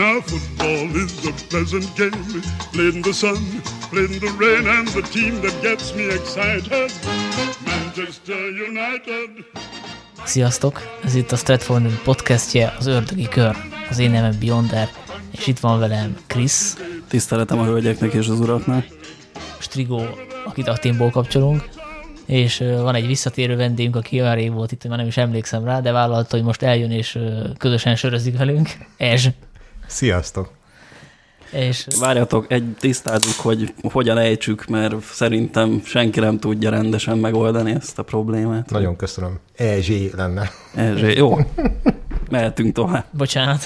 Now football is a pleasant game, played in the sun, played in the rain, and the team that gets me excited, Manchester United. Sziasztok! Ez itt a Stratford podcastje, az Ördögi Kör. Az én nevem Beyonder, és itt van velem Krisz. Tiszteletem a hölgyeknek és az uraknak. Strigó, akit a Teamból kapcsolunk. És van egy visszatérő vendégünk, aki olyan rég volt itt, hogy már nem is emlékszem rá, de vállalta, hogy most eljön és közösen sörözik velünk. Ezs! Sziasztok! És várjatok, tisztázzuk, hogy hogyan ejtsük, mert szerintem senki nem tudja rendesen megoldani ezt a problémát. Nagyon köszönöm. Ezsé lenne. Ezsé, jó. Mehetünk tovább. Bocsánat.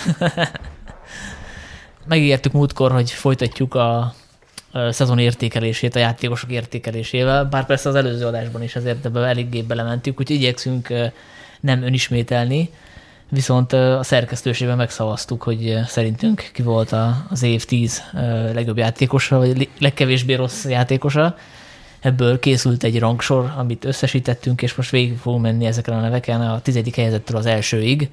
Megígértük múltkor, hogy folytatjuk a szezon értékelését, a játékosok értékelésével, bár persze az előző adásban is azért ebbe eléggé belementünk, úgyhogy igyekszünk nem önismételni, viszont a szerkesztőségben megszavaztuk, hogy szerintünk ki volt az év 10 legjobb játékosa, vagy legkevésbé rossz játékosa. Ebből készült egy rangsor, amit összesítettünk, és most végig fogunk menni ezeken a neveken a 10. helyezettől az elsőig,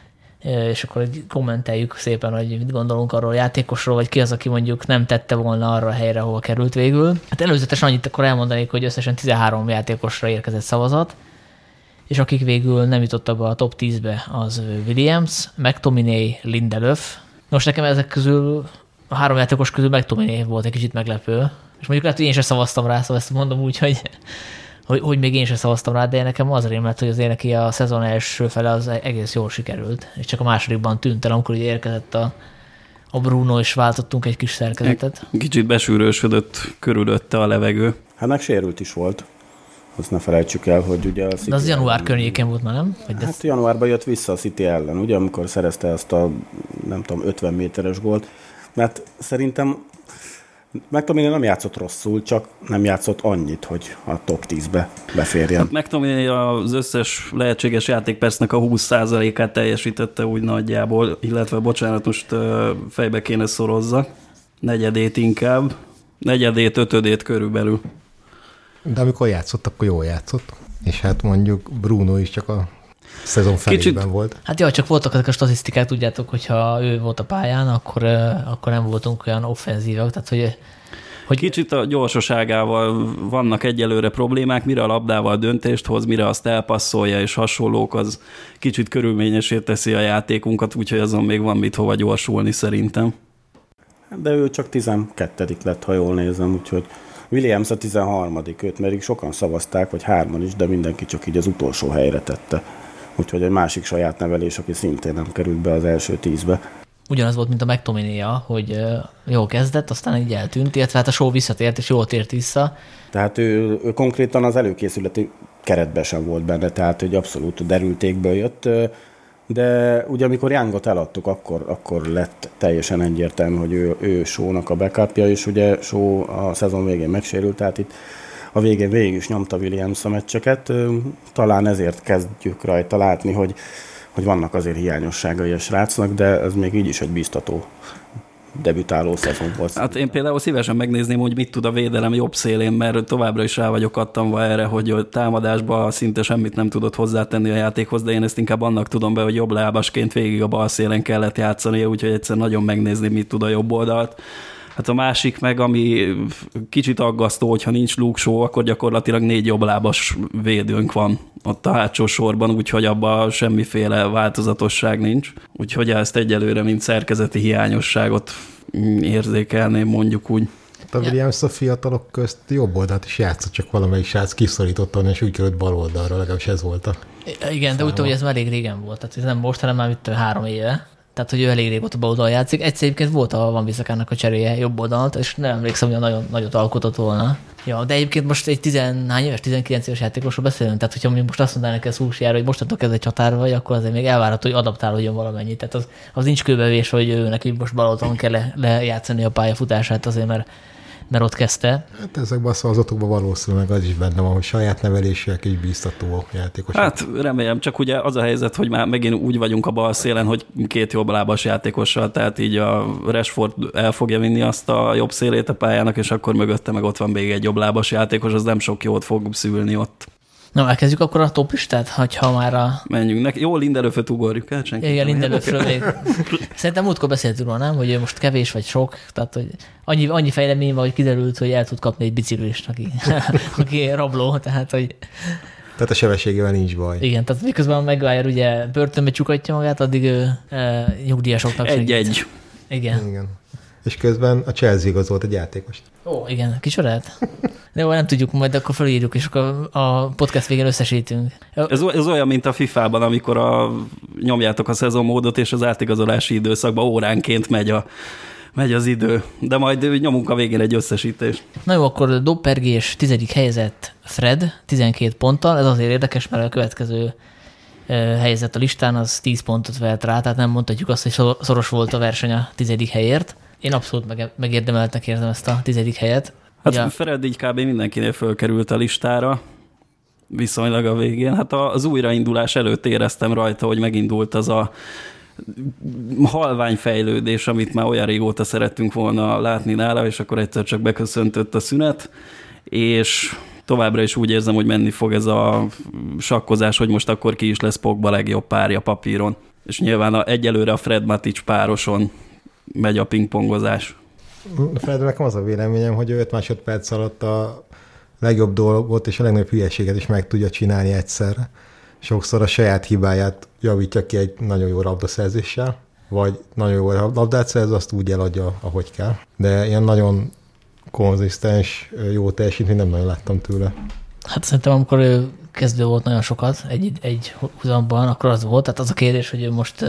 és akkor kommenteljük szépen, hogy mit gondolunk arról a játékosról, vagy ki az, aki mondjuk nem tette volna arra a helyre, ahol került végül. Hát előzetesen annyit akkor elmondanék, hogy összesen 13 játékosra érkezett szavazat, és akik végül nem jutottak be a top 10-be, az Williams, McTominay, Lindelöf. Most nekem ezek közül, a 3 játékos közül McTominay volt egy kicsit meglepő, és mondjuk lehet, hogy én sem szavaztam rá, szóval ezt mondom úgy, hogy még én sem szavaztam rá, de nekem az rémlett, hogy azért neki a szezon első fele az egész jól sikerült, és csak a másodikban tűnt el, amikor ugye érkezett a Bruno, és váltottunk egy kis szerkezetet. Kicsit besűrősödött körülötte a levegő. Hát meg sérült is volt. Azt ne felejtsük el, hogy ugye a City... De az január környékén volt már, nem? Hát januárban jött vissza a City ellen, ugye, amikor szerezte ezt a, nem tudom, 50 méteres gólt. Mert szerintem McTominay nem játszott rosszul, csak nem játszott annyit, hogy a top 10-be beférjen. Hát McTominay az összes lehetséges játékpercnek a 20%-át teljesítette úgy nagyjából, illetve bocsánat, most fejbe kéne szorozza. Negyedét inkább. Negyedét, ötödét körülbelül. De amikor játszott, akkor jól játszott. És hát mondjuk Bruno is csak a szezon felében volt. Hát jó, csak voltak ezek a statisztikák, tudjátok, hogyha ő volt a pályán, akkor nem voltunk olyan offenzívak, tehát hogy kicsit a gyorsaságával vannak egyelőre problémák, mire a labdával döntést hoz, mire azt elpasszolja és hasonlók, az kicsit körülményesé teszi a játékunkat, úgyhogy azon még van mit hova gyorsulni szerintem. De ő csak 12. lett, ha jól nézem, úgyhogy Williams a 13. őt, mert sokan szavazták, vagy 3 is, de mindenki csak így az utolsó helyre tette. Úgyhogy egy másik saját nevelés, aki szintén nem került be az első 10-be. Ugyanaz volt, mint a McTominay-ja, hogy jól kezdett, aztán így eltűnt, illetve hát a show visszatért, és jól tért vissza. Tehát ő konkrétan az előkészületi keretben sem volt benne, tehát hogy abszolút derültékből jött. De ugye amikor Youngot eladtuk, akkor lett teljesen egyértelmű, hogy ő Shaw-nak a backupja, és ugye Shaw a szezon végén megsérült, tehát itt a végén végig is nyomta Williams a meccseket. Talán ezért kezdjük rajta látni, hogy vannak azért hiányosságai a srácnak, de ez még így is egy biztató debütáló szezon volt. Hát én például szívesen megnézném, hogy mit tud a védelem jobb szélén, mert továbbra is rá vagyok kattanva erre, hogy a támadásban szinte semmit nem tudott hozzátenni a játékhoz, de én ezt inkább annak tudom be, hogy jobb lábasként végig a bal szélen kellett játszania, úgyhogy egyszer nagyon megnézni, mit tud a jobb oldalt. Hát a másik meg, ami kicsit aggasztó, hogyha nincs Luke Shaw, akkor gyakorlatilag 4 jobblábas védőnk van ott a hátsó sorban, úgyhogy abban semmiféle változatosság nincs. Úgyhogy ezt egyelőre, mint szerkezeti hiányosságot érzékelném, mondjuk úgy. A Williams a fiatalok közt jobb oldalt is játszott, csak valamelyik srác kiszorított, és úgy került bal oldalra, legalábbis ez volt a... Igen, de úgy tudom, hogy ez már elég régen volt, tehát ez nem most, hanem már itt 3 éve. Tehát, hogy ő elég régóta bal oldalon játszik. Egyszer egyébként volt a Van Bissakának a cseréje jobb oldalt, és nem emlékszem, hogy nagyon nagyot alkotott volna. Ja, de egyébként most egy 19 éves játékosról beszélünk, tehát hogyha most azt mondaná neki a Szúsiára, hogy mostantól kezdve csatár vagy, akkor azért még elvárható, hogy adaptálódjon valamennyit. Tehát az nincs kőbevés, hogy ő neki most bal oldalon kell lejátszani a pályafutását azért, mert ott kezdte. Hát ezekben a szavazatokban valószínűleg az is benne van, hogy saját nevelésűek is bíztató játékosok. Hát remélem, csak ugye az a helyzet, hogy már megint úgy vagyunk a bal szélen, hogy 2 jobblábas játékossal, tehát így a Rashford el fogja vinni azt a jobb szélét a pályának, és akkor mögötte meg ott van még egy jobblábas játékos, az nem sok jót fog szülni ott. Na, elkezdjük akkor a toplistát, ha már a... Menjünk neki. Jó, Lindelöföt ugorjuk el, senki. Igen, Lindelöfről még. Szerintem múltkor beszéltünk róla, nem? Hogy most kevés vagy sok, tehát hogy annyi fejlemény van, hogy kiderült, hogy el tud kapni egy biciklist, aki rabló, tehát hogy... Tehát a sebességével nincs baj. Igen, tehát miközben a Maguire ugye börtönbe csukatja magát, addig ő nyugdíjasoknak segít. Egy-egy. Igen. És közben a Chelsea igazolt egy játékost. Ó, igen, kicsodát? De jó, nem tudjuk, majd akkor felírjuk, és akkor a podcast végén összesítünk. Ez olyan, mint a FIFA-ban, amikor nyomjátok a szezonmódot, és az átigazolási időszakban óránként megy az idő. De majd nyomunk a végén egy összesítést. Na jó, akkor dobpergés 10. helyezett Fred 12 ponttal. Ez azért érdekes, mert a következő helyezett a listán, az 10 pontot vett rá, tehát nem mondhatjuk azt, hogy szoros volt a verseny a 10. helyért. Én abszolút megérdemeltnek érzem ezt a 10. helyet. Hát ugye, Fred így kb. Mindenkinél fölkerült a listára, viszonylag a végén. Hát az újraindulás előtt éreztem rajta, hogy megindult az a halvány fejlődés, amit már olyan régóta szerettünk volna látni nála, és akkor egyszer csak beköszöntött a szünet, és továbbra is úgy érzem, hogy menni fog ez a sakkozás, hogy most akkor ki is lesz Pogba legjobb párja papíron. És nyilván egyelőre a Fred-Matic pároson megy a pingpongozás. Fred, nekem az a véleményem, hogy 5 másodperc alatt a legjobb dolgot és a legnagyobb hülyeséget is meg tudja csinálni egyszerre. Sokszor a saját hibáját javítja ki egy nagyon jó labdaszerzéssel, vagy nagyon jó labdát szerz, azt úgy eladja, ahogy kell. De ilyen nagyon konzisztens, jó teljesítményt nem nagyon láttam tőle. Hát szerintem amikor ő kezdő volt nagyon sokat, egy húzamban, akkor az volt. Tehát az a kérdés, hogy ő most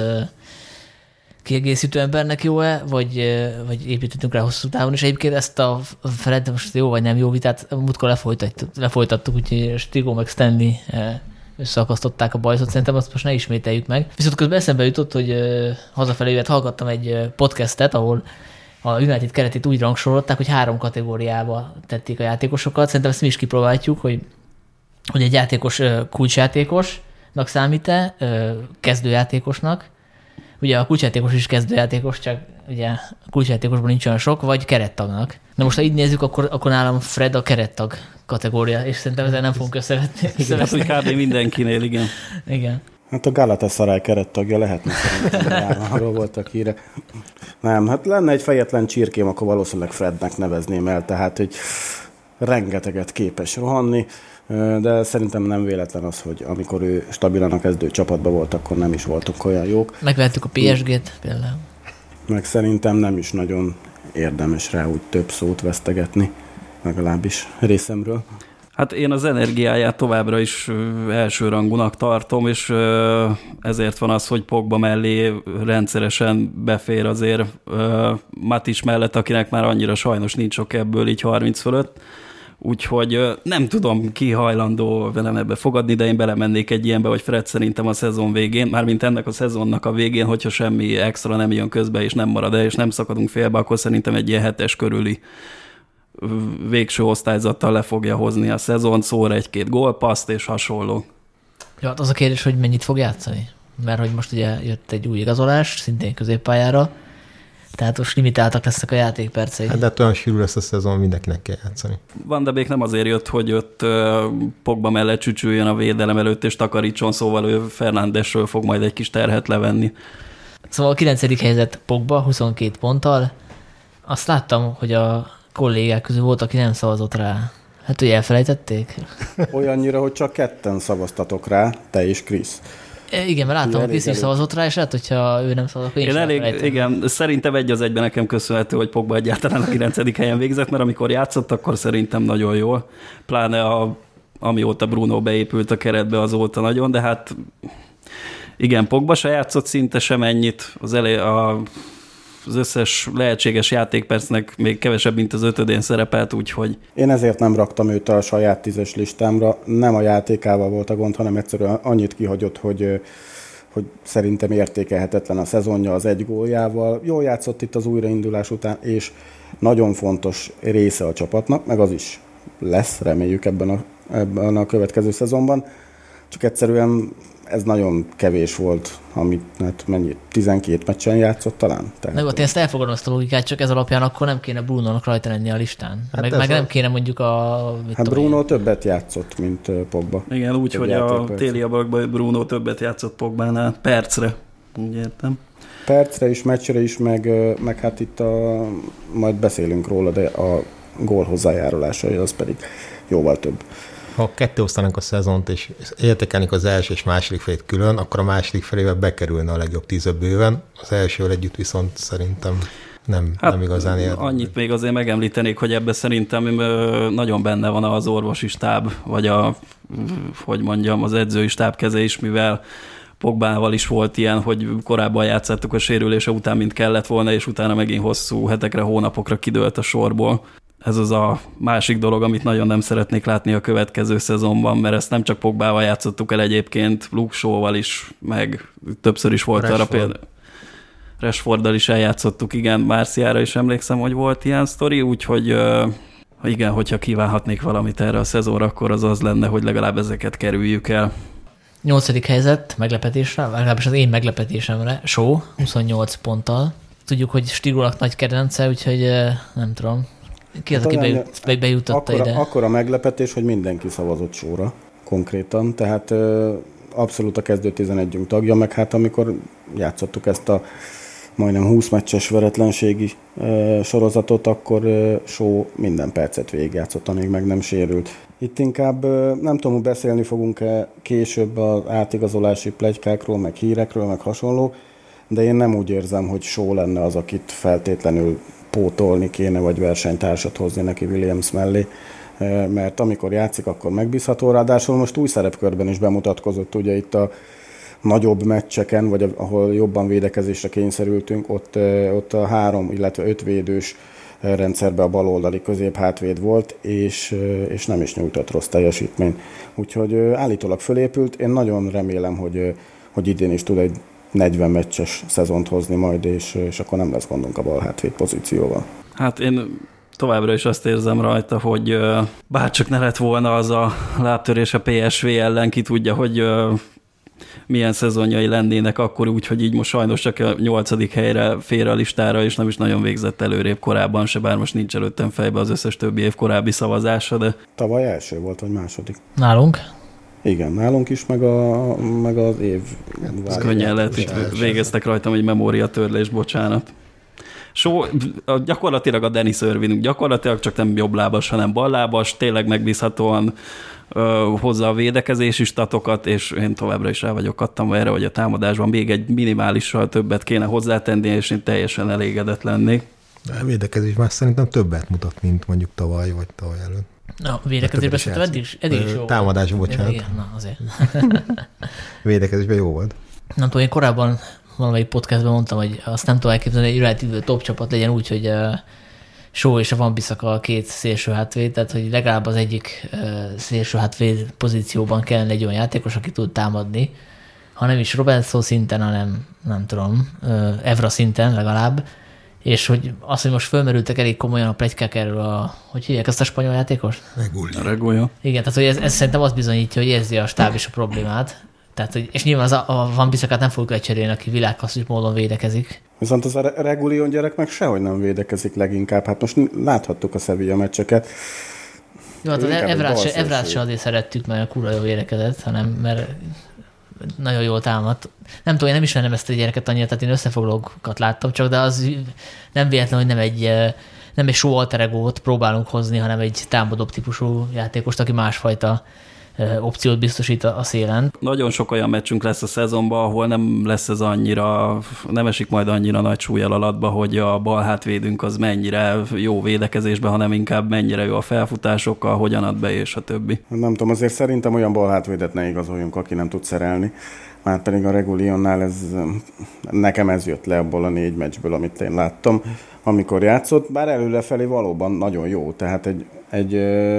kiegészítő embernek jó-e, vagy építettünk rá hosszú távon, és egyébként ezt a Fred most jó vagy nem jó vitát múltkor lefolytattuk, úgyhogy Stigó meg Stanley összeakasztották a bajszot, szerintem azt most ne ismételjük meg. Viszont közben eszembe jutott, hogy hazafelé hallgattam egy podcastet, ahol a United keretét úgy rangsorolták, hogy 3 kategóriába tették a játékosokat. Szerintem ezt mi is kipróbáljuk, hogy egy játékos kulcsjátékosnak számít-e, kezdőjátékosnak. Ugye a kulcsjátékos is kezdőjátékos, csak ugye a kulcsjátékosban nincs olyan sok, vagy kerettagnak. Na most, ha így nézzük, akkor nálam Fred a kerettag kategória, és szerintem ezzel nem fogunk összevetni. Hát, hogy kb. Mindenkinél, igen. Igen. Hát a Galatasaray kerettagja lehetne szerintem, arról voltak híre. Nem, hát lenne egy fejetlen csirkém, akkor valószínűleg Frednek nevezném el, tehát, hogy rengeteget képes rohanni, de szerintem nem véletlen az, hogy amikor ő stabilan a kezdő csapatban volt, akkor nem is voltunk olyan jók. Megvettük a PSG-t például. Meg szerintem nem is nagyon érdemes rá úgy több szót vesztegetni, legalábbis részemről. Hát én az energiáját továbbra is elsőrangúnak tartom, és ezért van az, hogy Pogba mellé rendszeresen befér azért Matic mellett, akinek már annyira sajnos nincs sok ebből így 30 fölött. Úgyhogy nem tudom, ki hajlandó velem ebbe fogadni, de én belemennék egy ilyenbe, hogy Fred szerintem a szezon végén, mármint ennek a szezonnak a végén, hogyha semmi extra nem jön közbe, és nem marad el, és nem szakadunk félbe, akkor szerintem egy ilyen 7-es körüli végső osztályzattal le fogja hozni a szezon, szóra 1-2 gólpasszt és hasonló. Ja, hát az a kérdés, hogy mennyit fog játszani. Mert hogy most ugye jött egy új igazolás, szintén középpályára, tehát most limitáltak lesznek a játékpercei. Hát de olyan sűrű lesz a szezon, mindenkinek kell játszani. Van, de még nem azért jött, hogy ott Pogba mellett csücsüljön a védelem előtt, és takarítson, szóval ő Fernándesről fog majd egy kis terhet levenni. Szóval a 9. helyzet Pogba 22 ponttal. Azt láttam, hogy a kollégák közül volt, aki nem szavazott rá. Hát, hogy elfelejtették? Olyannyira, hogy csak 2 szavaztatok rá, te és Krisz. Igen, mert láttam, hogy Krisz is szavazott rá, és lehet, hogyha ő nem szavazott, akkor én elég, igen, szerintem 1-1 nekem köszönhető, hogy Pogba egyáltalán a 9. helyen végzett, mert amikor játszott, akkor szerintem nagyon jól. Pláne amióta Bruno beépült a keretbe, azóta nagyon, de hát igen, Pogba se játszott szinte sem ennyit. Az összes lehetséges játékpercnek még kevesebb, mint az 5-én szerepelt, úgyhogy... Én ezért nem raktam őt a saját 10-es listámra. Nem a játékával volt a gond, hanem egyszerűen annyit kihagyott, hogy szerintem értékelhetetlen a szezonja az 1 góljával. Jól játszott itt az újraindulás után, és nagyon fontos része a csapatnak, meg az is lesz, reméljük ebben a következő szezonban. Csak egyszerűen ez nagyon kevés volt, amit hát mennyi, 12 meccsen játszott talán. Na jó, én ezt elfogadom, ezt a logikát, csak ez alapján akkor nem kéne Brunónak rajta lenni a listán. Hát meg nem kéne mondjuk Hát Bruno többet játszott, mint Pogba. Igen, úgy, hogy a téli ablakban Bruno többet játszott Pogbánál percre. Úgy értem. Percre is, meccsre is, meg hát itt majd beszélünk róla, de a gól hozzájárulásai az pedig jóval több. Ha ketté osztanak a szezont, és értékelnék az első és második felét külön, akkor a második felével bekerülne a legjobb 10 bőven. Az elsővel együtt viszont szerintem nem igazán érdekel. Annyit még azért megemlítenék, hogy ebben szerintem nagyon benne van az orvosi stáb, vagy az edzői stáb keze is, mivel Pogbával is volt ilyen, hogy korábban játszottuk a sérülése után, mint kellett volna, és utána megint hosszú hetekre, hónapokra kidőlt a sorból. Ez az a másik dolog, amit nagyon nem szeretnék látni a következő szezonban, mert ezt nem csak Pogbával játszottuk el egyébként, Luke Shaw-val is, meg többször is volt arra például. Rashforddal is eljátszottuk, igen, Marciára is emlékszem, hogy volt ilyen sztori, úgyhogy igen, hogyha kívánhatnék valamit erre a szezonra, akkor az lenne, hogy legalább ezeket kerüljük el. 8. helyzet meglepetésre, legalábbis az én meglepetésemre, Shaw 28 ponttal. Tudjuk, hogy Stigulak nagy kedvence, úgyhogy nem tudom. Ki az, aki bejutotta ide? Akkora meglepetés, hogy mindenki szavazott Shawra konkrétan, tehát abszolút a kezdő 11-ünk tagja, meg hát amikor játszottuk ezt a majdnem 20 meccses veretlenségi sorozatot, akkor Shaw minden percet végigjátszott, amíg meg nem sérült. Itt inkább nem tudom, hogy beszélni fogunk-e később az átigazolási pletykákról, meg hírekről, meg hasonló, de én nem úgy érzem, hogy Shaw lenne az, akit feltétlenül pótolni kéne, vagy versenytársat hozni neki Williams mellé, mert amikor játszik, akkor megbízható, ráadásul most új szerepkörben is bemutatkozott, ugye itt a nagyobb meccseken, vagy ahol jobban védekezésre kényszerültünk, ott a 3, illetve 5 védős rendszerben a baloldali középhátvéd volt, és nem is nyújtott rossz teljesítményt. Úgyhogy állítólag fölépült, én nagyon remélem, hogy idén is tud egy 40 meccses szezont hozni majd, és akkor nem lesz gondunk a balhátvéd pozícióval. Hát én továbbra is azt érzem rajta, hogy bárcsak ne lett volna az a lábtörés a PSV ellen, ki tudja, hogy milyen szezonjai lennének akkor úgy, hogy így most sajnos csak a 8. helyre fér a listára, és nem is nagyon végzett előrébb korábban se, bár most nincs előttem fejbe az összes többi év korábbi szavazása, de... Tavaly első volt, vagy második? Nálunk? Igen, nálunk is, meg az év... Ez könnyen lehet, itt végeztek rajtam egy memóriatörlés, bocsánat. Gyakorlatilag a Dennis Irvinünk, gyakorlatilag csak nem jobblábas, hanem ballábas, tényleg megbízhatóan hozza a védekezési statokat, és én továbbra is rá vagyok kattanva erre, hogy a támadásban még egy minimálissal többet kéne hozzátenni, és én teljesen elégedett lennék. De a védekezés már szerintem többet mutat, mint mondjuk tavaly, vagy tavaly előtt. Na, védekezésben szerintem eddig is jó volt. Támadásban, bocsánat. Igen, na azért. Védekezésben jó volt. Nem tudom, én korábban valamelyik podcastban mondtam, hogy azt nem tudom elképzelni, hogy United top csapat legyen úgy, hogy Shaw és a Van Bissaka a 2 szélső hátvéd, tehát hogy legalább az egyik szélső hátvéd pozícióban kellene egy olyan játékos, aki tud támadni, ha nem is Robertson szinten, hanem nem tudom, Evra szinten legalább, és hogy az, hogy most fölmerültek elég komolyan a pletykák erről hogy hívják ezt a spanyol játékos? Regulja. Igen, tehát hogy ez szerintem azt bizonyítja, hogy érzi a stáb is a problémát. Tehát, és nyilván a Van Bissakát nem fogjuk lecserélni, aki világklasszis módon védekezik. Viszont az a Reguilón gyerek meg sehogy nem védekezik leginkább. Hát most láthattuk a Sevilla meccseket. Jó, hát az Evrát se azért szerettük, mert a kurva jól védekezett, hanem mert nagyon jól támadt. Nem tudom, én nem ismerem ezt a gyereket annyira, tehát én összefoglalókat láttam csak, de az nem véletlen, hogy nem egy show alter egót próbálunk hozni, hanem egy támadóbb típusú játékost, aki másfajta opciót biztosít a szélen. Nagyon sok olyan meccsünk lesz a szezonban, ahol nem lesz ez annyira, nem esik majd annyira nagy súlyjal alatba, hogy a bal hátvédünk az mennyire jó védekezésben, hanem inkább mennyire jó a felfutásokkal, hogyan ad be, és a többi. Nem tudom, azért szerintem olyan bal hátvédet ne igazoljunk, aki nem tud szerelni. Már pedig a Reguilónnál nekem ez jött le abból a 4 meccsből, amit én láttam, amikor játszott, bár előrefelé valóban nagyon jó, tehát egy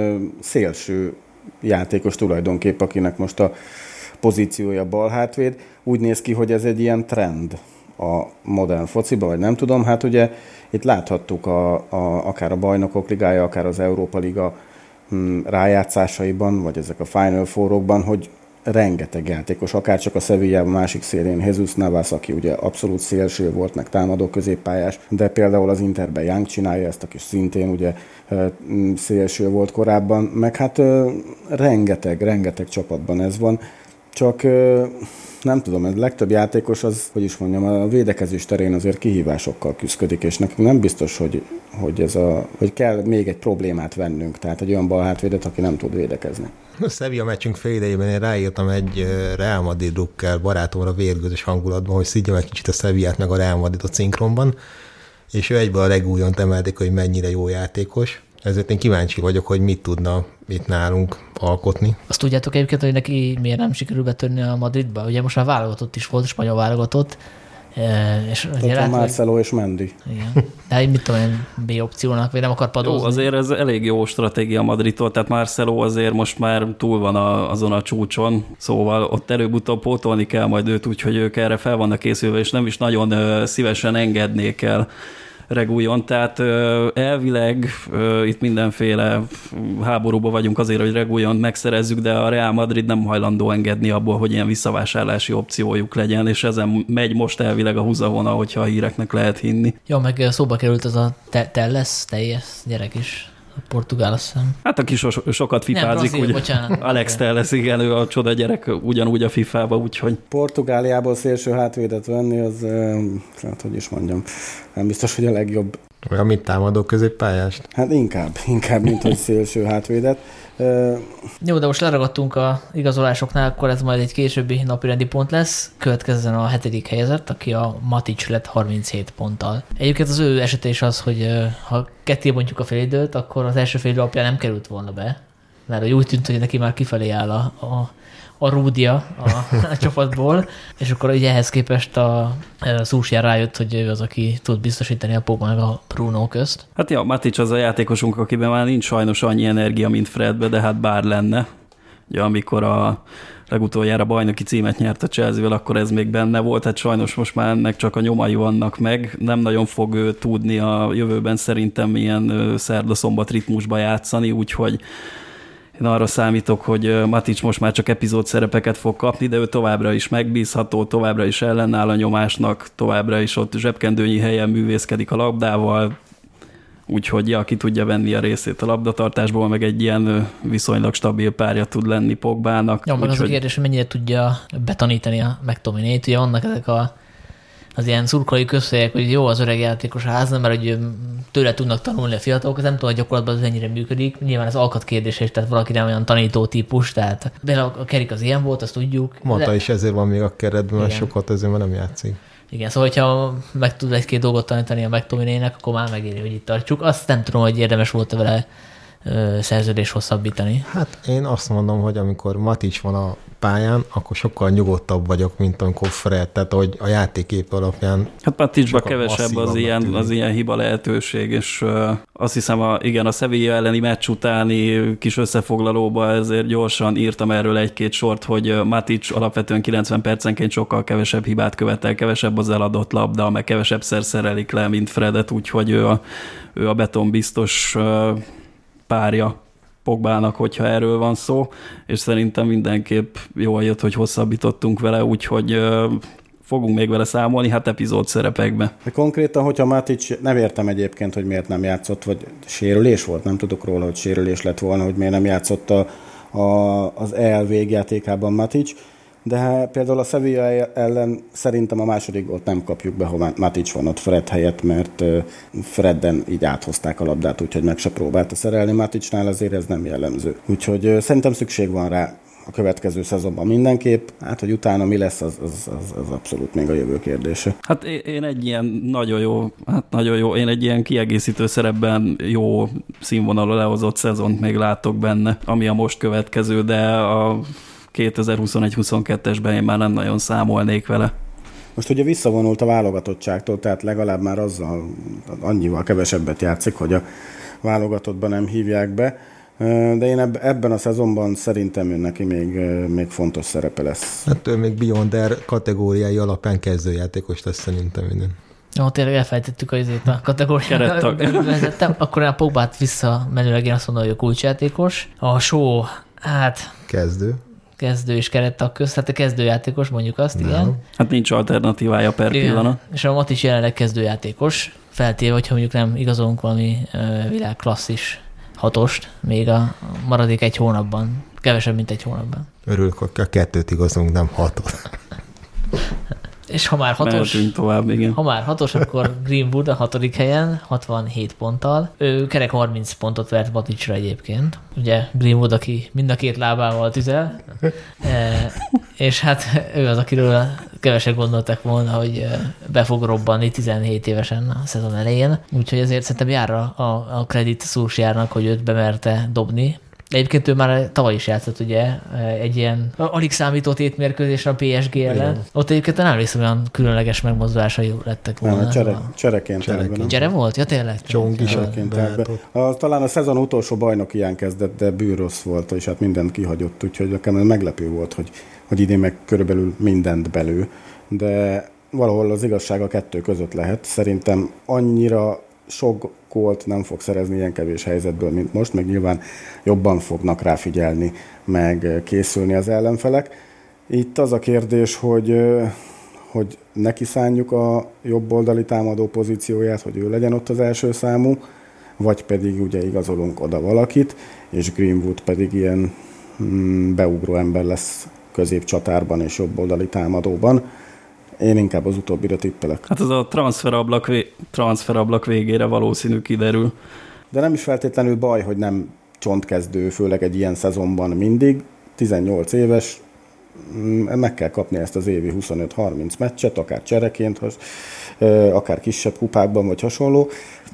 szélső játékos tulajdonképp, akinek most a pozíciója bal hátvéd. Úgy néz ki, hogy ez egy ilyen trend a modern fociba, vagy nem tudom. Hát ugye itt láthattuk akár a Bajnokok Ligája, akár az Európa Liga rájátszásaiban, vagy ezek a Final Four-okban, hogy rengeteg játékos, akár csak a Sevilla másik szélén Jesus Navas, aki ugye abszolút szélső volt, meg támadó középpályás, de például az Interben Young csinálja ezt, aki szintén ugye szélső volt korábban, meg hát rengeteg csapatban ez van, csak nem tudom, a legtöbb játékos az, hogy is mondjam, a védekezés terén azért kihívásokkal küszködik, és nekünk nem biztos, hogy kell még egy problémát vennünk, tehát egy olyan balhátvédet, aki nem tud védekezni. A Sevilla meccsünk fél idejében én ráírtam egy Real Madrid drukkel barátomra vérgőzös hangulatban, hogy szidjam egy kicsit a Sevillát meg a Real Madridot szinkronban, és ő egyből a legújont emelték, hogy mennyire jó játékos. Ezért én kíváncsi vagyok, hogy mit tudna itt nálunk alkotni. Azt tudjátok egyébként, hogy neki miért nem sikerül betörni a Madridba? Ugye most már válogatott is volt, spanyol válogatott. És ott Marcelo és Mendy. Igen. De mit tudom én, B opciónak, vagy nem akar padozni? Jó, azért ez elég jó stratégia Madridtól, tehát Marcelo azért most már túl van azon a csúcson, szóval ott előbb-utóbb pótolni kell majd őt, úgyhogy ők erre fel vannak készülve, és nem is nagyon szívesen engednék el Reguilon, tehát elvileg itt mindenféle háborúban vagyunk azért, hogy Reguilont megszerezzük, de a Real Madrid nem hajlandó engedni abból, hogy ilyen visszavásárlási opciójuk legyen, és ezen megy most elvileg a húzavona, hogyha a híreknek lehet hinni. Ja, meg szóba került az a teljes gyerek is. A portugál, azt hiszem. Hát aki sokat fifázik, ugye. Alex Telles, igen, ő a csoda gyerek ugyanúgy a FIFA-ba, úgyhogy... Portugáliából szélső hátvédet venni, az, hát hogy is mondjam, nem biztos, hogy a legjobb. Olyan, mint támadó középpályást? Hát inkább mint hogy szélső hátvédet. Jó, de most leragadtunk a igazolásoknál, akkor ez majd egy későbbi napirendi pont lesz. Következzen a 7. helyezett, aki a Matic lett 37 ponttal. Egyébként az ő esete is az, hogy ha ketté bontjuk a félidőt, akkor az első félidő alapján nem került volna be. Mert úgy tűnt, hogy neki már kifelé áll a rúdia a csapatból, és akkor ugye ehhez képest a Szúsján rájött, hogy ő az, aki tud biztosítani a Pogba meg a Bruno közt. Hát ja, Matic az a játékosunk, akiben már nincs sajnos annyi energia, mint Fredbe, de hát bár lenne. Ugye amikor a legutoljára bajnoki címet nyert a Chelsea-vel, akkor ez még benne volt, hát sajnos most már ennek csak a nyomai vannak meg. Nem nagyon fog ő tudni a jövőben szerintem ilyen szerda-szombat ritmusba játszani, úgyhogy én arra számítok, hogy Matic most már csak epizód szerepeket fog kapni, de ő továbbra is megbízható, továbbra is ellenáll a nyomásnak, továbbra is ott zsebkendőnyi helyen művészkedik a labdával, úgyhogy ja, ki tudja venni a részét a labdatartásból, meg egy ilyen viszonylag stabil párja tud lenni Pogbának. Ja, meg az a kérdés, hogy mennyire tudja betanítani a McTominayt, ugye vannak ezek az ilyen szurkolói közhelyek, hogy jó az öreg játékos a házban, mert hogy tőle tudnak tanulni a fiatalok, nem tudom, hogy gyakorlatban ez ennyire működik. Nyilván ez alkat kérdés, tehát valaki nem olyan tanító típus, tehát a Kerik az ilyen volt, azt tudjuk. Mata is ezért van még a keretben, mert sokat azért már nem játszik. Igen, szóval hogyha meg tud egy-két dolgot tanítani a McTominaynek, akkor már megéri, hogy itt tartsuk. Azt nem tudom, hogy érdemes volt vele szerződés hosszabbítani. Hát én azt mondom, hogy amikor Matic van a pályán, akkor sokkal nyugodtabb vagyok, mint amikor Fred, tehát hogy a játékép alapján... Hát Maticban kevesebb az ilyen hiba lehetőség, és azt hiszem, a Sevilla elleni meccs utáni kis összefoglalóba ezért gyorsan írtam erről egy-két sort, hogy Matic alapvetően 90 percenként sokkal kevesebb hibát követel, kevesebb az eladott labda, meg kevesebbszer szerelik le, mint Fredet, úgyhogy ő a betonbiztos párja Pogbának, hogyha erről van szó, és szerintem mindenképp jól jött, hogy hosszabbítottunk vele, úgyhogy fogunk még vele számolni, hát epizód szerepekbe. De konkrétan, hogyha Matic, nem értem egyébként, hogy miért nem játszott, vagy sérülés volt, nem tudok róla, hogy sérülés lett volna, hogy miért nem játszott az EL végjátékában Matic, de például a Sevilla ellen szerintem a második gólt nem kapjuk be, ha Matic van ott Fred helyett, mert Fredden így áthozták a labdát, úgyhogy meg se próbálta szerelni. Maticnál azért ez nem jellemző. Úgyhogy szerintem szükség van rá a következő szezonban mindenképp. Hát, hogy utána mi lesz, az abszolút még a jövő kérdése. Hát én egy ilyen nagyon jó, én egy ilyen kiegészítő szerepben jó színvonalra lehozott szezont még látok benne, ami a most következő, de a 2021-22-esben én már nem nagyon számolnék vele. Most ugye visszavonult a válogatottságtól, tehát legalább már azzal annyival kevesebbet játszik, hogy a válogatottban nem hívják be, de én ebben a szezonban szerintem neki még fontos szerepe lesz. Hát ő még Beyond Air kategóriái alapján kezdőjátékos lesz szerintem minden. Jó, tényleg elfelejtettük a kategóriát. Akkor a Pogbát visszamenőleg én azt mondom, hogy a kulcsjátékos. A Shaw, hát... Kezdő. kezdő és kerettag közt. Hát a kezdőjátékos, mondjuk azt, igen. Hát nincs alternatívája per pillanat. És a Matic jelenleg kezdőjátékos, feltéve, hogyha mondjuk nem igazolunk valami világklasszis hatost, még a maradék egy hónapban, kevesebb, mint egy hónapban. Örülök, hogy a 2-t igazolunk, nem 6-ot. És ha már hatos, tovább, igen. Ha már hatos, akkor Greenwood a 6. helyen 67 ponttal. Ő kerek 30 pontot vert Maticra egyébként. Ugye Greenwood, aki mind a két lábával tüzel. És hát ő az, akiről kevesek gondoltak volna, hogy be fog robbanni 17 évesen a szezon elején. Úgyhogy ezért szerintem jár a kredit Solskjaernak, hogy őt bemerte dobni. Egyébként ő már tavaly is játszott, ugye, egy ilyen alig számító tétmérkőzésre a PSG ellen. Igen. Ott egyébként nem emlékszem, olyan különleges megmozdulásai lettek volna. Csereként. Csere volt? Ja, tényleg? Csong is talán a szezon utolsó bajnok ilyen kezdett, de bűrossz volt, és hát mindent kihagyott, úgyhogy nekem meglepő volt, hogy idén meg körülbelül mindent belő. De valahol az igazság a kettő között lehet. Szerintem annyira sok gólt nem fog szerezni ilyen kevés helyzetből, mint most, meg nyilván jobban fognak rá figyelni, meg készülni az ellenfelek. Itt az a kérdés, hogy neki szánjuk a jobb oldali támadó pozícióját, hogy ő legyen ott az első számú, vagy pedig ugye igazolunk oda valakit, és Greenwood pedig ilyen beugró ember lesz középcsatárban és jobb oldali támadóban. Én inkább az utóbbira tippelek. Hát ez a transferablak végére valószínű kiderül. De nem is feltétlenül baj, hogy nem csontkezdő, főleg egy ilyen szezonban mindig. 18 éves, meg kell kapni ezt az évi 25-30 meccset, akár csereként, akár kisebb kupákban, vagy hasonló,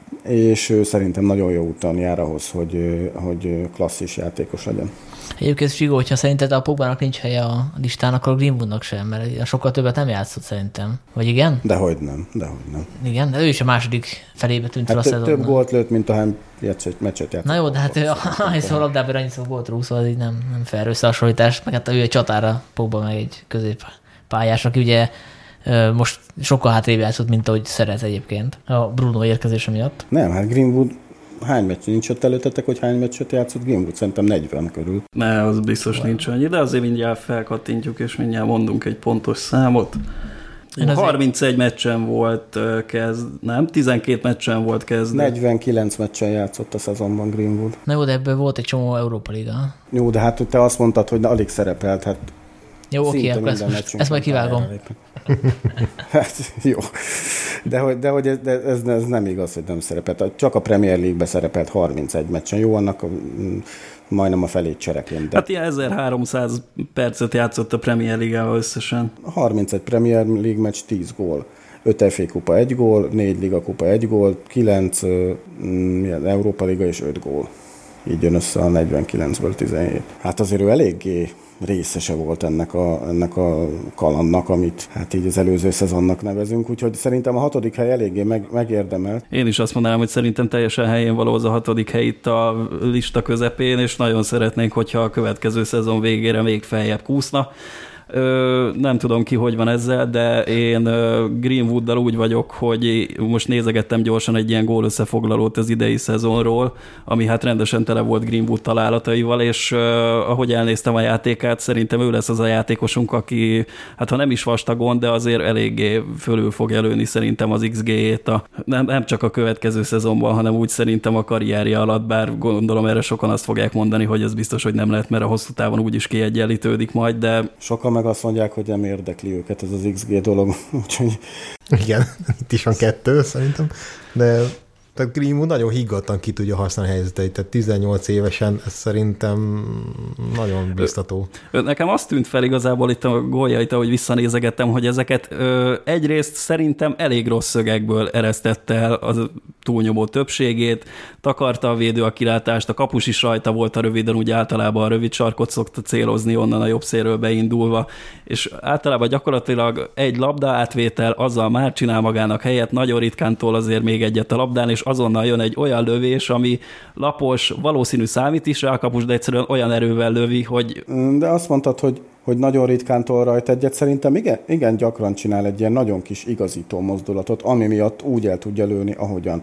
és szerintem nagyon jó úton jár ahhoz, hogy klasszis játékos legyen. Egyébként Sigó, hogyha szerinted a Pogbának nincs helye a listán, akkor Greenwoodnak sem, mert sokkal többet nem játszott szerintem. Vagy igen? Dehogy nem. Igen, de ő is a második felébe tűnt fel a szezonnak. Több gólt lőtt, mint ahány meccset játszott. Na jó, de hát ahányszor labdában annyiszor gólt rúg, szóval így nem fair összehasonlítás. Meg hát ő egy csatára, Pogba meg egy középpályás, aki ugye most sokkal hátrébb játszott, mint ahogy szeret egyébként a Bruno érkezése miatt. Nem, hát Greenwood hány meccs nincs ott előttetek, hogy hány meccset játszott Greenwood? Szerintem 40 körül. Ne, az biztos nincs annyi, de azért mindjárt felkattintjuk, és mindjárt mondunk egy pontos számot. 31 meccsen volt 12 meccsen volt kezdő. 49 meccsen játszott a szezonban Greenwood. Na jó, de ebből volt egy csomó Európa Liga. Jó, de hát te azt mondtad, hogy alig szerepelt, hát jó, oké, akkor ezt majd kivágom. Hát jó. De hogy ez nem igaz, hogy nem szerepelt. Csak a Premier League-be szerepelt 31 meccsen. Jó, annak majdnem a felét csereként. De... Hát ilyen 1300 percet játszott a Premier League-ával összesen. 31 Premier League meccs, 10 gól. 5 FA kupa 1 gól, 4 Liga kupa 1 gól, 9 Európa Liga és 5 gól. Így jön össze a 49-ből 17. Hát azért ő eléggé részese volt ennek a kalandnak, amit hát így az előző szezonnak nevezünk, úgyhogy szerintem a 6. hely eléggé megérdemelt. Én is azt mondanám, hogy szerintem teljesen helyén való az a 6. hely itt a lista közepén, és nagyon szeretnénk, hogyha a következő szezon végére még feljebb kúszna. Nem tudom ki, hogy van ezzel, de én Greenwooddal úgy vagyok, hogy most nézegettem gyorsan egy ilyen gól összefoglalót az idei szezonról, ami hát rendesen tele volt Greenwood találataival, és ahogy elnéztem a játékát, szerintem ő lesz az a játékosunk, aki, hát ha nem is vastagon, de azért eléggé fölül fog előni szerintem az XG-jét, nem csak a következő szezonban, hanem úgy szerintem a karrierje alatt, bár gondolom erre sokan azt fogják mondani, hogy ez biztos, hogy nem lehet, mert a hosszú távon úgyis kiegyenlítődik majd, de... Sokan meg azt mondják, hogy nem érdekli őket ez az XG dolog, úgyhogy... Igen, itt is van 2 szerintem, de tehát Greenwood nagyon higgadtan ki tudja használni helyzeteit, tehát 18 évesen ez szerintem nagyon biztató. Nekem azt tűnt fel igazából itt a góljait, ahogy visszanézegettem, hogy ezeket egyrészt szerintem elég rossz szögekből eresztette el az túlnyomó többségét, takarta a védő a kilátást, a kapus is rajta volt a röviden, úgy általában a rövid sarkot szokta célozni onnan a jobb szélről beindulva, és általában gyakorlatilag egy labda átvétel, azzal már csinál magának helyet, nagyon ritkán tol azért még egyet a labdán, és azonnal jön egy olyan lövés, ami lapos, valószínű számít is rá a kapus, de egyszerűen olyan erővel lövi, hogy... De azt mondtad, hogy nagyon ritkán tol rajta egyet, szerintem igen gyakran csinál egy ilyen nagyon kis igazító mozdulatot, ami miatt úgy el tudja lőni, ahogyan.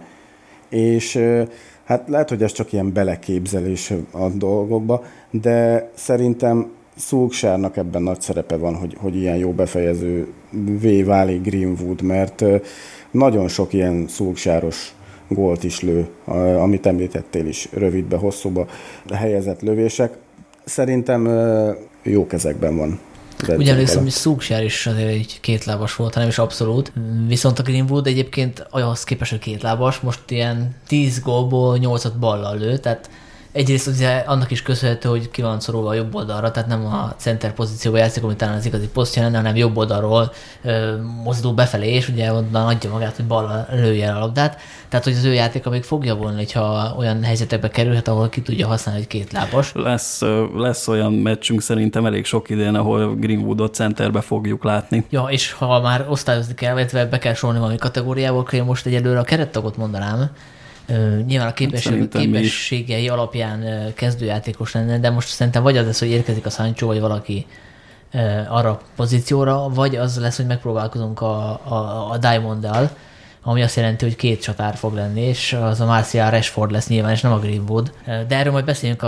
És hát lehet, hogy ez csak ilyen beleképzelés a dolgokba, de szerintem Solskjaernak ebben nagy szerepe van, hogy ilyen jó befejezővé válik Greenwood, mert nagyon sok ilyen Solskjaeros gólt is lő, amit említettél is, rövidbe, hosszúba helyezett lövések. Szerintem jó kezekben van. Ugye emlékszem, hogy Solskjaer is azért egy kétlábas volt, hanem is abszolút. Viszont a Greenwood egyébként ahhoz képest, hogy kétlábas, most ilyen 10 gólból 8-at ballal lő, tehát egyrészt ugye annak is köszönhető, hogy ki van szorulva a jobb oldalra, tehát nem a center pozícióba játszik, ami talán az igazi posztja lenne, hanem jobb oldalról mozdul befelé, és ugye onnan adja magát, hogy ballal lője a labdát. Tehát, hogy az ő játéka még fog javulni, hogyha olyan helyzetekbe kerülhet, ahol ki tudja használni, hogy kétlábas. Lesz olyan meccsünk szerintem elég sok idén, ahol Greenwoodot centerbe fogjuk látni. Ja, és ha már osztályozni kell, illetve be kell sorolni valami kategóriából, akkor én most egyelőre a kerettagot mondanám. Nyilván a képességei alapján kezdőjátékos lenne, de most szerintem vagy az lesz, hogy érkezik a Sancho, vagy valaki arra a pozícióra, vagy az lesz, hogy megpróbálkozunk a Diamonddal, ami azt jelenti, hogy 2 csatár fog lenni, és az a Martial Rashford lesz nyilván, és nem a Greenwood. De erről majd beszéljünk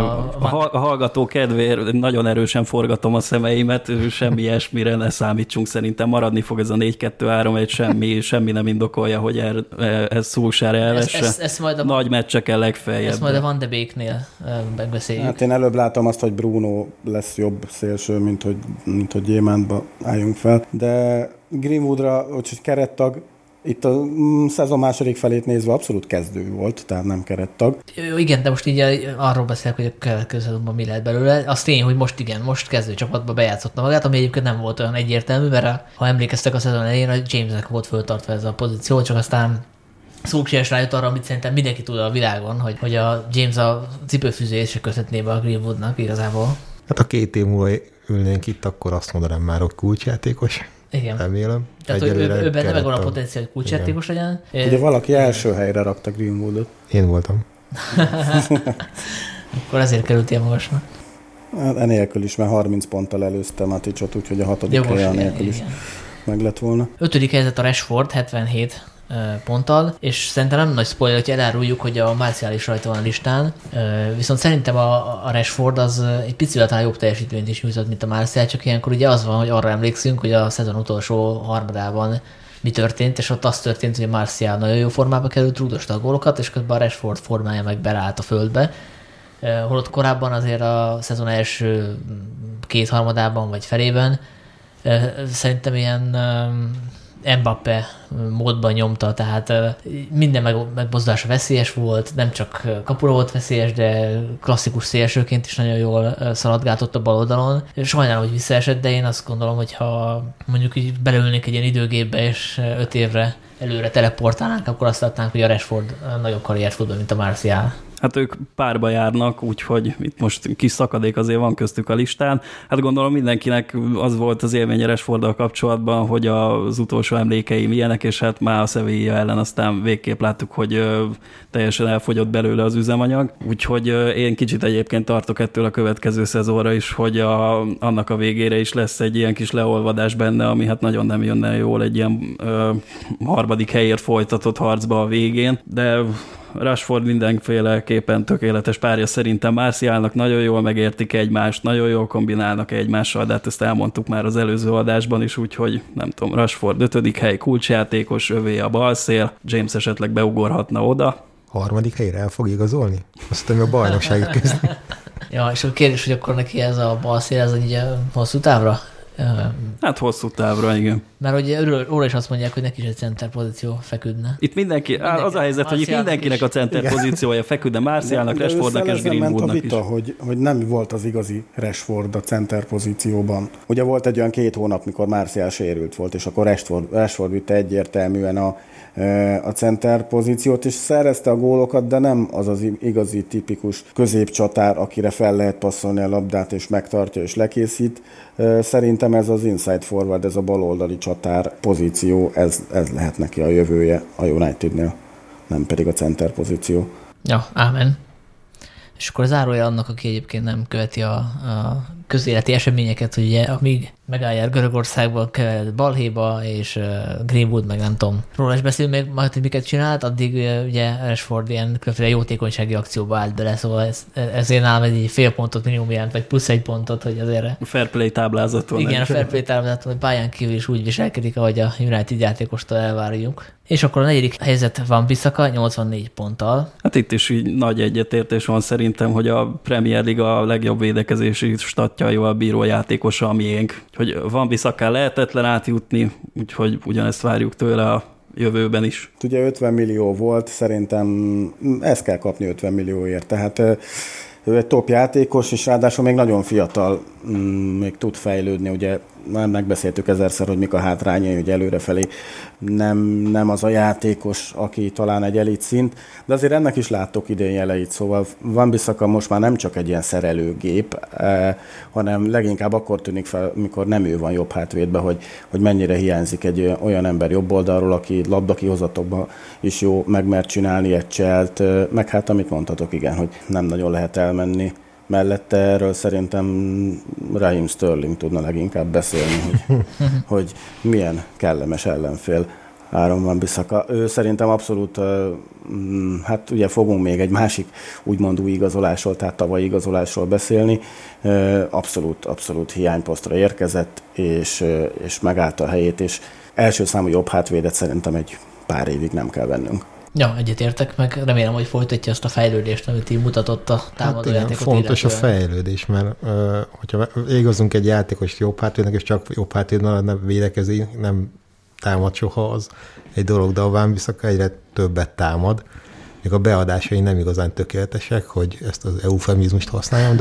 a hallgató kedvéért nagyon erősen forgatom a szemeimet, semmi ilyesmire ne számítsunk, szerintem maradni fog ez a 4-2-3-1, semmi nem indokolja, hogy ez Solskjaer elvesse. Nagy meccseken legfeljebb. Ezt majd a Van de Beeknél megbeszéljük. Hát én előbb látom azt, hogy Bruno lesz jobb szélső, mint hogy gyémántba álljunk fel. De Greenwoodra, hogy kerettag, itt a szezon második felét nézve abszolút kezdő volt, tehát nem kerettag. Igen, de most így arról beszélek, hogy a következő szezonban mi lehet belőle. Az tény, hogy most kezdő csapatba bejátszotta magát, ami egyébként nem volt olyan egyértelmű, mert ha emlékeztek a szezon elején, hogy Jamesnek volt föltartva ez a pozíció, csak aztán Solskjaer rájött arra, amit szerintem mindenki tud a világon, hogy a James a cipőfűzőjét se köthetné be a Greenwoodnak igazából. Hát ha 2 év múlva ülnénk itt, akkor azt mondanám már, hogy kulcsjátékos. Igen. Remélem. Tehát, hogy ő benne megvan a potenciál, hogy kulcsjátékos legyen. Ugye valaki első helyre rakta Greenwoodot. Én voltam. Akkor ezért került ilyen magasra. Hát enélkül is, mert 30 ponttal előzte Maticot, úgyhogy a 6. helye nélkül is meg lett volna. 5. helyzet a Rashford, 77 ponttal, és szerintem nem nagy spoiler, hogy eláruljuk, hogy a Martial is rajta van a listán, viszont szerintem a Rashford az egy picivel talán jobb teljesítményt is nyújtott, mint a Martial, csak ilyenkor ugye az van, hogy arra emlékszünk, hogy a szezon utolsó harmadában mi történt, és ott az történt, hogy a Martial nagyon jó formába került, rúdosta a gólokat, és közben a Rashford formája meg beállt a földbe, holott korábban azért a szezon első 2/3 vagy felében szerintem ilyen Mbappé módban nyomta, tehát minden megmozdulása veszélyes volt, nem csak kapura volt veszélyes, de klasszikus szélsőként is nagyon jól szaladgátott a bal oldalon. Sajnálom, hogy visszaesett, de én azt gondolom, hogy ha mondjuk így beleülnék egy ilyen időgépbe, és 5 évre előre teleportálnánk, akkor azt látnánk, hogy a Rashford nagyobb karriert fut be, mint a Martial. Hát ők párba járnak, úgyhogy itt most kis szakadék azért van köztük a listán. Hát gondolom mindenkinek az volt az élménye Rashforddal kapcsolatban, hogy az utolsó emlékeim ilyenek, és hát már a Sevilla ellen aztán végképp láttuk, hogy teljesen elfogyott belőle az üzemanyag. Úgyhogy én kicsit egyébként tartok ettől a következő szezonra is, hogy annak a végére is lesz egy ilyen kis leolvadás benne, ami hát nagyon nem jönne jól egy ilyen harmadik helyért folytatott harcba a végén, de Rashford mindenféleképpen tökéletes párja szerintem. Martialnak nagyon jól megértik egymást, nagyon jól kombinálnak egymással, de hát ezt elmondtuk már az előző adásban is, úgyhogy nem tudom, Rashford 5. hely, kulcsjátékos, övé a balszél, James esetleg beugorhatna oda. 3. helyre el fog igazolni? Azt hiszem, a bajnokságot kezdni. Ja, és a kérdés, hogy akkor neki ez a balszél, ez így hosszú távra? Hát hosszú távra, igen. Mert ugye róla is azt mondják, hogy neki is egy center pozíció feküdne. Itt mindenki az a helyzet, hogy itt mindenkinek a center pozíciója feküdne, Martialnak, Rashfordnak és Greenwoodnak is. Hogy nem volt az igazi Rashford a center pozícióban. Ugye volt egy olyan 2 hónap, mikor Martial sérült volt, és akkor Rashford vitte egyértelműen a center pozíciót, és szerezte a gólokat, de nem az az igazi tipikus középcsatár, akire fel lehet passzolni a labdát, és megtartja, és lekészít. Szerintem ez az inside forward, ez a baloldali csatár pozíció, ez lehet neki a jövője a Unitednél, nem pedig a center pozíció. Ja, ámen. És akkor zárója annak, aki egyébként nem követi a közéleti eseményeket, hogy ugye, amíg megállják Görögországban, balhéba, és Greenwood, meg nem tudom. Róla is beszélünk még majd, hogy miket csinált, addig ugye Rashford ilyen különféle jótékonysági akcióba állt bele, szóval ezért nálam egy fél pontot minimum jelent, vagy plusz egy pontot, hogy azért... A fair play táblázaton. Igen, a fair play táblázaton, hogy pályán kívül is úgy viselkedik, ahogy a United játékostól elvárjuk. És akkor a negyedik helyzet van Bissaka 84 ponttal. Hát itt is így nagy egyetértés van szerintem, hogy a Premier League a legjobb védekezési statjaival bíró játékosa a miénk. Hogy Van Bissaká lehetetlen átjutni, úgyhogy ugyanezt várjuk tőle a jövőben is. Ugye 50 millió volt, szerintem ezt kell kapni 50 millióért, tehát ő egy top játékos, és ráadásul még nagyon fiatal, még tud fejlődni, ugye már megbeszéltük ezerszer, hogy mik a hátrányai, hogy előrefelé nem az a játékos, aki talán egy elit szint, de azért ennek is láttok idén jeleit, szóval Van Bissaka most már nem csak egy ilyen szerelőgép, hanem leginkább akkor tűnik fel, mikor nem ő van jobb hátvédben, hogy mennyire hiányzik egy olyan ember jobb oldalról, aki labdakihozatokban is jó megmert csinálni egy cselt, meg hát amit mondhatok, igen, hogy nem nagyon lehet elmenni. Mellette erről szerintem Raheem Sterling tudna leginkább beszélni, hogy milyen kellemes ellenfél Aaron Van Bissaka. Ő szerintem abszolút, hát ugye fogunk még egy másik úgymond új igazolásról, tehát tavalyi igazolásról beszélni, abszolút hiányposztra érkezett, és megállta a helyét, és első számú jobb hátvédet szerintem egy pár évig nem kell vennünk. Ja, egyetértek, meg remélem, hogy folytatja azt a fejlődést, amit így mutatott a támadó játékot. Fontos illetően. a fejlődés, mert hogyha igazunk egy játékost jobb hátvédnek, és csak jobb hátvédnek nem védekezik, nem támad soha, az egy dolog, de a Van Bissaka egyre többet támad, még a beadásai nem igazán tökéletesek, hogy ezt az eufemizmust használjam,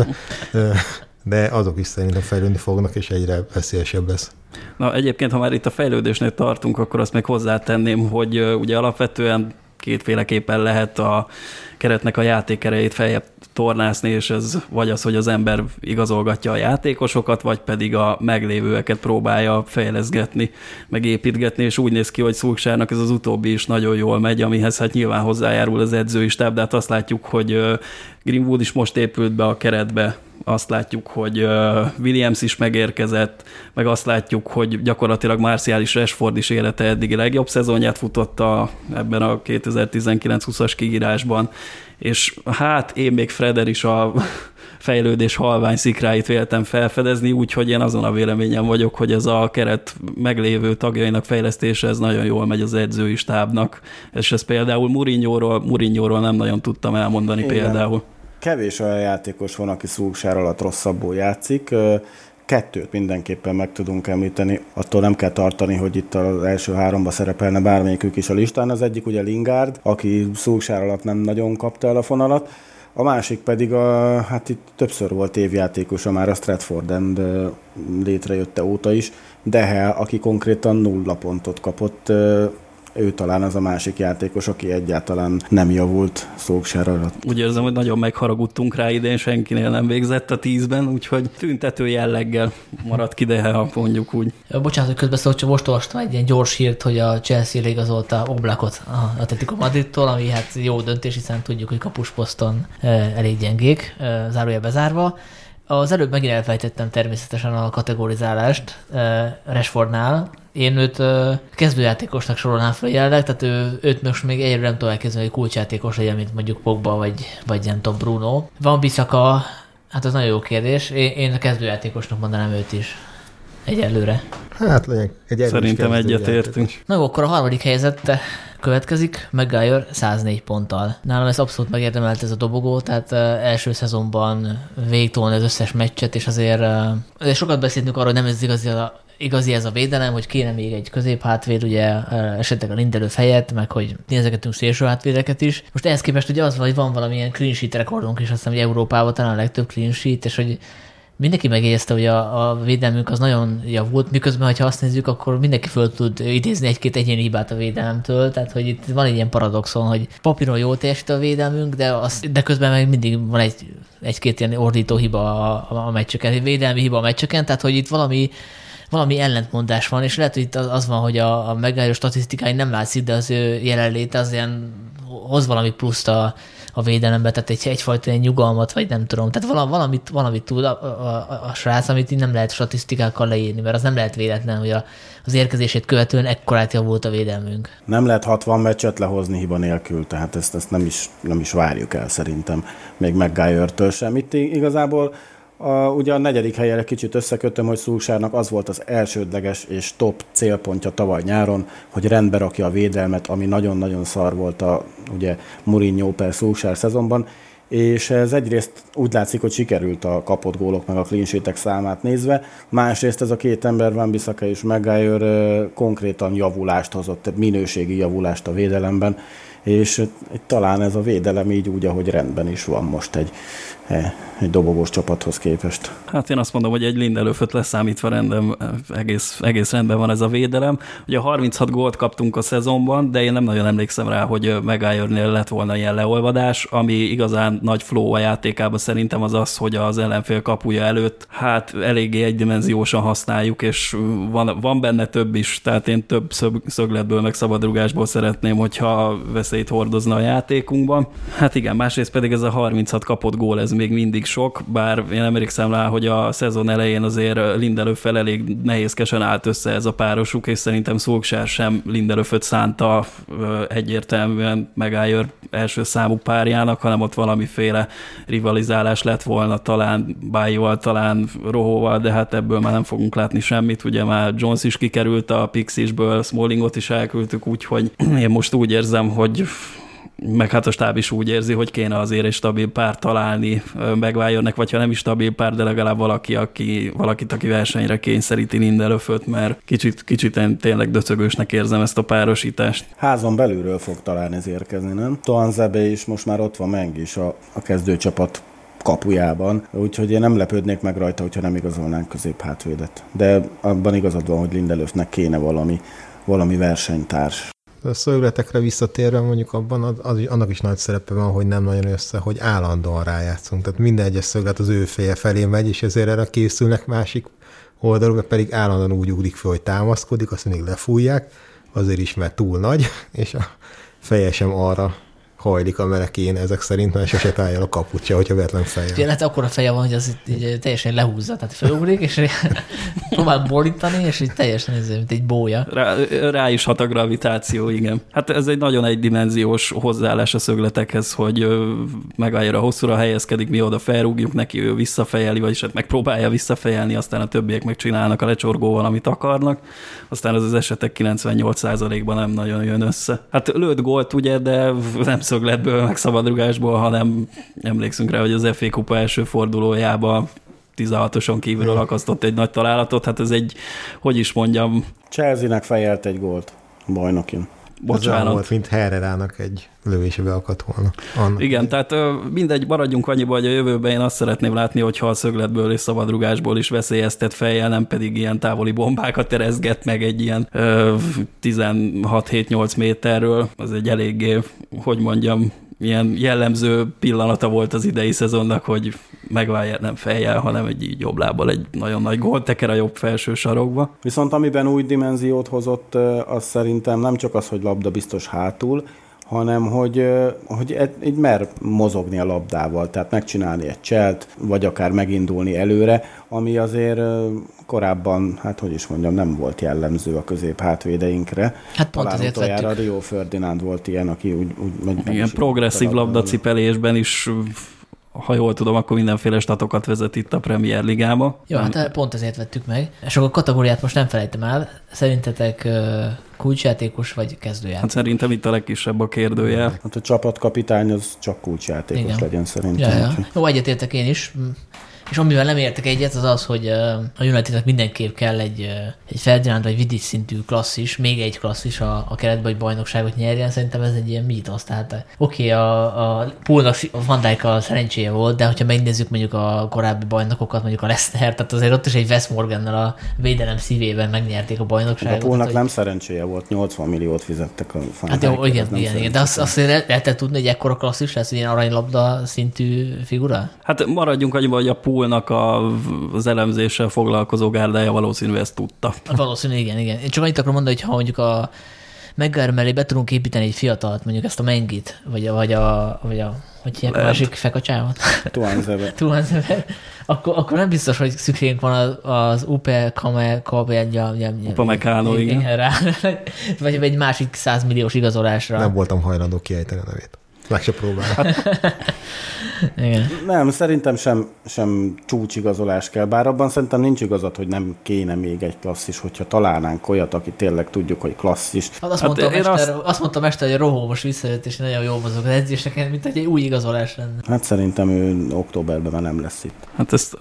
de azok is szerintem fejlődni fognak, és egyre veszélyesebb lesz. Na egyébként, ha már itt a fejlődésnél tartunk, akkor azt még hozzátenném, hogy ugye alapvetően kétféleképpen lehet a keretnek a játékerejét feljebb tornászni, és ez vagy az, hogy az ember igazolgatja a játékosokat, vagy pedig a meglévőeket próbálja fejleszgetni, meg építgetni, és úgy néz ki, hogy Solskjaernak ez az utóbbi is nagyon jól megy, amihez hát nyilván hozzájárul az edzői stáb, de hát azt látjuk, hogy Greenwood is most épült be a keretbe, azt látjuk, hogy Williams is megérkezett, meg azt látjuk, hogy gyakorlatilag Martial és Rashford is élete eddigi legjobb szezonját futotta ebben a 2019-20-as kiírásban, és hát én még Freder is a fejlődés halvány szikráit véltem felfedezni, úgyhogy én azon a véleményem vagyok, hogy ez a keret meglévő tagjainak fejlesztése, ez nagyon jól megy az edzői stábnak, és ez például Mourinhoról nem nagyon tudtam elmondani. Igen. Például. Kevés olyan játékos van, aki Solskjaer alatt rosszabbul játszik. Kettőt mindenképpen meg tudunk említeni. Attól nem kell tartani, hogy itt az első háromba szerepelne bármelyikük is a listán. Az egyik ugye Lingard, aki Solskjaer alatt nem nagyon kapta el a fonalat. A másik pedig, hát itt többször volt évjátékosa már a Stratford End létrejötte óta is, de aki konkrétan 0 pontot kapott, ő talán az a másik játékos, aki egyáltalán nem javult Solskjaer alatt. Úgy érzem, hogy nagyon megharagudtunk rá idén, senkinél nem végzett a 10-ben, úgyhogy tüntető jelleggel maradt ki, de ha mondjuk úgy. Bocsánat, hogy közbeszólt, csak most olvastam egy ilyen gyors hírt, hogy a Chelsea igazolta Oblakot az Atletico Madridtól, ami hát jó döntés, hiszen tudjuk, hogy kapusposzton elég gyengék, zárójel bezárva. Az előbb megint elfejtettem természetesen a kategorizálást Rashfordnál. Én őt kezdőjátékosnak sorolnám fel jelenleg, tehát őt most még egyre nem tudom elkezdeni, hogy kulcsjátékos legyen, mint mondjuk Pogba vagy nem tudom, Bruno. Van Bissaka, hát az nagyon jó kérdés. Én a kezdőjátékosnak mondanám őt is egyelőre. Hát legyen egy erős. Szerintem egyetértünk. Na jó, akkor a harmadik helyzet következik, Maguire 104 ponttal. Nálam ez abszolút megérdemelt ez a dobogó, tehát első szezonban végigtolni az összes meccset, és azért sokat beszéltünk arról, hogy nem ez igazi ez a védelem, hogy kéne még egy középhátvéd, ugye esetleg a Lindelöf helyett, meg hogy nézegetünk szélső hátvédeket is. Most ehhez képest ugye az, hogy van valamilyen clean sheet rekordunk, és azt hiszem, hogy Európában talán a legtöbb clean sheet, és hogy mindenki megjegyezte, hogy a védelmünk az nagyon javult, miközben, ha azt nézzük, akkor mindenki föl tud idézni egy-két egyéni hibát a védelemtől, tehát hogy itt van egy ilyen paradoxon, hogy papíron jól teljesít a védelmünk, de közben meg mindig van egy-két ilyen ordító hiba a meccseken, védelmi hiba a meccseken, tehát hogy itt valami valami ellentmondás van, és lehet, hogy itt az van, hogy a Maguire statisztikái nem látszik, de az ő jelenléte az ilyen hoz valami pluszt a védelembe, tehát egyfajta ilyen nyugalmat, vagy nem tudom. Tehát valamit tud a srác, amit így nem lehet statisztikákkal leírni, mert az nem lehet véletlen, hogy az érkezését követően ekkorát javult a védelmünk. Nem lehet 60 meccset lehozni hiba nélkül, tehát ezt nem is várjuk el szerintem, még Maguire-től sem. Itt igazából ugye a 4. helyre kicsit összekötöm, hogy Solskjaernak az volt az elsődleges és top célpontja tavaly nyáron, hogy rendbe rakja a védelmet, ami nagyon-nagyon szar volt ugye Mourinho per Solskjaer szezonban, és ez egyrészt úgy látszik, hogy sikerült a kapott gólok meg a clean sheetek számát nézve, másrészt ez a két ember, Wan-Bissaka és Maguire konkrétan javulást hozott, minőségi javulást a védelemben, és talán ez a védelem így úgy, ahogy rendben is van most egy dobogós csapathoz képest. Hát én azt mondom, hogy egy Lindelöföt leszámítva rendben, egész rendben van ez a védelem. Ugye 36 gólt kaptunk a szezonban, de én nem nagyon emlékszem rá, hogy Maguire-nél lett volna ilyen leolvadás, ami igazán nagy flow a játékában szerintem az, hogy az ellenfél kapuja előtt hát eléggé egydimenziósan használjuk, és van benne több is, tehát én több szögletből meg szabadrugásból szeretném, hogyha veszélyt hordozna a játékunkban. Hát igen, másrészt pedig ez a 36 kapott gól, ez még mindig sok, bár én emlékszem rá, hogy a szezon elején azért Lindelöffel elég nehézkesen állt össze ez a párosuk, és szerintem Solskjaer sem Lindelöföt szánta egyértelműen Maguire első számú párjának, hanem ott valamiféle rivalizálás lett volna, talán Baillyval, talán Rojóval, de hát ebből már nem fogunk látni semmit. Ugye már Jones is kikerült a Pixisből, Smallingot is elküldtük, úgyhogy én most úgy érzem, hogy meg hát a stáb is úgy érzi, hogy kéne azért egy stabil pár találni Maguire-nek, vagy ha nem is stabil pár, de legalább valakit, aki versenyre kényszeríti Lindelöföt, mert kicsit tényleg döcögősnek érzem ezt a párosítást. Házon belülről fog talán ez érkezni, nem? Tuanzebe is most már ott van Meng is a kezdőcsapat kapujában, úgyhogy én nem lepődnék meg rajta, hogyha nem igazolnánk középhátvédet. De abban igazad van, hogy Lindelöfnek kéne valami versenytárs. A szögletekre visszatérve mondjuk abban annak is nagy szerepe van, hogy nem nagyon össze, hogy állandóan rájátszunk. Tehát minden egyes szöglet az ő feje felé megy, és ezért erre készülnek másik oldalról, pedig állandóan úgy ugrik fel, hogy támaszkodik, azt mindig lefújják, azért is, mert túl nagy, és a feje sem arra hajlik a melekén ezek szerint, mert sose találja a kaputja, hogyha véletlen fejjel. Tényleg akkora feje van, hogy az így teljesen lehúzza, tehát felugrik, és próbál borítani, és így teljesen ez, mint egy bója. Rá is hat a gravitáció, igen. Hát ez egy nagyon egydimenziós hozzáállás a szögletekhez, hogy Maguire hosszúra helyezkedik, mi oda felrúgjuk neki, ő visszafejeli, vagyis hát megpróbálja visszafejelni, aztán a többiek megcsinálnak a lecsorgóval, amit akarnak. Aztán az esetek 98%-ban nem nagyon jön össze. Hát lőtt gólt ugye, de nem szögletből, meg szabadrugásból, hanem emlékszünk rá, hogy az FA Kupa első fordulójában 16-oson kívülről akasztott egy nagy találatot. Hát ez egy, hogy is mondjam... Chelsea-nek fejelt egy gólt bajnokin. Bocsánat. Volt, mint Herrerának egy lövésébe akadt volna. Igen, tehát mindegy, maradjunk annyiba, hogy a jövőben én azt szeretném látni, hogyha a szögletből és szabadrugásból is veszélyeztet fejjel, nem pedig ilyen távoli bombákat terezget meg egy ilyen 16-7-8 méterről. Az egy eléggé, hogy mondjam, ilyen jellemző pillanata volt az idei szezonnak, hogy Maguire nem fejjel, hanem egy jobb lábbal egy nagyon nagy gólteker a jobb felső sarokba. Viszont amiben új dimenziót hozott, az szerintem nem csak az, hogy labda biztos hátul, hanem hogy így mer mozogni a labdával, tehát megcsinálni egy cselt, vagy akár megindulni előre, ami azért korábban, hát hogy is mondjam, nem volt jellemző a középhátvédeinkre. Hát pont talán azért utoljára Rio Ferdinand volt ilyen, aki úgy igen, progresszív labdacipelésben is, ha jól tudom, akkor mindenféle statokat vezet itt a Premier Ligába. Jó, hát pont ezért vettük meg. És akkor a kategóriát most nem felejtem el. Szerintetek kulcsjátékos vagy kezdőjátékos? Hát szerintem itt a legkisebb a kérdőjel. Hát a csapatkapitány az csak kulcsjátékos igen. legyen szerintem. Ja. Jó, egyetértek én is. És amivel nem értek egyet, az az, hogy a Unitednek mindenképp kell egy Ferdinand vagy Vidic szintű klasszis, még egy klasszis a keretben, hogy bajnokságot nyerjen. Szerintem ez egy ilyen mítosz. Tehát oké, a Poolnak a Van Dijk-kal szerencséje volt, de hogyha megnézzük mondjuk a korábbi bajnokokat, mondjuk a Leicester, tehát azért ott is egy Wes Morgannal a védelem szívében megnyerték a bajnokságot. A Poolnak nem szerencséje volt, 80 milliót fizettek a Van Hát jó, igen, de azt lehet tudni, hogy ekkora klasszis lesz, hogy ilyen aranylabda szintű figura? Hát maradjunk annyiban, hogy a Pool poolnak az elemzéssel foglalkozó gárdája valószínű ezt tudta. Valószínű, igen. Én csak annyit akarom mondani, hogy ha mondjuk a Meggar mellé be tudunk építeni egy fiatalt, mondjuk ezt a Mengit, vagy a hogy hívják a másik fekacsávot? Tuanzever. Akkor nem biztos, hogy szükségünk van az Upamecano, igen. Rá, vagy egy másik 100 milliós igazolásra. Nem voltam hajlandó kiejteni a nevét. Meg se próbálom. Igen. Nem, szerintem sem csúcsigazolás kell, bár abban szerintem nincs igazad, hogy nem kéne még egy klasszis, hogyha találnánk olyat, aki tényleg tudjuk, hogy klasszis. Azt mondta a mester, hogy a Rojo most visszajött, és nagyon jól mozog az edzéseken, mint egy új igazolás lenne. Hát szerintem ő októberben már nem lesz itt. Hát ezt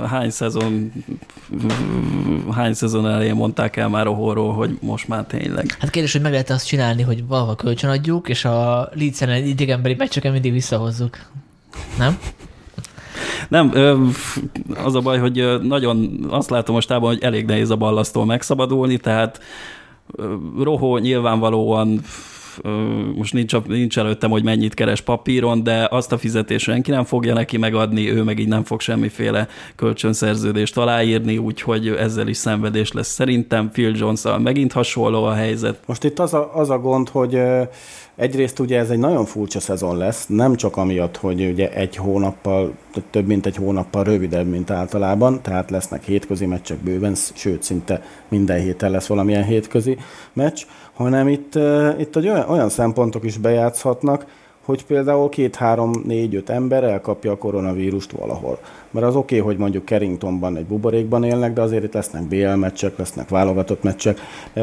hány szezon elején mondták el már Rojóról, hogy most már tényleg. Hát kérdés, hogy meg lehet azt csinálni, hogy valahol kölcsönadjuk, és a Leeds ellen idegenbeli meccseken mindig visszahozzuk. Nem? Nem, az a baj, hogy nagyon azt látom mostában, hogy elég nehéz a ballasztól megszabadulni, tehát Rojo nyilvánvalóan most nincs előttem, hogy mennyit keres papíron, de azt a fizetést senki nem fogja neki megadni, ő meg így nem fog semmiféle kölcsönszerződést aláírni, úgyhogy ezzel is szenvedés lesz szerintem. Phil Jones-szal megint hasonló a helyzet. Most itt az a gond, hogy egyrészt ugye ez egy nagyon furcsa szezon lesz, nem csak amiatt, hogy ugye több mint egy hónappal rövidebb, mint általában, tehát lesznek hétközi meccsek bőven, sőt, szinte minden héten lesz valamilyen hétközi meccs, hanem itt olyan szempontok is bejátszhatnak, hogy például 2-3-4-5 ember elkapja a koronavírust valahol. Mert az oké, hogy mondjuk Carringtonban egy buborékban élnek, de azért itt lesznek BL meccsek, lesznek válogatott meccsek.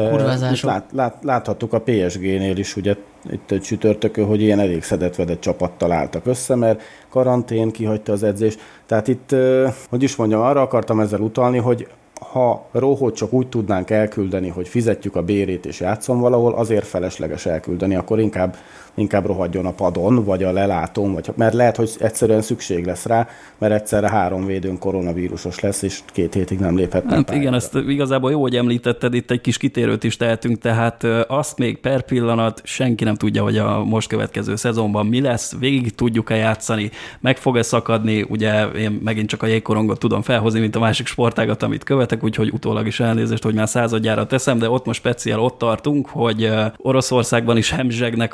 Láthattuk a PSG-nél is, ugye itt egy csütörtökön, hogy ilyen elég szedett-vedett csapattal álltak össze, mert karantén kihagyta az edzést. Tehát itt, hogy is mondjam, arra akartam ezzel utalni, hogy ha Rojót csak úgy tudnánk elküldeni, hogy fizetjük a bérét és játszon valahol, azért felesleges elküldeni, akkor inkább rohadjon a padon, vagy a lelátón, mert lehet, hogy egyszerűen szükség lesz rá, mert egyszerre 3 védőn koronavírusos lesz, és 2 hétig nem léphet. Hát igen, ezt igazából jó, hogy említetted, itt egy kis kitérőt is tehetünk, tehát azt még per pillanat senki nem tudja, hogy a most következő szezonban mi lesz, végig tudjuk-e játszani, meg fog-e szakadni, ugye én megint csak a jégkorongot tudom felhozni, mint a másik sportágat, amit követek, úgyhogy utólag is elnézést, hogy már 100-adjára teszem, de ott most speciál ott tartunk, hogy Oroszországban is hemzsegnek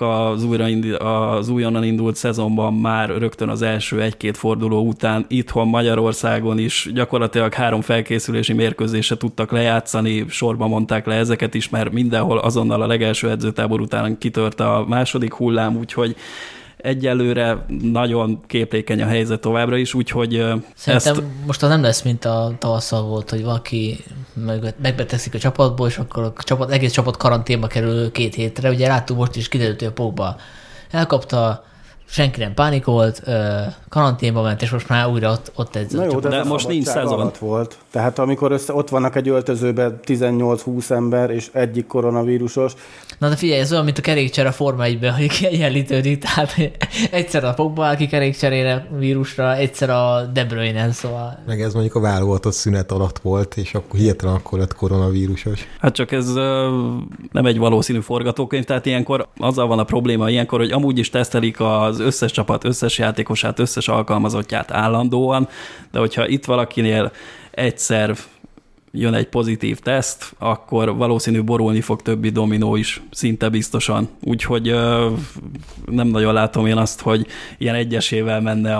az újonnan indult szezonban már rögtön az első 1-2 forduló után, itthon Magyarországon is gyakorlatilag 3 felkészülési mérkőzésre tudtak lejátszani, sorba mondták le ezeket is, mert mindenhol azonnal a legelső edzőtábor után kitört a második hullám, úgyhogy egyelőre nagyon képlékeny a helyzet továbbra is, úgyhogy szerintem most az nem lesz, mint a tavasszal volt, hogy valaki megbetegszik a csapatból, és akkor egész csapat karanténba kerül 2 hétre. Ugye láttuk most is, kiderült, hogy a Pogba elkapta, senki nem pánikolt, karanténba ment, és most már újra ott edzett. Na jó, de most nincs szezon. Volt. Tehát amikor ott vannak egy öltözőben 18-20 ember, és egyik koronavírusos. Na de figyelj, ez olyan, mint a kerékcsere a Forma 1-ben, hogy kiegyenlítődik, tehát egyszer a Pogba áll ki kerékcserére vírusra, egyszer a De Bruyne, szóval. Meg ez mondjuk a válogatott szünet alatt volt, és akkor hirtelen akkor lett koronavírusos. Hát csak ez nem egy valószínű forgatókönyv, tehát ilyenkor azzal van a probléma ilyenkor, hogy amúgy is tesztelik az összes csapat, összes játékosát, összes alkalmazottját állandóan, de hogyha itt valakinél egyszer jön egy pozitív teszt, akkor valószínű borulni fog többi dominó is, szinte biztosan. Úgyhogy nem nagyon látom én azt, hogy ilyen egyesével menne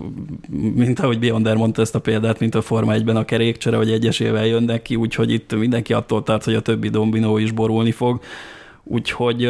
mint ahogy Beyonder mondta ezt a példát, mint a Forma 1-ben a kerékcsere, hogy egyesével jönnek ki, úgyhogy itt mindenki attól tart, hogy a többi dominó is borulni fog. Úgyhogy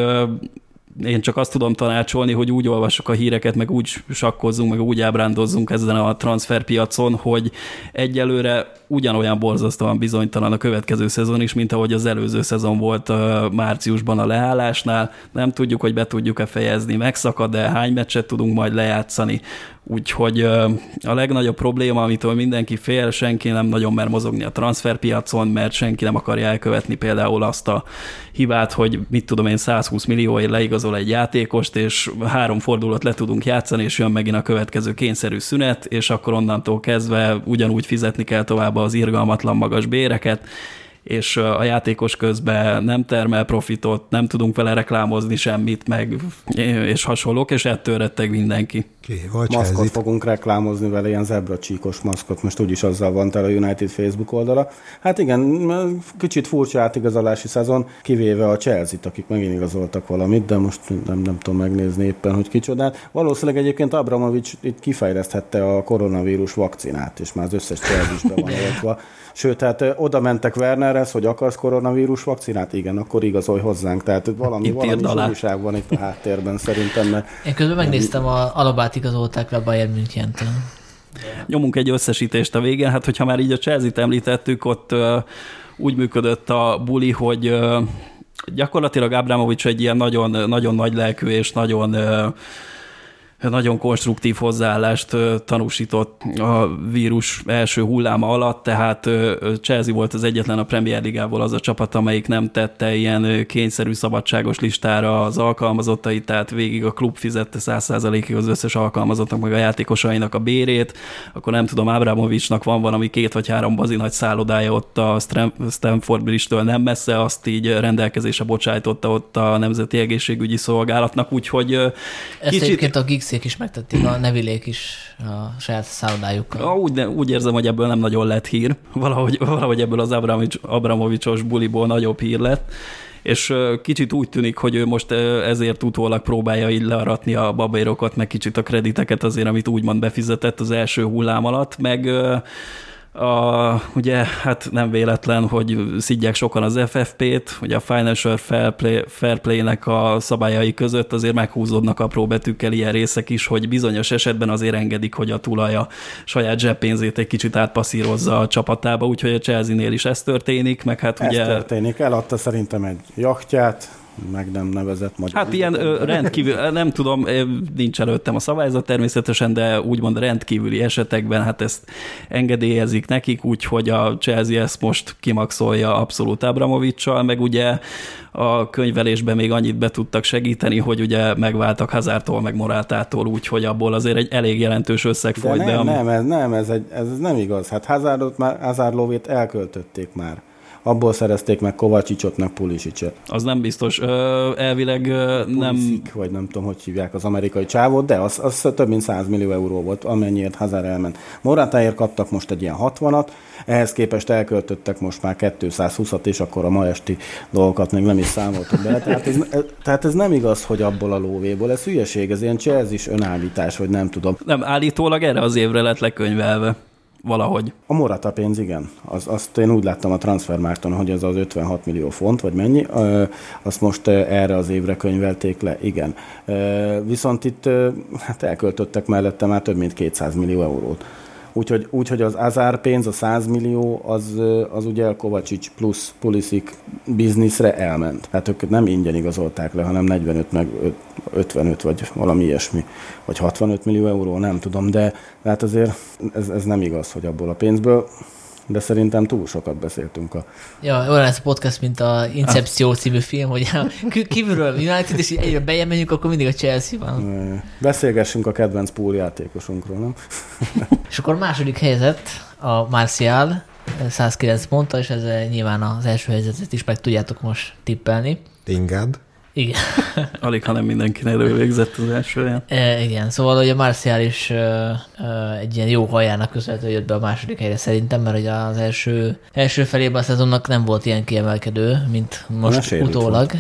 én csak azt tudom tanácsolni, hogy úgy olvassuk a híreket, meg úgy sakkozzunk, meg úgy ábrándozzunk ezen a transferpiacon, hogy egyelőre ugyanolyan borzasztóan bizonytalan a következő szezon is, mint ahogy az előző szezon volt márciusban a leállásnál. Nem tudjuk, hogy be tudjuk-e fejezni, megszakad-e, hány meccset tudunk majd lejátszani. Úgyhogy a legnagyobb probléma, amitől mindenki fél, senki nem nagyon mer mozogni a transferpiacon, mert senki nem akarja elkövetni például azt a hibát, hogy mit tudom én, 120 millióért leigazol egy játékost, és 3 fordulót le tudunk játszani, és jön megint a következő kényszerű szünet, és akkor onnantól kezdve ugyanúgy fizetni kell tovább az irgalmatlan magas béreket. és a játékos közben nem termel profitot, nem tudunk vele reklámozni semmit, meg és hasonlók, és ettől retteg mindenki. Maszkot fogunk reklámozni vele, ilyen zebracsíkos maszkot, most úgyis azzal van tele a United Facebook oldala. Hát igen, kicsit furcsa átigazolási szezon, kivéve a Chelsea-t, akik megint igazoltak valamit, de most nem tudom megnézni éppen, hogy kicsodát. Valószínűleg egyébként Abramovich itt kifejleszthette a koronavírus vakcinát, és már az összes Chelsea-be van oltva. Sőt, tehát oda mentek Wernerhez, hogy akarsz koronavírus vakcinát? Igen, akkor igazolj hozzánk. Tehát valami újság van itt a háttérben szerintem. Mert én közben megnéztem, a Alabát igazolták le a Bayern Münchentől. Nyomunk egy összesítést a végén. Hát, hogyha már így a Chelsea-t említettük, ott úgy működött a buli, hogy gyakorlatilag Abramovich egy ilyen nagyon, nagyon nagy lelkű és nagyon konstruktív hozzáállást tanúsított a vírus első hulláma alatt, tehát Chelsea volt az egyetlen a Premier Ligából az a csapat, amelyik nem tette ilyen kényszerű szabadságos listára az alkalmazottait, tehát végig a klub fizette 100%-ig az összes alkalmazottnak meg a játékosainak a bérét, akkor nem tudom, Abramovichnak van valami 2 vagy 3 bazinagy szállodája ott a Stamford Bridge-től nem messze, azt így rendelkezésre bocsájtotta ott a Nemzeti Egészségügyi Szolgálatnak, úgyhogy ezt egyébként a Giggs-ék is megtették, a Nevillék is a saját szállodájukkal. Úgy érzem, hogy ebből nem nagyon lett hír. Valahogy ebből az Abramovichos buliból nagyobb hír lett, és kicsit úgy tűnik, hogy ő most ezért utólag próbálja így learatni a babérokat, meg kicsit a krediteket azért, amit úgymond befizetett az első hullám alatt, meg ugye hát nem véletlen, hogy szidják sokan az FFP-t, ugye a Financial Fair Play-nek a szabályai között azért meghúzódnak apró betűkkel ilyen részek is, hogy bizonyos esetben azért engedik, hogy a tulaj a saját zseppénzét egy kicsit átpasszírozza a csapatába, úgyhogy a Chelsea-nél is ez történik, meg hát ugye... Ez történik, eladta szerintem egy jachtját, meg nem nevezett magyar. Hát ilyen rendkívül, nem tudom, nincs előttem a szabályzat természetesen, de úgymond rendkívüli esetekben hát ezt engedélyezik nekik, úgyhogy a Chelsea ezt most kimaxolja abszolút Abramovichsal, meg ugye a könyvelésben még annyit be tudtak segíteni, hogy ugye megváltak Hazardtól, meg Morátától, úgyhogy abból azért egy elég jelentős összeg folyt be. Ez nem igaz. Hát Hazard lóvét elköltötték már. Abból szerezték meg Kovacsicsot, meg Pulisicset. Az nem biztos. Elvileg nem... Pulisik, vagy nem tudom, hogy hívják az amerikai csávot, de az több mint 100 millió euró volt, amennyiért Hazard elment. Moratáért kaptak most egy ilyen 60-at, ehhez képest elköltöttek most már 220-at, és akkor a ma esti dolgokat még nem is számoltuk be. Tehát ez nem igaz, hogy abból a lóvéból. Ez hülyeség, ez ilyen Chelsea-s önállítás, vagy nem tudom. Nem, állítólag erre az évre lett lekönyvelve. Valahogy. A Morata pénz, igen. Azt én úgy láttam a Transfermarkton, hogy ez az 56 millió font, vagy mennyi. Azt most erre az évre könyvelték le, igen. Viszont itt hát elköltöttek mellette már több mint 200 millió eurót. Úgyhogy az Hazard pénz, a 100 millió, az ugye a Kovacic plusz Pulisic bizniszre elment. Hát ők nem ingyen igazolták le, hanem 45 meg 55 vagy valami ilyesmi, vagy 65 millió euró, nem tudom, de hát azért ez nem igaz, hogy abból a pénzből, de szerintem túl sokat beszéltünk Ja, olyan lesz a podcast, mint a Incepció című film, hogy kívülről United, és egyre bejön menjünk, akkor mindig a Chelsea van. Beszélgessünk a kedvenc pool játékosunkról, nem? És akkor második helyzet a Martial, 109 ponttal, és ez nyilván az első helyzetet is meg tudjátok most tippelni. Lingard. Igen. Alig, hanem mindenkinek elővégzett az első olyan. Igen, szóval hogy a Martial is egy ilyen jó hajának köszönhető jött be a második helyre szerintem, mert ugye az első felében a szezonnak nem volt ilyen kiemelkedő, mint most utólag.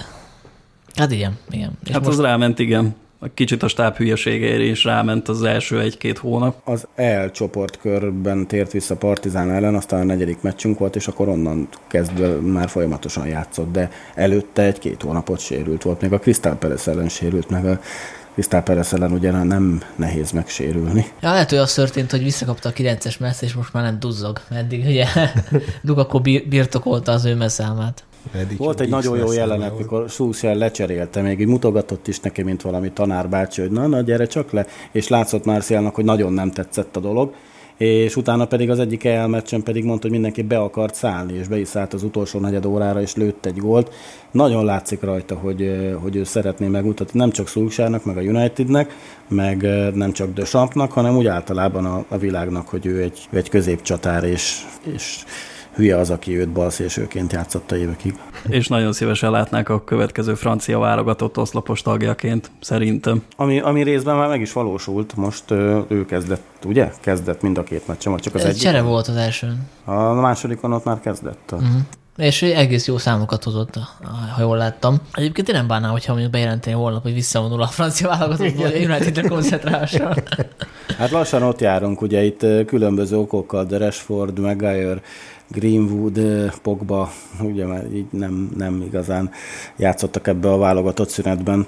Hát igen. És hát most... az ráment, igen. Kicsit a stáb hülyeségére is ráment az első 1-2 hónap. Az E csoportkörben tért vissza Partizán ellen, aztán a 4. meccsünk volt, és akkor onnan kezdve már folyamatosan játszott, de előtte 1-2 hónapot sérült volt, még a Crystal Palace ellen sérült, meg a Crystal Palace ellen ugye nem nehéz megsérülni. Ja, lehet, hogy az történt, hogy visszakapta a 9-es messze, és most már nem duzzog. Eddig ugye Lukaku birtokolta az ő messzámát. Volt egy nagyon jó jelenet, mikor Solskjaer lecserélte, még így mutogatott is neki, mint valami tanárbácsi, hogy na, gyere csak le, és látszott Martialnak, hogy nagyon nem tetszett a dolog, és utána pedig az egyik EL meccsen pedig mondta, hogy mindenki be akart szállni, és be is szállt az utolsó negyed órára, és lőtt egy gólt. Nagyon látszik rajta, hogy ő szeretné megmutatni nem csak Solskjaernak, meg a Unitednek, meg nem csak Deschampsnak, hanem úgy általában a világnak, hogy ő egy középcsatár, és hülye az, aki őt balszélsőként játszotta évekig. És nagyon szívesen látnák a következő francia válogatott oszlopos tagjaként, szerintem. Ami részben már meg is valósult, most ő kezdett, ugye? Kezdett mind a két meccsen, vagy csak az egyik? Csere volt az elsőn. A másodikon ott már kezdett. És egész jó számokat hozott, ha jól láttam. Egyébként én nem bánnám, hogyha mondjuk bejelenteni holnap, hogy visszavonul a francia válogatottból, hogy a Unitedre koncentrálásra. Hát lassan ott járunk, ugye itt különböző okokkal, de Rashford, Maguire, Greenwood, Pogba, ugye már így nem igazán játszottak ebbe a válogatott szünetben.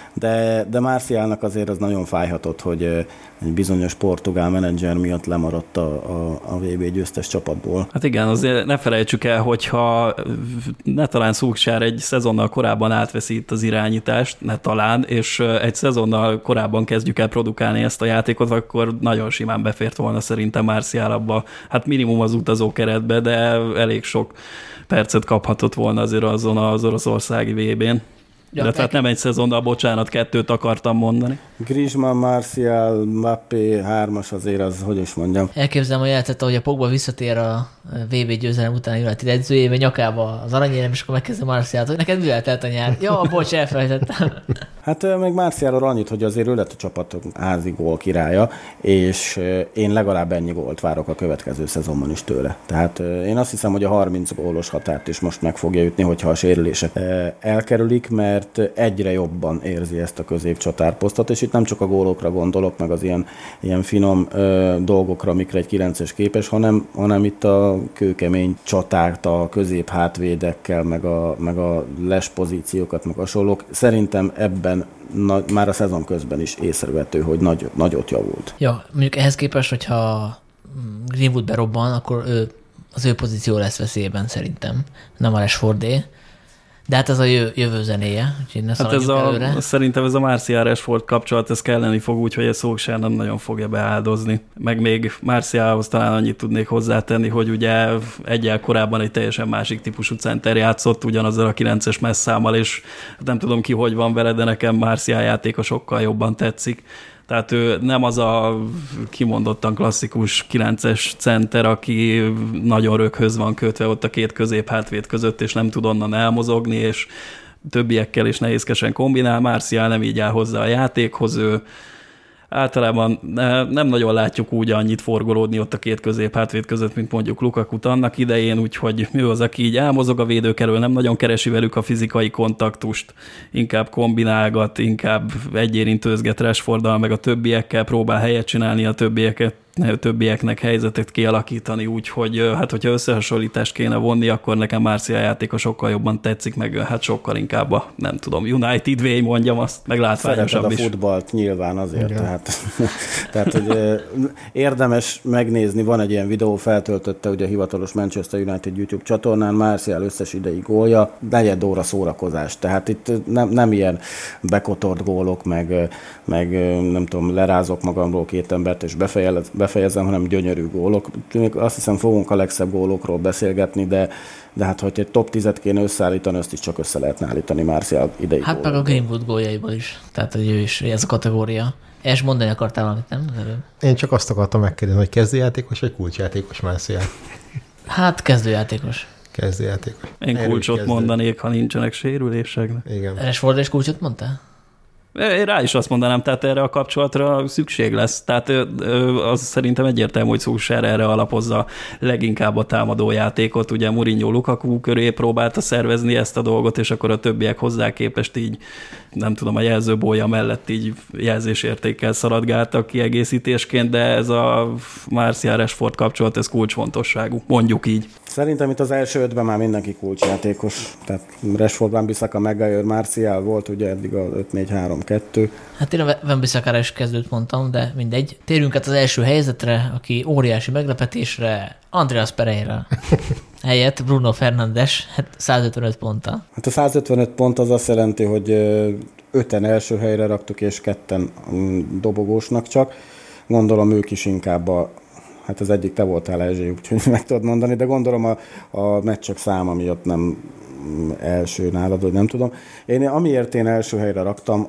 De Martialnak azért az nagyon fájhatott, hogy egy bizonyos portugál menedzser miatt lemaradt a VB győztes csapatból. Hát igen, azért ne felejtsük el, hogyha ne talán Solskjaer egy szezonnal korábban átveszi itt az irányítást, ne talán, és egy szezonnal korábban kezdjük el produkálni ezt a játékot, akkor nagyon simán befért volna szerintem Martial abba, hát minimum az utazó keretbe, de elég sok percet kaphatott volna azért azon az oroszországi VB-n. Ja, de tehát nem egy szezonnal, bocsánat, 2 akartam mondani. Griezmann, Martial, Mbappé, 3-as azért az, hogy is mondjam. Elképzelem, hogy jelentette, hogy a Pogba visszatér a VB győzelem után a United edzőjébe, nyakába az aranyérem, és akkor megkezdte Martialt, hogy neked mivel telt a nyár? Ja, bocs, elfelejtettem. Hát még Martialról annyit, hogy azért ő lett a csapat házi gól királya, és én legalább ennyi gólt várok a következő szezonban is tőle. Tehát én azt hiszem, hogy a 30 gólos határt is most meg fogja ütni, hogyha a sérülések elkerülik, mert egyre jobban érzi ezt a középcsatárposztot, és itt nem csak a gólokra gondolok, meg az ilyen finom dolgokra, amikre egy 9-es képes, hanem itt a kőkemény csatárt a középhátvédekkel, meg a les pozíciókat, meg hasonlók. Szerintem ebben már a szezon közben is észrevehető, hogy nagyot javult. Ja, mondjuk ehhez képest, hogyha Greenwood berobban, akkor az ő pozíció lesz veszélyben szerintem, nem a Rashfordé. De hát ez a jövő zenéje, úgyhogy ne szaladjunk előre. Szerintem ez a Martial Rashford kapcsolat, ez kelleni fog, úgyhogy ez Solskjaer nem nagyon fogja beáldozni. Meg még Martialhoz talán annyit tudnék hozzátenni, hogy ugye egyel korábban egy teljesen másik típusú center játszott, ugyanazzal a 9-es messzámmal, és nem tudom ki, hogy van vele, de nekem Martial játéka sokkal jobban tetszik. Tehát ő nem az a kimondottan klasszikus 9-es center, aki nagyon röghöz van kötve ott a két középhátvéd között, és nem tud onnan elmozogni, és többiekkel is nehézkesen kombinál. Martial nem így áll hozzá a játékhoz, ő általában nem nagyon látjuk úgy annyit forgolódni ott a két középhátvéd között, mint mondjuk Lukakut annak idején, úgyhogy ő az, aki így elmozog a védők elől, nem nagyon keresi velük a fizikai kontaktust, inkább kombinálgat, inkább egyérintőzget Rashforddal, meg a többiekkel próbál helyet csinálni a többieknek helyzetet kialakítani, úgyhogy hát hogyha összehasonlítást kéne vonni, akkor nekem Martial játéka sokkal jobban tetszik, meg hát sokkal inkább a, nem tudom, United way, mondjam azt, meg látványosabb is. Szereted a futballt nyilván azért, tehát hogy érdemes megnézni, van egy ilyen videó, feltöltötte ugye a hivatalos Manchester United YouTube csatornán, Martial összes idei gólja, 4 óra szórakozás, tehát itt nem ilyen bekotort gólok, meg nem tudom, lerázok magamról 2 embert, és befejezem, hanem gyönyörű gólok. Azt hiszem, fogunk a legszebb gólokról beszélgetni, de hát, hogy egy top 10-et kéne összeállítani, azt is csak össze lehetne állítani Martial idei hát meg a Greenwood góljaiból is. Tehát, hogy ő is ez a kategória. És mondani akartál valamit, nem? Én csak azt akartam megkérdezni, hogy kezdőjátékos vagy kulcsjátékos Martial? Hát kezdőjátékos. Kezdőjátékos. Én kulcsot mondanék, ha nincsenek sérülések. Igen. Rashford és kulcsot mondtál? Én rá is azt mondanám, tehát erre a kapcsolatra szükség lesz. Tehát az szerintem egyértelmű, hogy Solskjaer erre alapozza leginkább a támadó játékot. Ugye Mourinho Lukaku köré próbálta szervezni ezt a dolgot, és akkor a többiek hozzá képest így, nem tudom, a jelzőbólya mellett így jelzésértékkel szaladgáltak kiegészítésként, de ez a Martial Rashford kapcsolat, ez kulcsfontosságú, mondjuk így. Szerintem itt az első 5-ben már mindenki kulcsjátékos. Tehát Rashford, Wan-Bissaka, Maguire, Martial volt ugye eddig a 5-4-3-2. Hát én a Wan-Bissakára is kezdőt mondtam, de mindegy. Térjünk át az első helyzetre, aki óriási meglepetésre Andreas Pereira helyett Bruno Fernandes, 155 ponttal. Hát a 155 pont az azt jelenti, hogy 5-en első helyre raktuk, és 2-en dobogósnak csak. Gondolom ők is inkább hát az egyik te voltál, Erzsé, úgyhogy meg tudod mondani, de gondolom a meccsek száma miatt nem első nálad, vagy nem tudom. Amiért én első helyre raktam,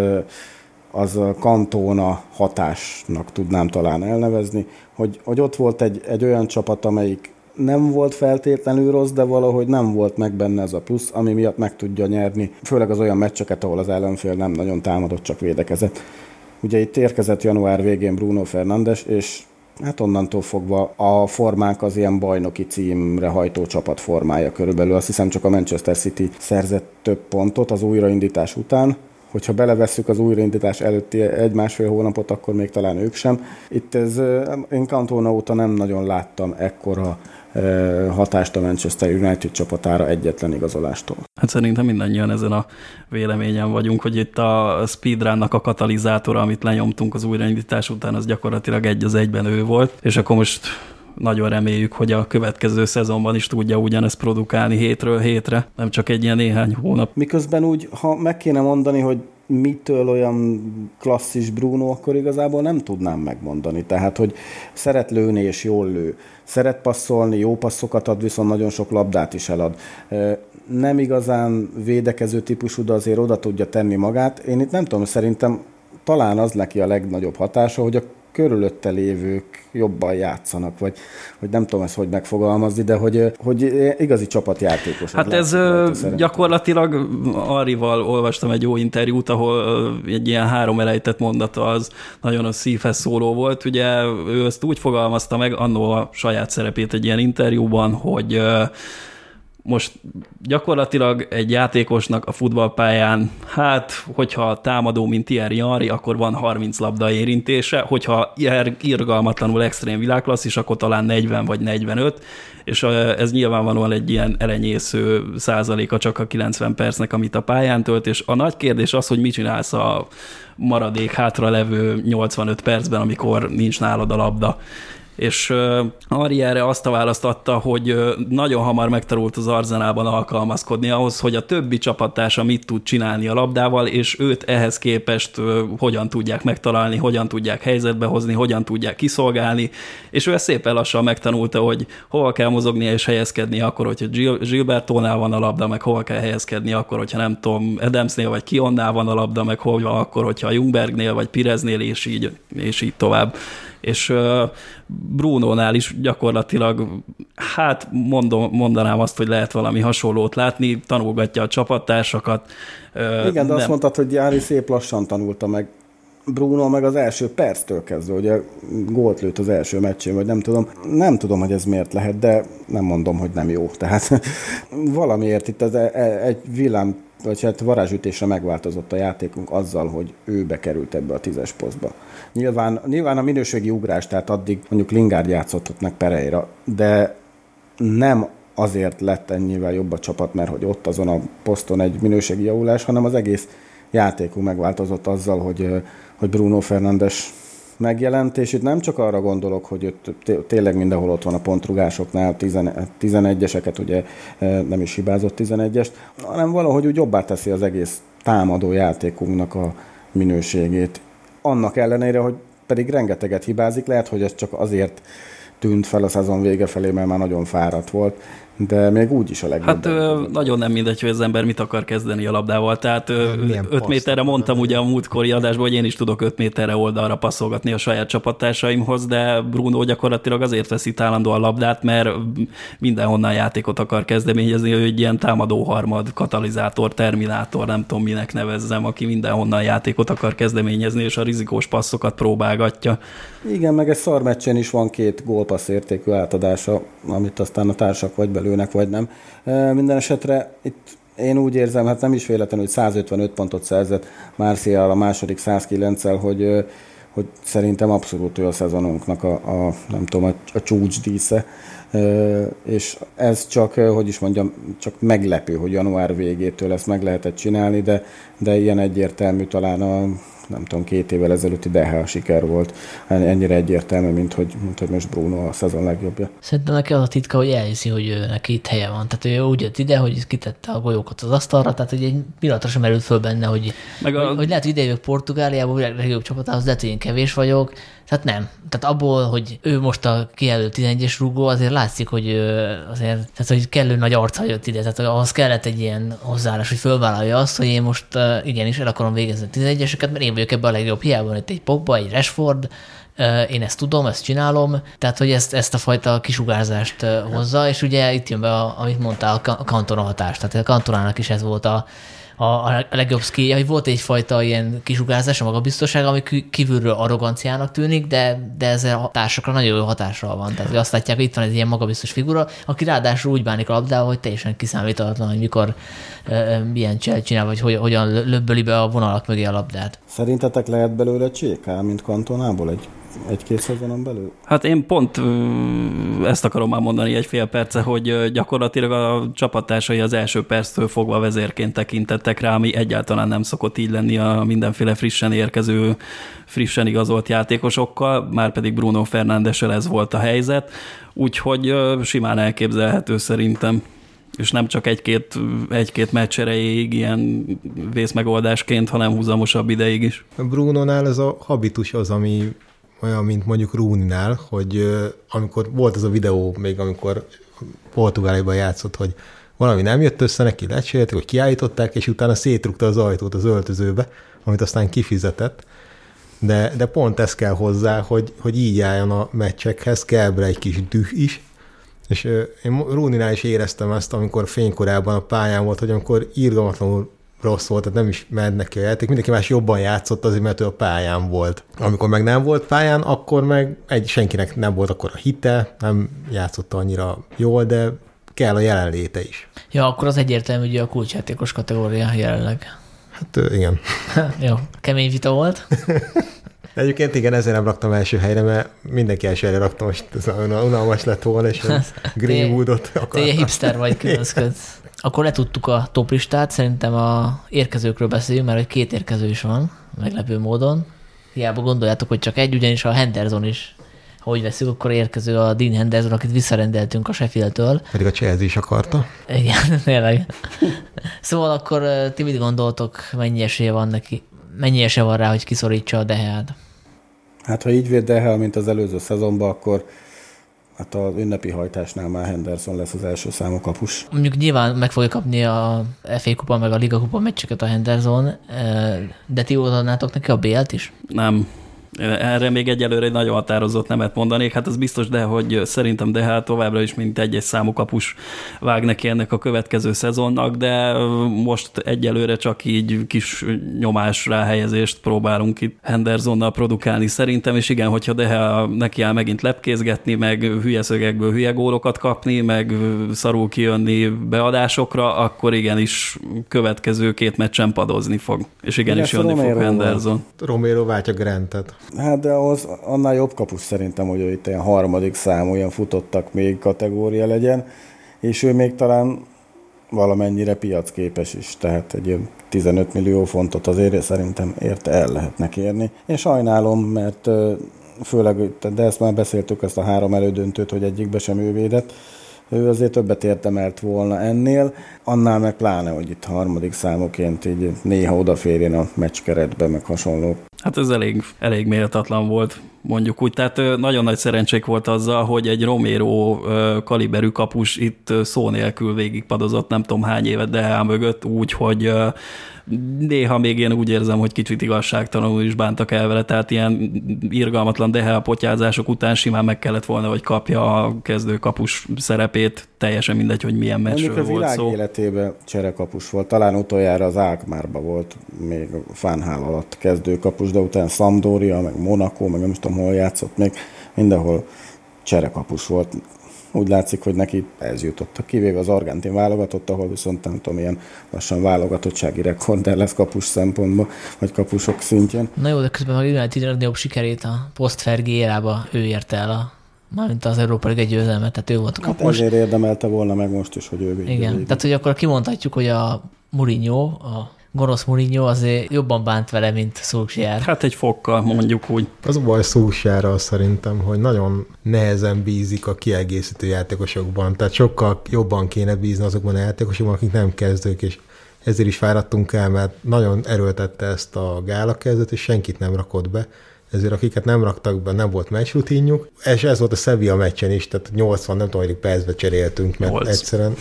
az Cantona hatásnak tudnám talán elnevezni, hogy ott volt egy olyan csapat, amelyik nem volt feltétlenül rossz, de valahogy nem volt meg benne ez a plusz, ami miatt meg tudja nyerni, főleg az olyan meccseket, ahol az ellenfél nem nagyon támadott, csak védekezett. Ugye itt érkezett január végén Bruno Fernandes, és hát onnantól fogva a formánk az ilyen bajnoki címre hajtó csapat formája körülbelül. Azt hiszem csak a Manchester City szerzett több pontot az újraindítás után. Hogyha belevesszük az újraindítás előtti 1-1,5 hónapot, akkor még talán ők sem. Itt én Cantona óta nem nagyon láttam ekkora hatást a Manchester United csapatára egyetlen igazolástól. Hát szerintem mindannyian ezen a véleményen vagyunk, hogy itt a speedrunnak a katalizátora, amit lenyomtunk az újraindítás után, az gyakorlatilag 1-1 ő volt, és akkor most nagyon reméljük, hogy a következő szezonban is tudja ugyanezt produkálni hétről hétre, nem csak egy ilyen néhány hónap. Miközben úgy, ha meg kéne mondani, hogy mitől olyan klasszis Bruno, akkor igazából nem tudnám megmondani. Tehát, hogy szeret lőni és jól lő. Szeret passzolni, jó passzokat ad, viszont nagyon sok labdát is elad. Nem igazán védekező típusú, de azért oda tudja tenni magát. Én itt nem tudom, szerintem talán az neki a legnagyobb hatása, hogy a körülötte lévők jobban játszanak, vagy nem tudom ezt hogy megfogalmazni, de hogy igazi csapatjátékos. Hát ez gyakorlatilag Arival olvastam egy jó interjút, ahol egy ilyen 3 elejtett mondata az nagyon a szívhez szóló volt. Ugye ő ezt úgy fogalmazta meg annó a saját szerepét egy ilyen interjúban, hogy most gyakorlatilag egy játékosnak a futballpályán, hát, hogyha támadó, mint Thierry Henry, akkor van 30 labda érintése, hogyha irgalmatlanul extrém világklasszis, akkor talán 40 vagy 45, és ez nyilvánvalóan egy ilyen elenyésző százaléka csak a 90 percnek, amit a pályán tölt, és a nagy kérdés az, hogy mit csinálsz a maradék hátra levő 85 percben, amikor nincs nálad a labda. És Ari erre azt a választ adta, hogy nagyon hamar megtanult az Arsenalban alkalmazkodni ahhoz, hogy a többi csapattársa mit tud csinálni a labdával, és őt ehhez képest hogyan tudják megtalálni, hogyan tudják helyzetbe hozni, hogyan tudják kiszolgálni, és ő ezt szépen lassan megtanulta, hogy hol kell mozognia és helyezkedni akkor, hogyha Gilbertónál van a labda, meg hol kell helyezkedni akkor, hogyha nem tudom, Adamsnél vagy Kionnál van a labda, meg hol van akkor, hogyha Ljungbergnél vagy Pireznél, és így tovább. És Brunónál is gyakorlatilag, hát mondanám azt, hogy lehet valami hasonlót látni, tanulgatja a csapattársakat. Igen, de azt mondtad, hogy Jári szép lassan tanulta meg. Bruno meg az első perctől kezdve, ugye gólt lőtt az első meccsén, vagy nem tudom, hogy ez miért lehet, de nem mondom, hogy nem jó. Tehát valamiért itt egy villám, vagy hát varázsütésre megváltozott a játékunk azzal, hogy ő bekerült ebbe a 10-es posztba. Nyilván a minőségi ugrás, tehát addig mondjuk Lingard játszott meg Pereira, de nem azért lett ennyivel jobb a csapat, mert hogy ott azon a poszton egy minőségi javulás, hanem az egész játékunk megváltozott azzal, hogy Bruno Fernandes megjelent, és itt nem csak arra gondolok, hogy tényleg mindenhol ott van a pontrugásoknál, 11-eseket, ugye nem is hibázott 11-est, hanem valahogy úgy jobbá teszi az egész támadó játékunknak a minőségét. Annak ellenére, hogy pedig rengeteget hibázik, lehet, hogy ez csak azért tűnt fel a szezon vége felé, mert már nagyon fáradt volt, de még úgy is a legjobb. Hát nagyon nem mindegy, hogy az ember mit akar kezdeni a labdával, tehát 5 méterre mondtam ugye a múltkori adásban, hogy én is tudok 5 méterre oldalra passzolgatni a saját csapattársaimhoz, de Bruno gyakorlatilag azért veszi állandóan a labdát, mert mindenhonnan játékot akar kezdeményezni, hogy egy ilyen támadó harmad, katalizátor, terminátor, nem tudom minek nevezzem, aki mindenhonnan játékot akar kezdeményezni, és a rizikós passzokat próbálgatja. Igen, meg egy szarmeccsen is van 2 gólpassz értékű átadása, amit aztán a társak vagy belőnek, vagy nem. Minden esetre itt én úgy érzem, hát nem is véletlenül, hogy 155 pontot szerzett Martial a második 109-el, hogy szerintem abszolút ő a szezonunknak nem tudom, a csúcsdísze. És ez csak, hogy is mondjam, csak meglepő, hogy január végétől ezt meg lehetett csinálni, de ilyen egyértelmű talán nem tudom, 2 évvel ezelőtti DH siker volt. Ennyire egyértelmű, mint hogy most Bruno a szezon legjobbja. Szerintem neki az a titka, hogy elhiszi, hogy neki itt helye van. Tehát ő úgy jött ide, hogy kitette a golyókat az asztalra, tehát hogy egy pillanatra sem merült föl benne, hogy lehet, hogy idejövök Portugáliába, a legjobb csapatához, lehet, hogy én kevés vagyok. Tehát nem. Tehát abból, hogy ő most a kijelölt 11-es rúgó, azért látszik, hogy azért, tehát, hogy kellő nagy arca jött ide, tehát ahhoz kellett egy ilyen hozzáállás, hogy fölvállalja azt, hogy én most igenis el akarom végezni a 11-eseket, mert én vagyok ebben a legjobb, hiába van itt egy Pogba, egy Rashford, én ezt tudom, ezt csinálom, tehát hogy ezt a fajta kisugárzást hozza, és ugye itt jön be, amit mondtál, a Cantona hatás. Tehát a Cantonának is ez volt a legjobb szkíja, hogy volt egyfajta ilyen kisugárzás, a magabiztosság, ami kívülről arroganciának tűnik, de ez a társakra nagyon jó hatással van. Tehát hogy azt látják, hogy itt van egy ilyen magabiztos figura, aki ráadásul úgy bánik a labdával, hogy teljesen kiszámíthatatlan, hogy mikor milyen cselt csinál, vagy hogyan löbböli be a vonalak mögé a labdát. Szerintetek lehet belőle CK, mint Cantonából egy-két szezonon belül? Hát én pont ezt akarom már mondani egy fél perce, hogy gyakorlatilag a csapattársai az első perctől fogva vezérként tekintettek rá, ami egyáltalán nem szokott így lenni a mindenféle frissen érkező, frissen igazolt játékosokkal, már pedig Bruno Fernándessel ez volt a helyzet, úgyhogy simán elképzelhető szerintem. És nem csak egy-két meccs erejéig ilyen vészmegoldásként, hanem húzamosabb ideig is. Brunónál ez a habitus az, ami olyan, mint mondjuk Rooney-nál, hogy amikor volt az a videó, még amikor Portugáliában játszott, hogy valami nem jött össze, neki lecserélték, hogy kiállították, és utána szétrugta az ajtót az öltözőbe, amit aztán kifizetett. De pont ez kell hozzá, hogy így álljon a meccsekhez, kell bele egy kis düh is. És én Rooney-nál is éreztem ezt, amikor fénykorában a pályán volt, hogy amikor irgalmatlanul rossz volt, tehát nem is ment neki a játék, mindenki más jobban játszott azért, mert ő a pályán volt. Amikor meg nem volt pályán, akkor meg senkinek nem volt akkor a hite, nem játszott annyira jól, de kell a jelenléte is. Ja, akkor az egyértelmű, hogy a kulcsjátékos kategória jelenleg. Hát igen. Jó, kemény vita volt. Egyébként igen, ezért nem raktam első helyre, mert mindenki első helyre raktam, most ez unalmas lett volna, és Greenwoodot akartam. Te ilyen hipster vagy, különszködsz. Akkor letudtuk a toplistát, szerintem a érkezőkről beszéljünk, mert hogy 2 érkező is van, meglepő módon. Hiába gondoljátok, hogy csak egy, ugyanis a Henderson is, ha úgy veszük, akkor érkező a Dean Henderson, akit visszarendeltünk a Sheffieldtől. Pedig a Chelsea is akarta. Igen, tényleg. Szóval akkor ti mit gondoltok, mennyi esélye van rá, hogy kiszorítsa a De Geát? Hát ha így véd De Gea, mint az előző szezonban, akkor hát az ünnepi hajtásnál már Henderson lesz az első számú kapus. Mondjuk nyilván meg fogja kapni a FA Kupa meg a Liga Kupa meccseket a Henderson, de ti odaadnátok neki a BL-t is? Nem. Erre még egyelőre egy nagyon határozott nemet mondanék. Hát az biztos, de hogy szerintem De Gea továbbra is mint egy-egy számú kapus vág neki ennek a következő szezonnak, de most egyelőre csak így kis nyomás ráhelyezést próbálunk itt Hendersonnal produkálni szerintem, és igen, hogyha De Gea neki áll megint lepkézgetni, meg hülye szögekből hülye gólokat kapni, meg szarul kijönni beadásokra, akkor igenis következő 2 meccsen padozni fog. És igenis jönni fog Henderson. Romero váltja Grantet. Hát de ahhoz annál jobb kapus szerintem, hogy ő itt ilyen 3. számú, ilyen futottak még kategória legyen, és ő még talán valamennyire piacképes is, tehát egy ilyen 15 millió fontot azért szerintem érte el lehetne kérni. Én sajnálom, mert főleg, de ezt már beszéltük, ezt a 3 elődöntőt, hogy egyikbe sem ő védett, ő azért többet érdemelt volna ennél, annál meg pláne, hogy itt 3. számoként így néha odaférjen a meccskeretbe, meg hasonló. Hát ez elég méltatlan volt, mondjuk úgy. Tehát nagyon nagy szerencsék volt azzal, hogy egy Romero kaliberű kapus itt szó nélkül végigpadozott nem tudom hány évet De Gea mögött, úgyhogy néha még én úgy érzem, hogy kicsit igazságtalanul is bántak el vele, tehát ilyen irgalmatlan De Gea potyázások után simán meg kellett volna, hogy kapja a kezdőkapus szerepét, teljesen mindegy, hogy milyen meccsről volt szó. A világ életében cserekapus volt, talán utoljára az Alkmaarban volt még Van Gaal alatt kezdőkapus, de utána Sampdoria, meg Monaco, meg nem is tudom hol játszott még, mindenhol cserekapus volt. Úgy látszik, hogy neki ez jutott. Kivéve az argentin válogatott, ahol viszont nem tudom, ilyen lassan válogatottsági rekorder lesz kapus szempontból, vagy kapusok szintjén. Na jó, de közben meg United legnagyobb sikerét a post-Fergie érába ő érte el, mármint az Európa Liga győzelmet, tehát ő volt a kapus. Hát ezért érdemelte volna meg most is, hogy ő végül. Igen, tehát hogy akkor kimondhatjuk, hogy a Mourinho, a gonosz Mourinho azért jobban bánt vele, mint Solskjaer. Hát egy fokkal, mondjuk úgy. Az a baj Solskjaerral szerintem, hogy nagyon nehezen bízik a kiegészítő játékosokban, tehát sokkal jobban kéne bízni azokban a játékosokban, akik nem kezdők, és ezért is fáradtunk el, mert nagyon erőltette ezt a gálakezdőt, és senkit nem rakott be. ezért akiket nem raktak be, nem volt meccsrutinjuk, és ez volt a Sevilla meccsen is, tehát 80, nem tudom, hogy percbe cseréltünk, mert 8. egyszerűen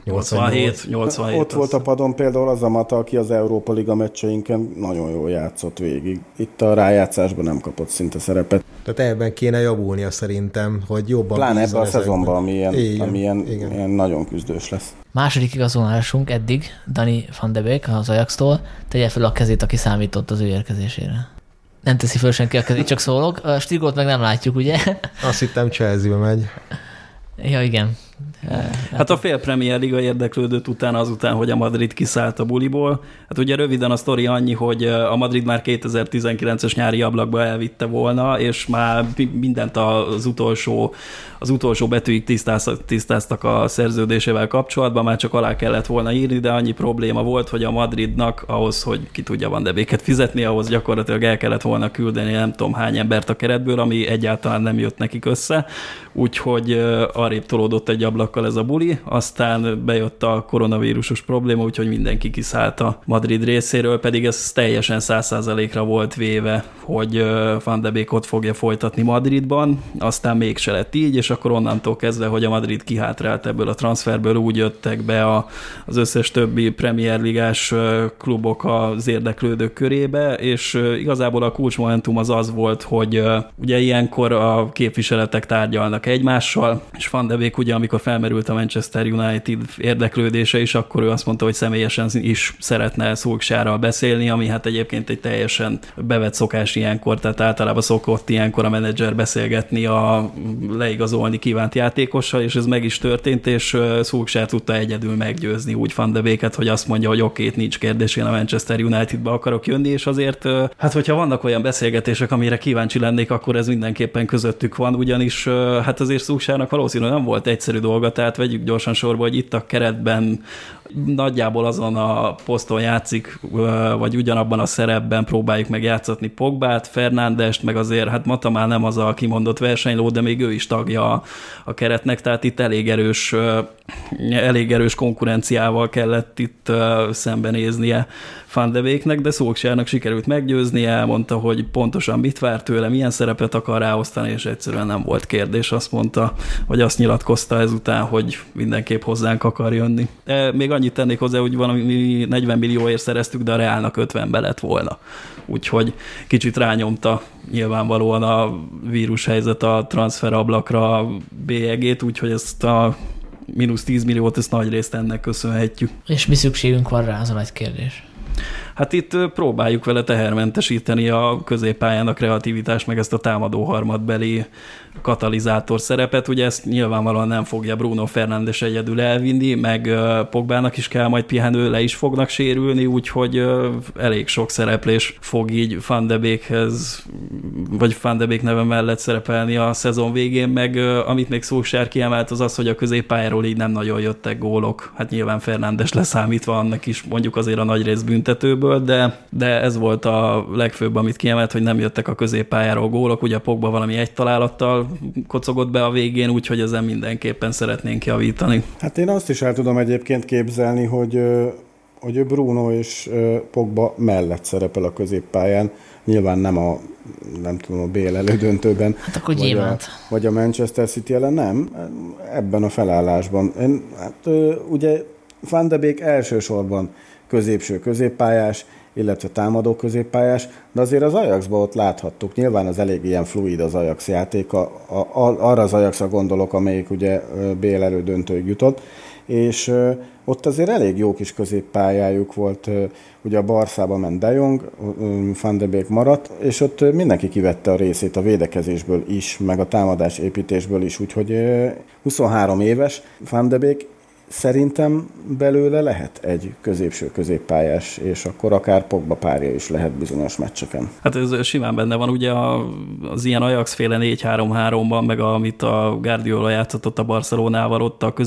87. Ott volt a padon például az a Mata, aki az Európa Liga meccseinken nagyon jól játszott végig. Itt a rájátszásban nem kapott szinte szerepet. Tehát ebben kéne javulnia szerintem, hogy jobban... Pláne ebben a szezonban, ami ilyen nagyon küzdős lesz. Második igazolásunk eddig, Dani van de Beek az Ajax-tól, tegye fel a kezét, aki számított az ő érkezésére. Nem teszi föl senki a kezét, csak szólok. A Stigót meg nem látjuk, ugye? Azt hittem Chelsea-be megy. Ja, igen. Hát a fél Premier Liga érdeklődött utána azután, hogy a Madrid kiszállt a buliból. Hát ugye röviden a sztori annyi, hogy a Madrid már 2019-es nyári ablakba elvitte volna, és már mindent az utolsó betűig tisztáztak a szerződésével kapcsolatban, már csak alá kellett volna írni, de annyi probléma volt, hogy a Madridnak ahhoz, hogy ki tudja Van de Beeket fizetni, ahhoz gyakorlatilag el kellett volna küldeni nem tudom hány embert a keretből, ami egyáltalán nem jött nekik össze, úgyhogy arrébb tolódott egy ablakkal ez a buli, aztán bejött a koronavírusos probléma, úgyhogy mindenki kiszállt a Madrid részéről, pedig ez teljesen 100%-ra volt véve, hogy Van de Beek ott fogja folytatni Madridban, aztán mégse lett így, és akkor onnantól kezdve, hogy a Madrid kihátrált ebből a transferből, úgy jöttek be az összes többi Premier Ligás klubok az érdeklődők körébe, és igazából a kulcsmomentum az volt, hogy ugye ilyenkor a képviseletek tárgyalnak egymással, és Van de Beek ugye, amikor felmerült a Manchester United érdeklődése is, akkor ő azt mondta, hogy személyesen is szeretne Solskjaerrel beszélni, ami hát egyébként egy teljesen bevett szokás ilyenkor, tehát általában szokott ilyenkor a menedzser beszélgetni a leigazolni kívánt játékossal, és ez meg is történt, és Solskjaer tudta egyedül meggyőzni úgy Van de Beeket, hogy azt mondja, hogy oké, nincs kérdés, én a Manchester Unitedbe akarok jönni, és azért, hát hogyha vannak olyan beszélgetések, amire kíváncsi lennék, akkor ez mindenképpen közöttük van, ugyanis hát azért Solskjaernek valószínűleg nem volt egyszerű dolga, tehát vegyük gyorsan sorba, hogy itt a keretben nagyjából azon a poszton játszik, vagy ugyanabban a szerepben próbáljuk meg játszatni Pogbát, Fernándest, meg azért, hát Mata már nem az a kimondott versenyló, de még ő is tagja a keretnek, tehát itt elég erős konkurenciával kellett itt szembenéznie Van de Beeknek, de Solskjaernek sikerült meggyőzni, elmondta, hogy pontosan mit vár tőle, milyen szerepet akar ráosztani, és egyszerűen nem volt kérdés, azt mondta, vagy azt nyilatkozta ezután, hogy mindenképp hozzánk akar jönni. Még annyit tennék hozzá, hogy valami 40 millióért szereztük, de a Reálnak 50-be lett volna. Úgyhogy kicsit rányomta nyilvánvalóan a vírushelyzet a transferablakra a bélyegét, úgyhogy ezt a mínusz 10 milliót, ezt nagy részt ennek köszönhetjük. És mi szükségünk van rá, az a nagy kérdés? Hát itt próbáljuk vele tehermentesíteni a középpályán a kreativitást, meg ezt a támadó harmadbeli katalizátor szerepet. Ugye ezt nyilvánvalóan nem fogja Bruno Fernandes egyedül elvinni, meg Pogbának is kell majd pihenő, le is fognak sérülni, úgyhogy elég sok szereplés fog így Van de Beekhez, vagy Van de Beek neve mellett szerepelni a szezon végén, meg amit még Solskjaer kiemelt, az az, hogy a középpályáról így nem nagyon jöttek gólok. Hát nyilván Fernandes leszámítva, annak is mondjuk azért a nagy rész büntetőből, de ez volt a legfőbb, amit kiemelt, hogy nem jöttek a középpályáról gólok, ugye Pogba valami egy találattal kocogott be a végén, úgyhogy ezen mindenképpen szeretnénk javítani. Hát én azt is el tudom egyébként képzelni, hogy Bruno és Pogba mellett szerepel a középpályán, nyilván nem a BL elődöntőben, hát akkor vagy a Manchester City ellen, nem, ebben a felállásban. Ugye Van de Beek elsősorban középső középpályás, illetve támadó középpályás, de azért az Ajaxban ott láthattuk, nyilván az elég ilyen fluid az Ajax játéka, arra az Ajaxra gondolok, amelyik ugye BL elődöntőig jutott, és ott azért elég jó kis középpályájuk volt, ugye a Barszába ment De Jong, Van de Beek maradt, és ott mindenki kivette a részét a védekezésből is, meg a támadás építésből is, úgyhogy 23 éves Van de Beek, szerintem belőle lehet egy középső középpályás, és akkor akár Pogba párja is lehet bizonyos meccseken. Hát ez simán benne van, ugye az ilyen Ajax-féle 4-3-3-ban, meg amit a Guardiola játszott a Barcelonával, ott a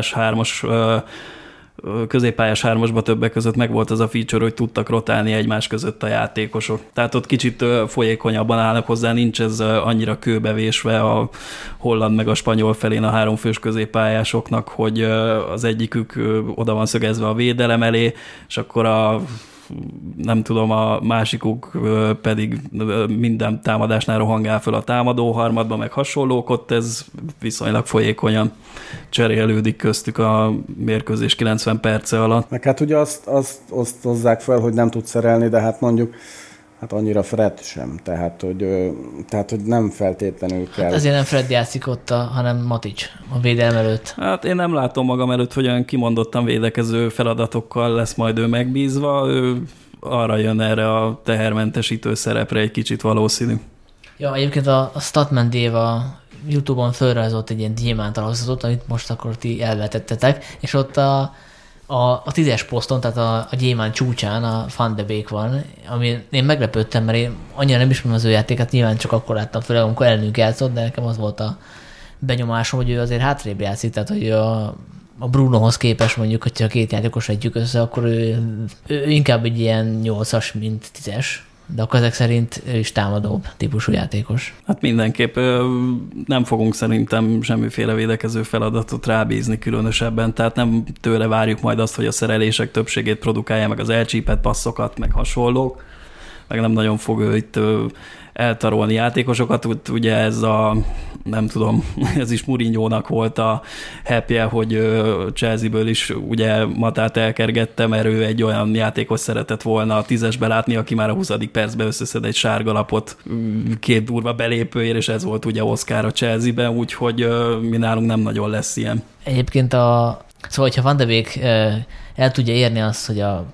középpályás hármasba többek között meg volt az a feature, hogy tudtak rotálni egymás között a játékosok. Tehát ott kicsit folyékonyabban állnak hozzá, nincs ez annyira kőbevésve a holland meg a spanyol felén a háromfős középpályásoknak, hogy az egyikük oda van szögezve a védelem elé, és akkor a nem tudom, a másikuk pedig minden támadásnál rohangál föl a támadó harmadba, meg hasonlók, ott ez viszonylag folyékonyan cserélődik köztük a mérkőzés 90 perce alatt. Meg hát ugye azt hozzák fel, hogy nem tud szerelni, de hát mondjuk hát annyira Fred sem, tehát hogy nem feltétlenül kell. Hát azért nem Fred játszik ott, hanem Matic a védelem előtt. Hát én nem látom magam előtt, hogy olyan kimondottan védekező feladatokkal lesz majd ő megbízva, ő arra jön erre a tehermentesítő szerepre egy kicsit valószínű. Ja, egyébként a Statman Dave a YouTube-on fölrajzolt egy ilyen gyémánt alakzatot, amit most akkor ti elvetettetek, és ott a 10-es poszton, tehát a gyémánt csúcsán a Van de Beek van, ami én meglepődtem, mert én annyira nem ismerem az ő játékát, nyilván csak akkor láttam fel, amikor ellenünk játszott, de nekem az volt a benyomásom, hogy ő azért hátrébb játszik, tehát hogy a Brunohoz képest mondjuk, hogyha a két játékos együk össze, akkor ő inkább egy ilyen 8-as, mint 10-es. De akkor ezek szerint ő is támadóbb típusú játékos. Hát mindenképp nem fogunk szerintem semmiféle védekező feladatot rábízni különösebben, tehát nem tőle várjuk majd azt, hogy a szerelések többségét produkálja, meg az elcsípett passzokat, meg hasonlók, meg nem nagyon fog ő itt eltarolni játékosokat. Ugye ez nem tudom, ez is Mourinho-nak volt a happy-je, hogy Chelsea-ből is ugye Matát elkergette, mert ő egy olyan játékos szeretett volna a 10-esbe látni, aki már a 20. percben összeszed egy sárgalapot két durva belépőért, és ez volt ugye Oscar a Chelsea-ben, úgyhogy mi nálunk nem nagyon lesz ilyen. Egyébként szóval, hogyha Van de Beek el tudja érni azt, hogy a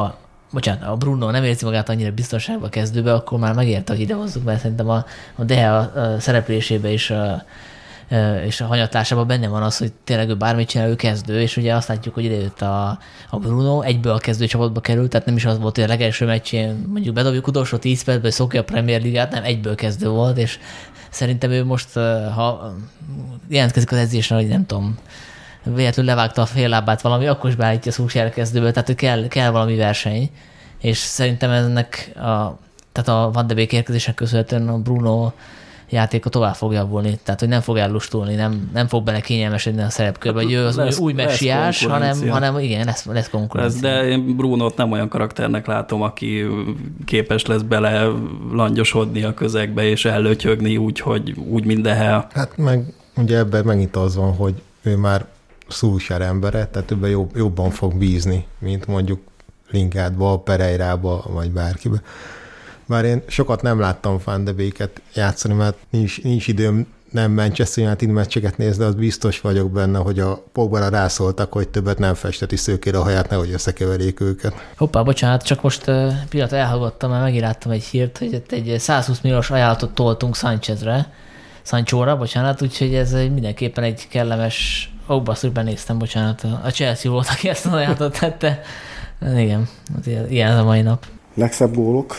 Bruno nem érzi magát annyira biztonságban kezdőbe, akkor már megérte, hogy idehozzuk, mert szerintem a Dehe szereplésébe is és a hanyatlásában benne van az, hogy tényleg ő bármit csinál, ő kezdő, és ugye azt látjuk, hogy idejött a Bruno, egyből a kezdőcsapatba került, tehát nem is az volt, hogy a legelső meccsén mondjuk bedobjuk utolsó 10 percben, hogy szokja a Premier Ligát, nem, egyből kezdő volt, és szerintem ő most, ha jelentkezik az edzésre, hogy nem tudom, véletlenül levágta a fél lábát valami, akkor is beállítja Solskjaer kezdőből, tehát hogy kell valami verseny, és szerintem ennek tehát a Van de Beek érkezések köszönhetően a Bruno játéka tovább fog javulni, tehát hogy nem fog ellustulni, nem fog bele kényelmesedni a szerepkörbe, hogy ő az új messiás, hanem igen, lesz konkurencia. De én Brunót nem olyan karakternek látom, aki képes lesz bele langyosodni a közegbe és ellötyögni úgy mindenhol. Hát meg ugye ebben megint az van, hogy ő már Solskjaer embere, tehát ebben jobban fog bízni, mint mondjuk Lingardba, Pereirába, vagy bárkibe. Bár én sokat nem láttam Van de Beeket játszani, mert nincs időm nem Manchester United meccseket nézni, de az biztos vagyok benne, hogy a Pogbára rászóltak, hogy többet nem festeti szőkére a haját, nehogy összekeverjék őket. Hoppá, bocsánat, csak most pillanat elhallgattam, mert megírtam egy hírt, hogy egy 120 milliós ajánlatot toltunk Sanchóra, bocsánat, úgyhogy ez mindenképpen egy kellemes... basszus, benéztem, bocsánat. A Chelsea volt, aki ezt az ajánlatot tette. Igen, ilyen a mai nap. Legszebb gólok?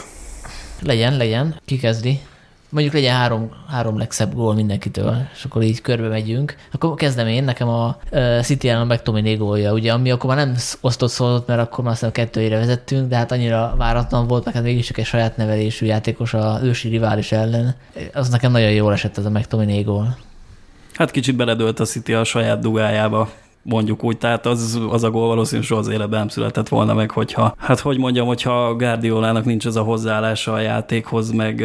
Legyen. Ki kezdi? Mondjuk legyen három legszebb gól mindenkitől, és akkor így körbe megyünk. Akkor kezdem én, nekem a City ellen a McTominay gólja, ugye, ami akkor már nem osztott szólt, mert akkor már aztán 2-1-re vezettünk, de hát annyira váratlan volt, meg hát mégis csak egy saját nevelésű játékos az ősi rivális ellen. Az nekem nagyon jól esett ez a McTominay gól. Hát kicsit beledőlt a City a saját dugájába, mondjuk úgy, tehát az a gól valószínűleg soha az életben nem született volna meg, hogyha hogyha Guardiolának nincs ez a hozzáállása a játékhoz, meg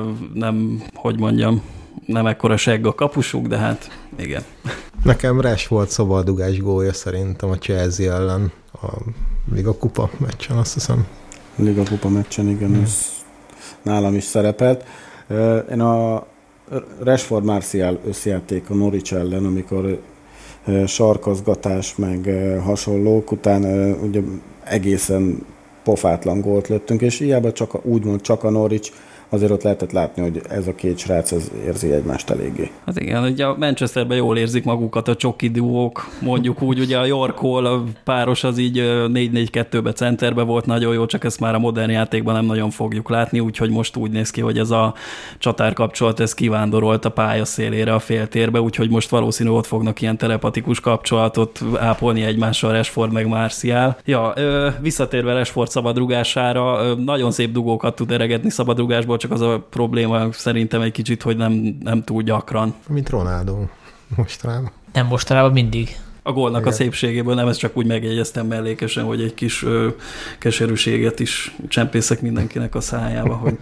nem ekkora segg a kapusuk, de hát igen. Nekem Rashford szabaddugás gólja szerintem a Chelsea ellen a Liga Kupa meccsen, azt hiszem. Liga Kupa meccsen, igen, ez nálam is szerepelt. Én a Rashford Martial összjáték a Norwich ellen, amikor sarkazgatás meg hasonlók után ugye egészen pofátlan gólt lőttünk, és hiába csak a Norwich, azért ott lehetett látni, hogy ez a két srác ez érzi egymást eléggé. Hát igen, ugye a Manchesterben jól érzik magukat a csoki duók, mondjuk úgy, ugye a York Hall a páros az így 4-4-2-be centerbe volt nagyon jó, csak ezt már a modern játékban nem nagyon fogjuk látni, úgyhogy most úgy néz ki, hogy ez a csatárkapcsolat, ez kivándorolt a pálya szélére a féltérbe, úgyhogy most valószínű ott fognak ilyen telepatikus kapcsolatot ápolni egymással Rashford meg Martial. Ja, visszatérve Rashford szabadrugására, nagyon szép dugókat tud eregetni szabadrugásból, csak az a probléma szerintem egy kicsit, hogy nem túl gyakran. Mint Ronaldo mostanában. Nem mostanában, mindig. a gólnak a szépségéből, nem, ezt csak úgy megjegyeztem mellékesen, hogy egy kis keserűséget is csempészek mindenkinek a szájába, hogy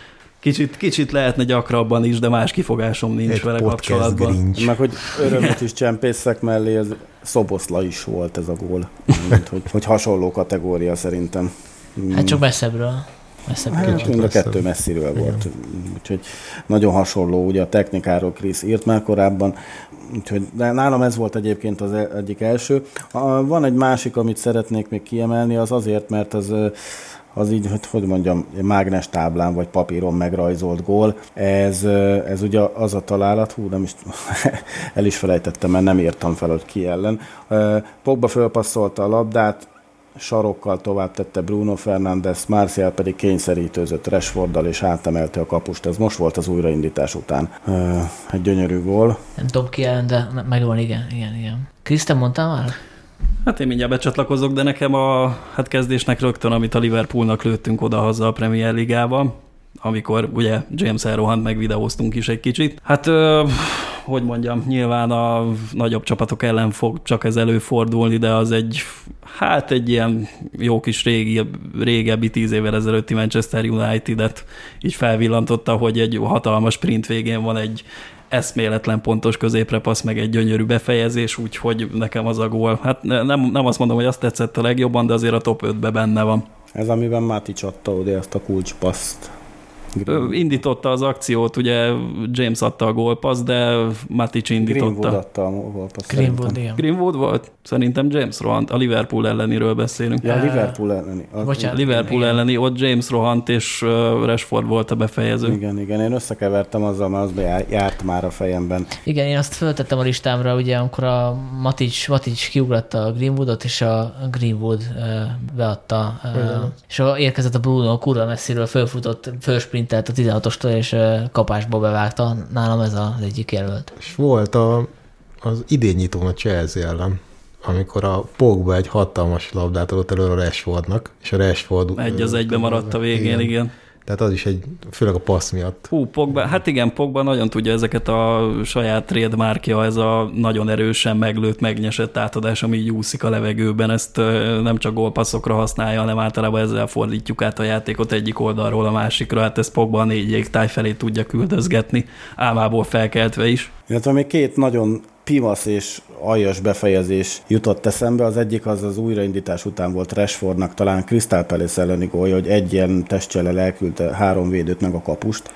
kicsit lehetne gyakrabban is, de más kifogásom nincs vele kapcsolatban. Grinch. Meg hogy örömet is csempészek mellé, ez Szoboszlai is volt ez a gól. hogy hasonló kategória szerintem. Hát csak messzebbről. Hát mind a kettő messziről volt. Úgyhogy nagyon hasonló, ugye a technikáról Krisz írt már korábban, úgyhogy de nálam ez volt egyébként az egyik első. Van egy másik, amit szeretnék még kiemelni, az azért, mert az így, hogy mondjam, mágnes táblán vagy papíron megrajzolt gól. Ez ugye az a találat, nem is, el is felejtettem, mert nem írtam fel, hogy ki ellen. Pogba fölpasszolta a labdát, sarokkal tovább tette Bruno Fernandes, Martial pedig kényszerítőzött Rashforddal és átemelte a kapust. Ez most volt az újraindítás után. Egy gyönyörű gól. Nem tudom ki ellen, de megvan, igen. Krisztán, mondtál már? Hát én mindjárt becsatlakozok, de nekem a kezdésnek rögtön, amit a Liverpoolnak lőttünk oda-haza a Premier Ligában, amikor ugye James elrohant, meg videóztunk is egy kicsit. Hát, hogy mondjam, nyilván a nagyobb csapatok ellen fog csak ez előfordulni, de az egy ilyen jó kis régebbi 10 évvel ezelőtti Manchester United-et így felvillantotta, hogy egy hatalmas sprint végén van egy eszméletlen pontos középrepassz, meg egy gyönyörű befejezés, úgyhogy nekem az a gól. Hát nem azt mondom, hogy azt tetszett a legjobban, de azért a top 5-be benne van. Ez amiben Matic adta oda ezt a kulcspaszt. Indította az akciót, ugye James adta a gólpaszt, de Matic indította. Greenwood adta a gólpaszt. Greenwood volt? Szerintem James rohant. A Liverpool elleniről beszélünk. Ja, Liverpool elleni. Liverpool elleni, ott James rohant, és Rashford volt a befejező. Igen, én összekevertem azzal, mert az járt már a fejemben. Igen, én azt föltettem a listámra, ugye, amikor a Matic kiugratta a Greenwoodot, és a Greenwood beadta, és érkezett a Bruno kurva messziről, fölfutott, fölsprintelt a 16-ostól, és kapásba bevágta. Nálam ez az egyik jelölt. És volt az idénynyitón a Chelsea ellen, amikor a Pogba egy hatalmas labdát adott elő a Rashfordnak, és a Rashford... 1-1 maradt a végén, igen. Tehát az is főleg a passz miatt. Pogba, hát igen, Pogba nagyon tudja ezeket a saját trademarkja, ez a nagyon erősen meglőtt, megnyesett átadás, ami így úszik a levegőben, ezt nem csak gólpasszokra használja, hanem általában ezzel fordítjuk át a játékot egyik oldalról a másikra, hát ezt Pogba a 4 jégtáj felé tudja küldözgetni, álmából felkeltve is. Illetve még két nagyon pimasz és aljas befejezés jutott eszembe. Az egyik az újraindítás után volt Rashfordnak talán Crystal Palace elleni gólja, hogy egy ilyen testcsellel elküldte 3 védőt meg a kapust,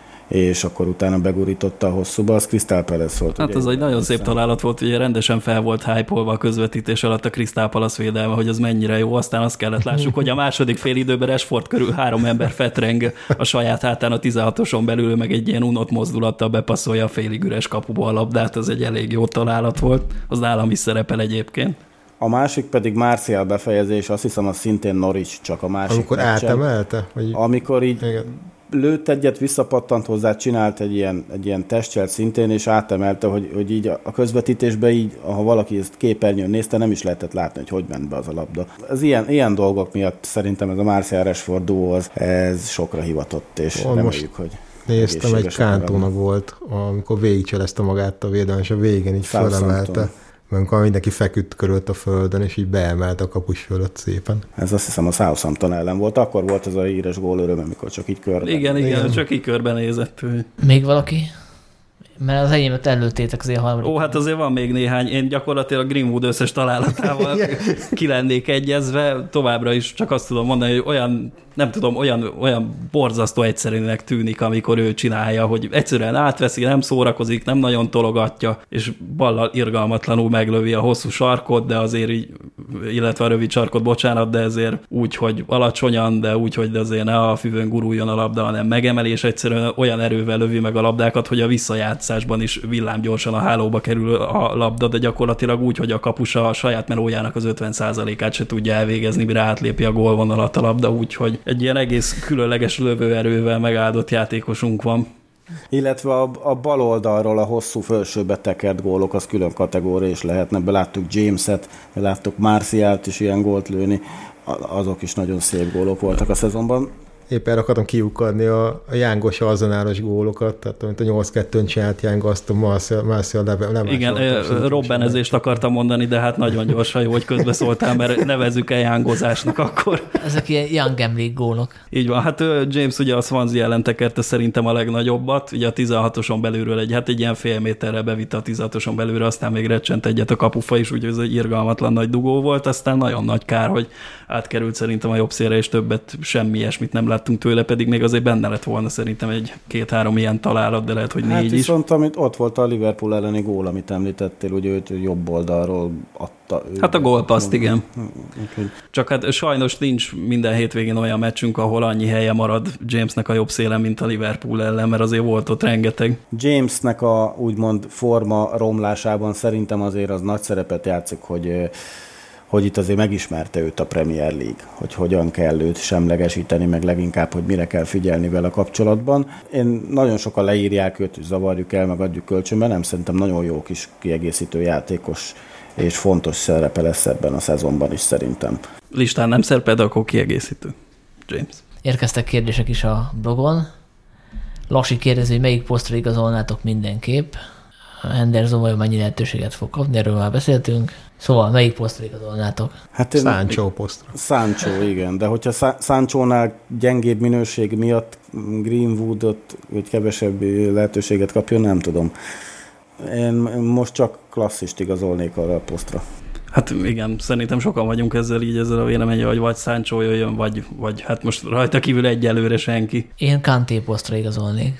és akkor utána begurította a hosszúba, az Crystal Palace volt. Hát az egy nagyon szép találat volt, ugye rendesen fel volt hype-olva a közvetítés alatt a Crystal Palace védelme, hogy az mennyire jó, aztán azt kellett lássuk, hogy a második fél időben Rashford körül 3 ember fetreng a saját hátán a 16-oson belül, meg egy ilyen unott mozdulattal bepasszolja a félig üres kapuba a labdát, az egy elég jó találat volt, az nálam is szerepel egyébként. A másik pedig Martial befejezés, azt hiszem, az szintén Norwich, csak a másik amikor meccsen. átemelte? Vagy... Amikor így... Igen. Lőtt egyet, visszapattant hozzá, csinált egy ilyen testcselt szintén, és átemelte, hogy így a közvetítésben így, ha valaki ezt képernyőn nézte, nem is lehetett látni, hogy ment be az a labda. Az ilyen dolgok miatt szerintem ez a Martial Rashford duó, ez sokra hivatott, és reméljük, hogy néztem, egy Kantónak volt, amikor végigcselezte magát a védelem, és a végén így felemelte. Amikor mindenki feküdt körült a földön, és így beemelte a kapus fölött szépen. Ez azt hiszem a Southampton ellen volt. Akkor volt ez a híres gól öröm, amikor csak így körben. Igen, csak így körbenézett. Még valaki? Mert az enyémet előttétek azért harmadik. Hát azért van még néhány. Én gyakorlatilag Greenwood összes találatával ki lennék egyezve. Továbbra is csak azt tudom mondani, hogy olyan, nem tudom, olyan borzasztó egyszerűnek tűnik, amikor ő csinálja, hogy egyszerűen átveszi, nem szórakozik, nem nagyon tologatja, és ballal irgalmatlanul meglövi a hosszú sarkot, de azért így, illetve a rövid sarkot, bocsánat, de ezért úgy, hogy alacsonyan, de úgy, hogy azért ne a füvön guruljon a labda, hanem megemeli, és egyszerűen olyan erővel lövi meg a labdákat, hogy a visszajátszásban is villámgyorsan a hálóba kerül a labda, de gyakorlatilag úgy, hogy a kapusa a saját melójának az 50%-át se tudja elvégezni, mire átlépi a gólvonalat a labda, úgyhogy egy ilyen egész különleges lövőerővel megáldott játékosunk van. Illetve a bal oldalról a hosszú felsőbe tekert gólok, az külön kategória is lehetne. Beláttuk Jameset, beláttuk Martialt is ilyen gólt lőni, azok is nagyon szép gólok voltak a szezonban. Éppen akartam kiukadni a Youngos arzenálos gólokat, tehát amit a 8-2-n csinált Young, azt a Martial lemásolta. Igen, robbenezést akartam mondani, de hát nagyon gyorsan jó, hogy közbeszóltál, mert nevezzük el Youngozásnak akkor. Ezek ilyen Young Emlék gólok. Így van, hát James ugye a Swansea ellen tekerte szerintem a legnagyobbat, ugye a 16-oson belülről egy ilyen fél méterre bevitte a 16-oson belülre, aztán még recsent egyet a kapufa is, úgyhogy ez egy irgalmatlan nagy dugó volt, aztán nagyon nagy kár, hogy átkerült szerintem a jobb szélre, és többet semmi ilyesmit nem láttunk tőle, pedig még azért benne lett volna szerintem egy 2-3 ilyen találat, de lehet, hogy 4 is. Viszont amit ott volt a Liverpool elleni gól, amit említettél, ugye őt jobb oldalról adta. Hát a gólpaszt, igen. Csak hát sajnos nincs minden hétvégén olyan meccsünk, ahol annyi helye marad Jamesnek a jobb szélen, mint a Liverpool ellen, mert azért volt ott rengeteg. Jamesnek a úgymond forma romlásában szerintem azért az nagy szerepet játszik, hogy itt azért megismerte őt a Premier League, hogy hogyan kell őt semlegesíteni, meg leginkább, hogy mire kell figyelni vele kapcsolatban. Én nagyon sokan leírják őt, és zavarjuk el, meg adjuk kölcsönbe, nem szerintem nagyon jó kis kiegészítő játékos, és fontos szerepe lesz ebben a szezonban is szerintem. Listán nem szerepel, de akkor kiegészítő. James. Érkeztek kérdések is a blogon. Lasi kérdezi, hogy melyik posztra igazolnátok mindenképp. Henderson vajon mennyi lehetőséget fog kapni, erről már beszéltünk. Szóval melyik posztra igazolnátok? Hát Sancho posztra. Sancho, igen, de hogyha Sanchónál gyengébb minőség miatt Greenwoodot, hogy kevesebb lehetőséget kapjon, nem tudom. Én most csak klasszist igazolnék arra a posztra. Hát igen, szerintem sokan vagyunk ezzel a véleménye, hogy vagy Sancho jöjjön, vagy hát most rajta kívül egyelőre senki. Én Kanté posztra igazolnék,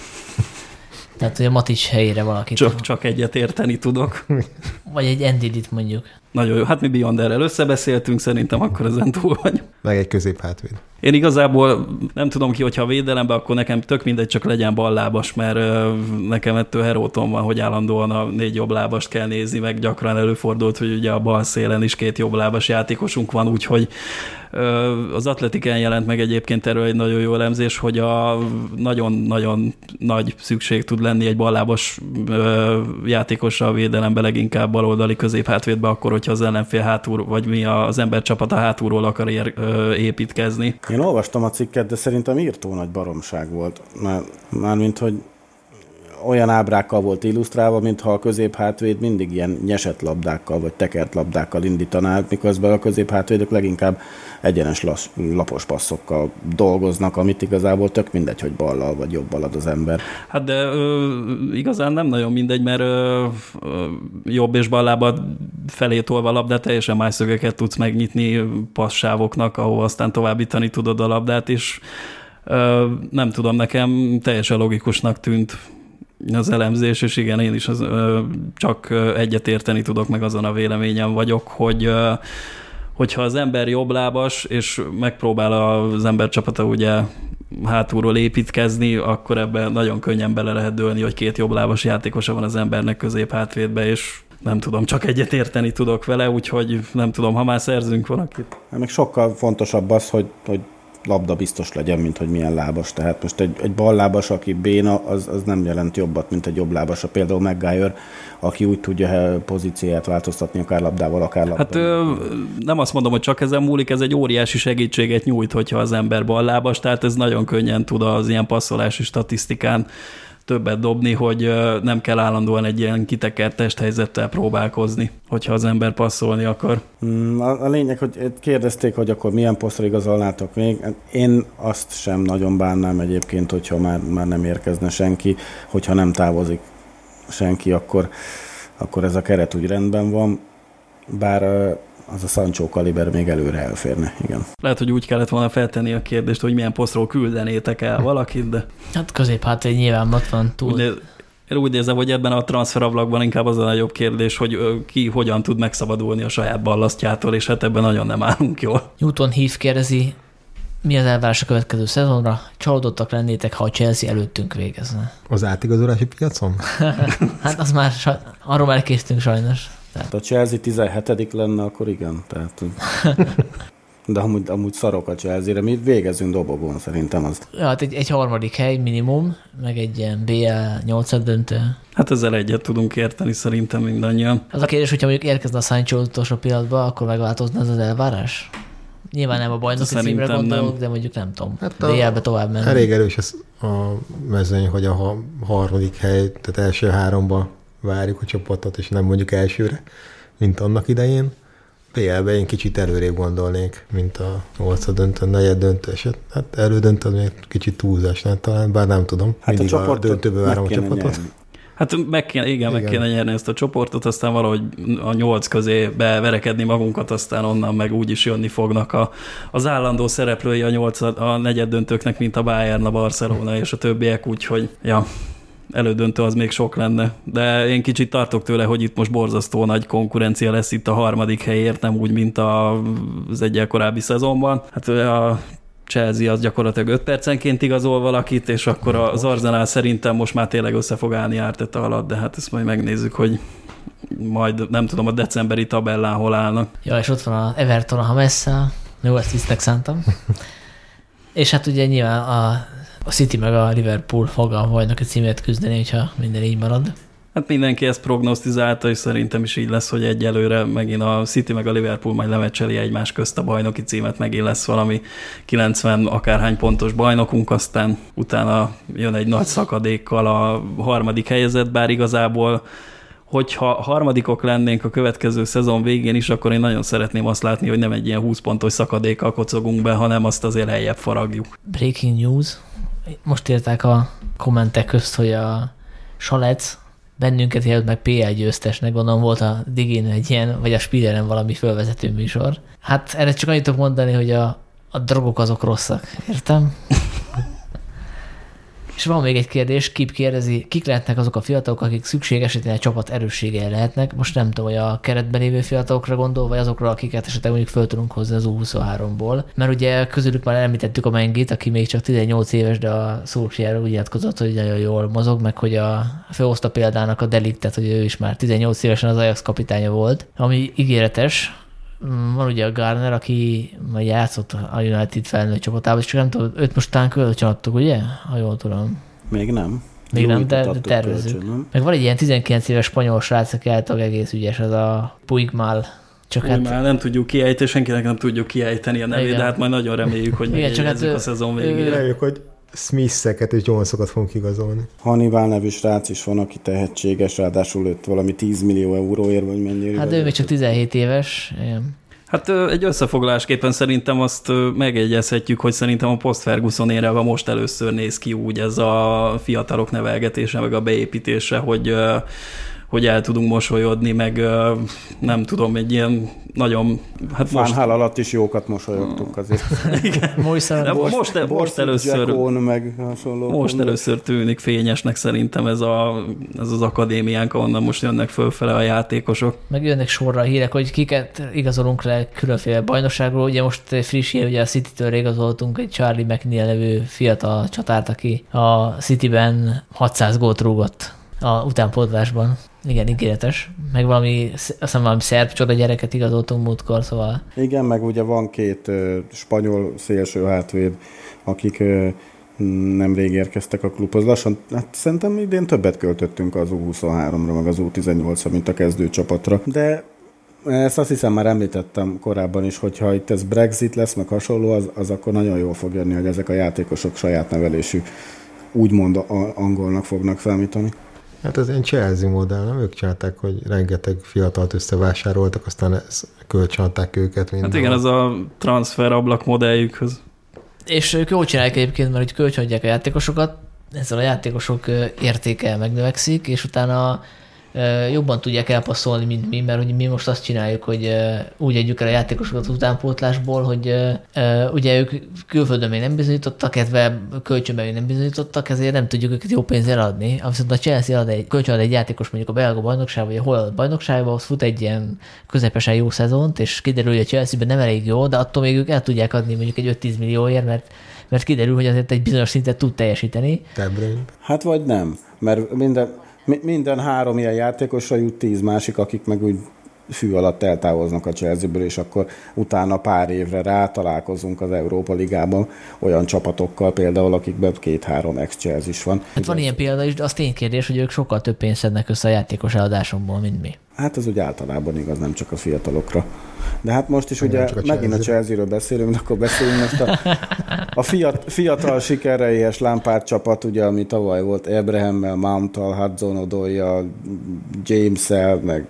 tehát hogy a Matic helyére valakit. Csak egyet érteni tudok. Vagy egy Ndidit mondjuk. Nagyon jó. Hát mi Beyonderrel összebeszéltünk, szerintem akkor ezen túl vagy. Meg egy középhátvéd. Én igazából nem tudom ki, hogyha védelemben, akkor nekem tök mindegy, csak legyen ballábas, mert nekem ettől heróton van, hogy állandóan a 4 jobblábast kell nézni, meg gyakran előfordult, hogy ugye a bal szélen is 2 jobblábas játékosunk van, úgyhogy az Atletikán jelent meg egyébként erről egy nagyon jó elemzés, hogy a nagyon-nagyon nagy szükség tud lenni egy ballábas játékosra a védelembe, leginkább baloldali középhátvédbe, akkor, hogyha az ellenfél hátul, vagy mi az ember csapata hátulról akar építkezni. Én olvastam a cikket, de szerintem írtó nagy baromság volt. Mármint, hogy olyan ábrákkal volt illusztrálva, mintha a középhátvéd mindig ilyen nyesett labdákkal, vagy tekert labdákkal indítaná, miközben a középhátvédök leginkább egyenes lapos passzokkal dolgoznak, amit igazából tök mindegy, hogy ballal vagy jobbal ad az ember. Hát de igazán nem nagyon mindegy, mert jobb és ballába felé tolva a labdát teljesen más szögeket tudsz megnyitni passzsávoknak, ahol aztán továbbítani tudod a labdát, és nem tudom, nekem teljesen logikusnak tűnt az elemzés, és igen, én is csak egyet érteni tudok, meg azon a véleményem vagyok, hogyha az ember jobblábas, és megpróbál az ember csapata ugye hátulról építkezni, akkor ebben nagyon könnyen bele lehet dőlni, hogy 2 jobblábas játékosa van az embernek középhátvédbe, és nem tudom, csak egyet érteni tudok vele, úgyhogy nem tudom, ha már szerzünk valakit. Még sokkal fontosabb az, hogy labda biztos legyen, mint hogy milyen lábas. Tehát most egy ballábas, aki béna, az nem jelent jobbat, mint egy jobblábas. Például Maguire, aki úgy tudja pozícióját változtatni, akár labdával, akár labdával. Hát nem azt mondom, hogy csak ezen múlik, ez egy óriási segítséget nyújt, hogyha az ember ballábas, tehát ez nagyon könnyen tud az ilyen passzolási statisztikán többet dobni, hogy nem kell állandóan egy ilyen kitekert testhelyzettel próbálkozni, hogyha az ember passzolni akar. A lényeg, hogy kérdezték, hogy akkor milyen posztra igazolnátok még. Én azt sem nagyon bánnám egyébként, hogyha már nem érkezne senki, hogyha nem távozik senki, akkor ez a keret úgy rendben van, bár az a Sancho kaliber még előre elférne, igen. Lehet, hogy úgy kellett volna feltenni a kérdést, hogy milyen posztról küldenétek el valakit, de... Hát középhátvéd nyilván ott van túl. Én úgy érzem, hogy ebben a transferablakban inkább az a nagyobb kérdés, hogy ki hogyan tud megszabadulni a saját ballasztjától, és hát ebben nagyon nem állunk jól. Newton Heath kérdezi, mi az elvárás a következő szezonra? Csalódottak lennétek, ha a Chelsea előttünk végezne. Az átigazolási piacon? Hát az már, arról már késztünk sajnos. Tehát a Chelsea 17. lenne, akkor igen. Tehát, de amúgy szarok a Chelsea-re. Mi végezünk dobogón, szerintem az. Ja, hát egy harmadik hely minimum, meg egy ilyen BL 8-ad döntő. Hát ezzel egyet tudunk érteni szerintem mindannyian. Az a kérdés, hogyha mondjuk érkezne a Sancho utolsó pillanatban, akkor megváltozna ez az elvárás? Nyilván nem a bajnoki címre gondolok, de mondjuk nem tudom. Hát DL-be tovább menni. Elég erős a mezőny, hogy a harmadik hely, tehát első 3-ba várjuk a csapatot, és nem mondjuk elsőre, mint annak idején. PL-ben én kicsit előrébb gondolnék, mint a 8. döntő, 4. döntő eset. Hát elődöntő még kicsit túlzás, talán, bár nem tudom. Hát mindig a döntőbe várom a csapatot. Nyerni. Hát meg kéne nyerni ezt a csoportot, aztán valahogy a 8 közé beverekedni magunkat, aztán onnan meg úgy is jönni fognak az állandó szereplői a 4. döntőknek, mint a Bayern, a Barcelona és a többiek, úgyhogy ja, elődöntő az még sok lenne. De én kicsit tartok tőle, hogy itt most borzasztó nagy konkurencia lesz itt a harmadik helyért, nem úgy, mint az egyel korábbi szezonban. Hát a Chelsea az gyakorlatilag 5 percenként igazol valakit, és akkor az Arsenal szerintem most már tényleg össze fog állni Arteta alatt, de hát ezt majd megnézzük, hogy majd nem tudom a decemberi tabellán hol állnak. Ja, és ott van az Everton a Hamesszel, jó, ezt tisztek szántam. És hát ugye nyilván a City meg a Liverpool fog a bajnoki címért küzdeni, hogyha minden így marad. Hát mindenki ezt prognosztizálta, és szerintem is így lesz, hogy egyelőre megint a City meg a Liverpool majd lemecseli egymás közt a bajnoki címet, megint lesz valami 90 akárhány pontos bajnokunk, aztán utána jön egy nagy szakadékkal a harmadik helyezett, bár igazából hogyha harmadikok lennénk a következő szezon végén is, akkor én nagyon szeretném azt látni, hogy nem egy ilyen 20 pontos szakadékkal kocogunk be, hanem azt azért lejjebb faragjuk. Breaking news. Most írták a kommentek közt, hogy a Salec bennünket jelölt meg PL győztesnek, gondolom volt a Digin egy ilyen, vagy a Spieleren valami fölvezető műsor. Hát erre csak annyit tudok mondani, hogy a drogok azok rosszak, értem? És van még egy kérdés, Kip kérdezi, kik lehetnek azok a fiatalok, akik szükség esetén a csapat erősségei lehetnek? Most nem tudom, hogy a keretben lévő fiatalokra gondol, vagy azokra, akiket esetleg mondjuk föl tudunk hozni az U23-ból. Mert ugye közülük már említettük a Mengit, aki még csak 18 éves, de a Solskjaer úgy nyilatkozott, hogy nagyon jól mozog, meg hogy felhozta példának a Deliktet, hogy ő is már 18 évesen az Ajax kapitánya volt, ami ígéretes. Van ugye a Garner, aki majd játszott a United felnőtt csapatában, és csak nem tudom, őt most talán kölcsön adtuk, ugye? Ha jól tudom. Még nem. Még nem, de tervezünk. Kölcsön, meg van egy ilyen 19 éves spanyol srác, aki által egész ügyes, az a Puigmal. Csak hát már nem tudjuk kiejteni, senkinek nem tudjuk kiejteni a nevét, igen. De hát majd nagyon reméljük, hogy megjegyezzük a szezon végére. Reméljük, hogy Smith-eket és Jones-okat fogunk igazolni. Hannibal nevű srác is van, aki tehetséges, ráadásul őt valami 10 millió euróért, vagy mennyire. Hát ő még csak 17 éves. Igen. Hát egy összefoglalásképpen szerintem azt megjegyezhetjük, hogy szerintem a post-Ferguson érában most először néz ki úgy ez a fiatalok nevelgetése, meg a beépítése, hogy el tudunk mosolyodni, meg nem tudom, egy ilyen nagyon... Hát Van Hál alatt is jókat mosolyogtunk azért. Igen. Most először... meg hasonló. Most először tűnik fényesnek szerintem ez az akadémiánk, ahonnan most jönnek fölfele a játékosok. Meg jönnek sorra a hírek, hogy kiket igazolunk le különféle bajnokságról. Ugye most friss hír, ugye a City-től igazoltunk egy Charlie McNeil nevű fiatal csatárt, aki a Cityben 600 gólt rúgott a utánpótlásban. Igen, ígéretes. Meg azt hiszem valami szerb csoda gyereket igazoltunk múltkor, szóval... Igen, meg ugye van 2 spanyol szélső hátvéd, akik nemrég érkeztek a klubhoz. Lassan, hát szerintem idén többet költöttünk az U23-ra, meg az U18-ra, mint a kezdőcsapatra. De ezt azt hiszem már említettem korábban is, hogyha itt ez Brexit lesz, meg hasonló, az akkor nagyon jól fog jönni, hogy ezek a játékosok saját nevelésű, úgymond angolnak fognak számítani. Hát ez egy Chelsea modell, nem? Ők csinálták, hogy rengeteg fiatalt összevásároltak, aztán kölcsönadták őket. Hát igen, ez a transfer ablak modelljükhöz. És ők jól csinálják egyébként, mert hogy kölcsönadják a játékosokat, ezzel a játékosok értéke megnövekszik, és utána jobban tudják elpasszolni, mint mi, mert hogy mi most azt csináljuk, hogy úgy adjuk el a játékosokat az utánpótlásból, hogy ugye ők külföldön még nem bizonyítottak, illetve kölcsönben még nem bizonyítottak, ezért nem tudjuk őket jó pénzzel adni. Viszont a Chelsea kölcsön ad egy játékos mondjuk a belga bajnokság, vagy a holland bajnokságban, az fut egy ilyen közepesen jó szezont, és kiderül, hogy a Chelsea-ben nem elég jó, de attól még ők el tudják adni mondjuk egy 5-10 millióért, mert kiderül, hogy azért egy bizonyos szintet tud teljesíteni. Hát vagy nem, mert minden 3 ilyen játékosra jut 10 másik, akik meg úgy fű alatt eltávoznak a Chelsea-ből, és akkor utána pár évre találkozunk az Európa Ligában olyan csapatokkal például, akikben 2-3 ex-Chelsea is van. Hát van ilyen példa is, de az ténykérdés, hogy ők sokkal több pénzt szednek össze a játékos eladásomból, mint mi. Hát ez ugye általában igaz, nem csak a fiatalokra. De hát most is ugye megint a Chelsea-ről beszélünk, de akkor beszélünk most a fiatal sikereihes Lampard csapat, ugye, ami tavaly volt Abraham-mel, Mount-tal, Hudson-Odoi-jal, James-el, meg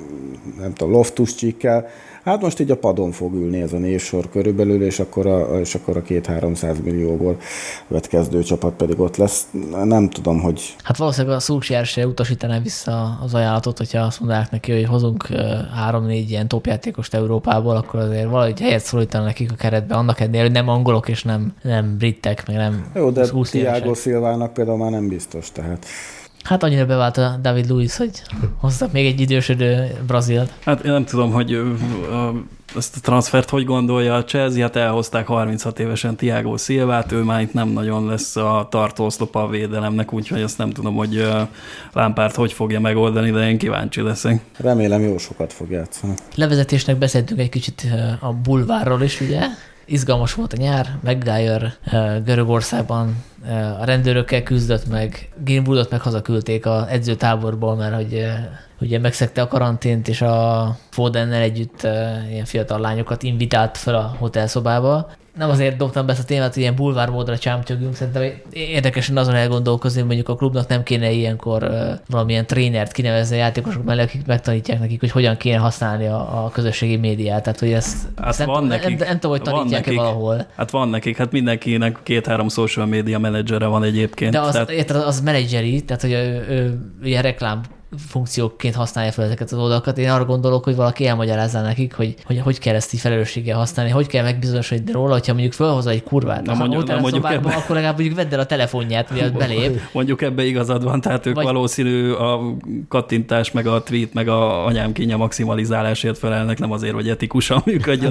nem tudom, Loftus-Cheek-kel. Hát most így a padon fog ülni ez a névsor körülbelül, és akkor a 200-300 millióból vett kezdőcsapat pedig ott lesz. Nem tudom, hogy... Hát valószínűleg a Solskjaer se utasítaná vissza az ajánlatot, hogyha azt mondják neki, hogy hozunk 3-4 ilyen topjátékost Európából, akkor azért valahogy helyet szólítana nekik a keretbe, annak ellenére, hogy nem angolok és nem britek, meg nem... Jó, de Thiago Silvának például már nem biztos, tehát... Hát annyira bevált a David Luiz, hogy hoztak még egy idősödő Brazilt. Hát én nem tudom, hogy ezt a transfert hogy gondolja a Chelsea, hát elhozták 36 évesen Thiago Silvát, ő már itt nem nagyon lesz a tartóoszlopa a védelemnek, úgyhogy azt nem tudom, hogy Lampard hogy fogja megoldani, de én kíváncsi leszek. Remélem jó sokat fog játszani. Levezetésnek beszéltünk egy kicsit a bulvárról is, ugye? Izgalmas volt a nyár, Maguire Görögországban a rendőrökkel küzdött meg, Greenwoodot meg hazaküldték az edzőtáborból, mert hogy ugye megszegte a karantént, és a Fodennel együtt ilyen fiatal lányokat invitált fel a hotelszobába. Nem azért dobtam be ezt a témát, hogy ilyen bulvármódra csámtyögünk, szerintem érdekesen azon elgondolkozni, hogy mondjuk a klubnak nem kéne ilyenkor valamilyen trénert kinevezni a játékosok mellé, akik megtanítják nekik, hogy hogyan kéne használni a közösségi médiát. Tehát, hogy ezt hát nem tudom, hogy tanítják-e valahol. Hát van nekik, hát mindenkinek 2-3 social media menedzsere van egyébként. De az menedzseri, tehát hogy ő ilyen reklám funkcióként használja fel ezeket az oldalakat. Én arra gondolok, hogy valaki elmagyarázza nekik, hogy kell ezt így felelősséggel használni, hogy kell megbizonyosodni róla, hogyha mondjuk felhozza egy kurvát akkor legalább mondjuk vedd el a telefonját, mielőtt belép. Mondjuk ebbe igazad van, tehát ők valószínű a kattintás, meg a tweet, meg a anyám kínja maximalizálásért felelnek, nem azért, hogy etikusan működjön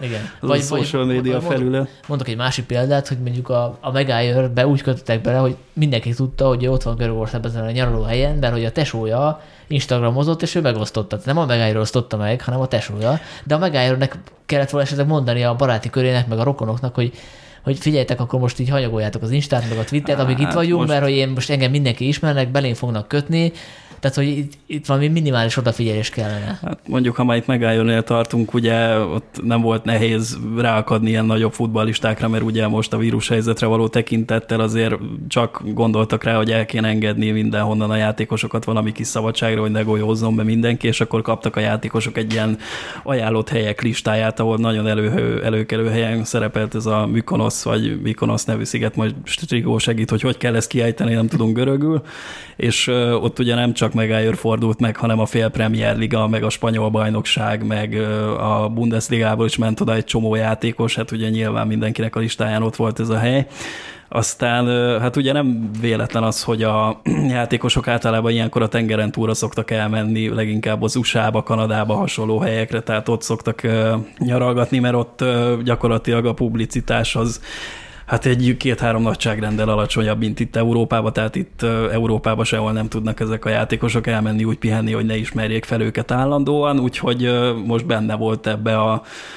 a social media felület. Mondok egy másik példát, hogy mondjuk a Maguire-be úgy kötöttek bele, hogy mindenki tudta, hogy ott van Görögországban ezen a nyaraló helyen, mert hogy a tesója instagramozott, és ő megosztotta. Nem a Maguire osztotta meg, hanem a tesója. De a Maguire-nek kellett volna esetleg mondani a baráti körének, meg a rokonoknak, hogy figyeljetek, akkor most így hanyagoljátok az Instát, meg a Twittert, amíg itt vagyunk, mert hogy én most engem mindenki ismernek, belém fognak kötni, tehát, hogy itt valami minimális odafigyelés kellene. Hát mondjuk, ha már itt Maguire-nél tartunk, ugye ott nem volt nehéz ráakadni ilyen nagyobb futballistákra, mert ugye most a vírushelyzetre való tekintettel azért csak gondoltak rá, hogy el kéne engedni mindenhonnan a játékosokat valami kis szabadságra, hogy ne golyózzon be mindenki, és akkor kaptak a játékosok egy ilyen ajánlott helyek listáját, ahol nagyon előkelő helyen szerepelt ez a Mykonosz, vagy Mykonosz nevű sziget, majd Strigó segít, hogy kell ezt kiejteni, nem tudunk görögül, és ott ugye nem csak Maguire fordult meg, hanem a fél Premier Liga, meg a spanyol bajnokság, meg a Bundesligából is ment oda egy csomó játékos, hát ugye nyilván mindenkinek a listáján ott volt ez a hely. Aztán hát ugye nem véletlen az, hogy a játékosok általában ilyenkor a tengeren túlra szoktak elmenni, leginkább az USA-ba, Kanadába hasonló helyekre, tehát ott szoktak nyaralgatni, mert ott gyakorlatilag a publicitás az hát egy 2-3 nagyságrenddel alacsonyabb, mint itt Európában, tehát itt Európában sehol nem tudnak ezek a játékosok elmenni úgy pihenni, hogy ne ismerjék fel őket állandóan, úgyhogy most benne volt ebbe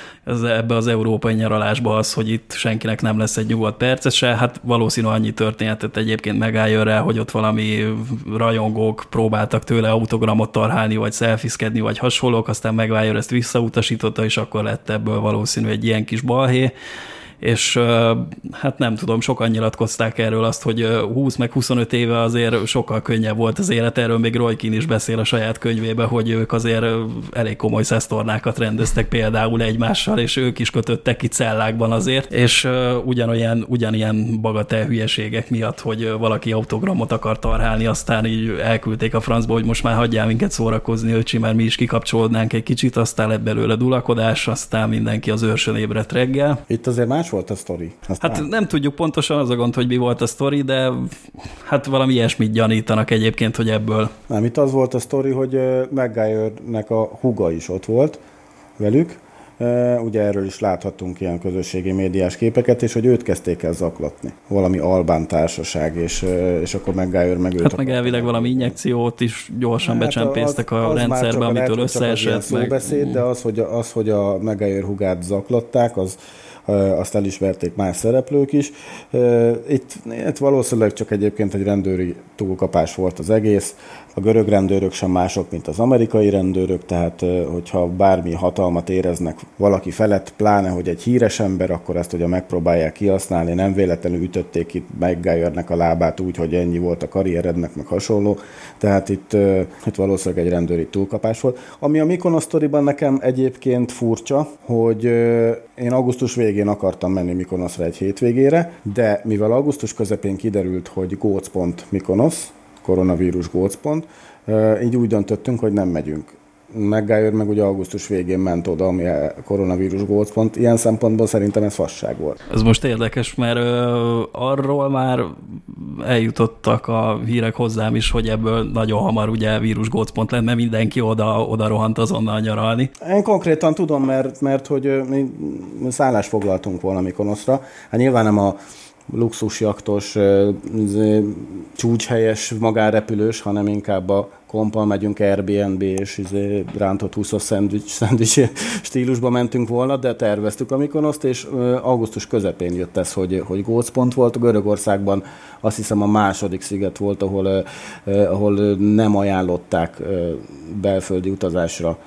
az európai nyaralásba az, hogy itt senkinek nem lesz egy nyugodt perce se. Hát valószínű annyi történetet egyébként megálljon, hogy ott valami rajongók próbáltak tőle autogramot tarhálni, vagy szelfiszkedni, vagy hasonlók, aztán Maguire ezt visszautasította, és akkor lett ebből valószínű egy ilyen kis balhé. És hát nem tudom, sokan nyilatkozták erről azt, hogy 20 meg 25 éve azért sokkal könnyebb volt az élet, erről még Roy Keane is beszél a saját könyvébe, hogy ők azért elég komoly szesztornákat rendeztek például egymással, és ők is kötöttek ki cellákban azért, és ugyanilyen bagatel hülyeségek miatt, hogy valaki autogramot akar tarhálni, aztán így elküldték a francba, hogy most már hagyjál minket szórakozni, öcsi, mert mi is kikapcsolódnánk egy kicsit, aztán lett belőle dulakodás, aztán mindenki az őrsön ébredt reggel. Itt azért más volt a sztori. Hát nem tudjuk pontosan, az a gond, hogy mi volt a sztori, de hát valami ilyesmit gyanítanak egyébként, hogy ebből. Nem, itt az volt a sztori, hogy Maguire-nek a húga is ott volt velük. Ugye erről is láthattunk ilyen közösségi médiás képeket, és hogy őt kezdték el zaklatni. Valami albán társaság, és akkor Maguire meg őt. Hát meg elvileg valami injekciót is gyorsan becsempésztek a rendszerbe, amitől összeesett. Szóbeszéd, de az, hogy a Maguire húgát zaklatták, azt elismerték más szereplők is. Itt valószínűleg csak egyébként egy rendőri túlkapás volt az egész. A görög rendőrök sem mások, mint az amerikai rendőrök, tehát hogyha bármi hatalmat éreznek valaki felett, pláne, hogy egy híres ember, akkor ezt ugye megpróbálják kihasználni, nem véletlenül ütötték itt McGuirenek a lábát úgy, hogy ennyi volt a karrierednek, meg hasonló. Tehát itt valószínűleg egy rendőri túlkapás volt. Ami a Mykonos sztoriban nekem egyébként furcsa, hogy én augusztus végén akartam menni Mykonoszra egy hétvégére, de mivel augusztus közepén kiderült, hogy gócpont Mykonosz, koronavírus gócpont, így úgy döntöttünk, hogy nem megyünk. McGuire meg ugye augusztus végén ment oda, ami a koronavírus gócpont. Ilyen szempontból szerintem ez fasság volt. Ez most érdekes, mert arról már eljutottak a hírek hozzám is, hogy ebből nagyon hamar ugye vírus gócpont lett, mert mindenki oda rohant azonnal nyaralni. Én konkrétan tudom, mert hogy mi szállást foglaltunk volna Mykonoszra. Hát nyilván nem a luxusjaktos, csúcshelyes magánrepülős, hanem inkább a kompal megyünk Airbnb és rántott húszos szendvics stílusba mentünk volna, de terveztük a Mykonoszt, és augusztus közepén jött ez, hogy gócpont volt. Görögországban azt hiszem a második sziget volt, ahol nem ajánlották belföldi utazásra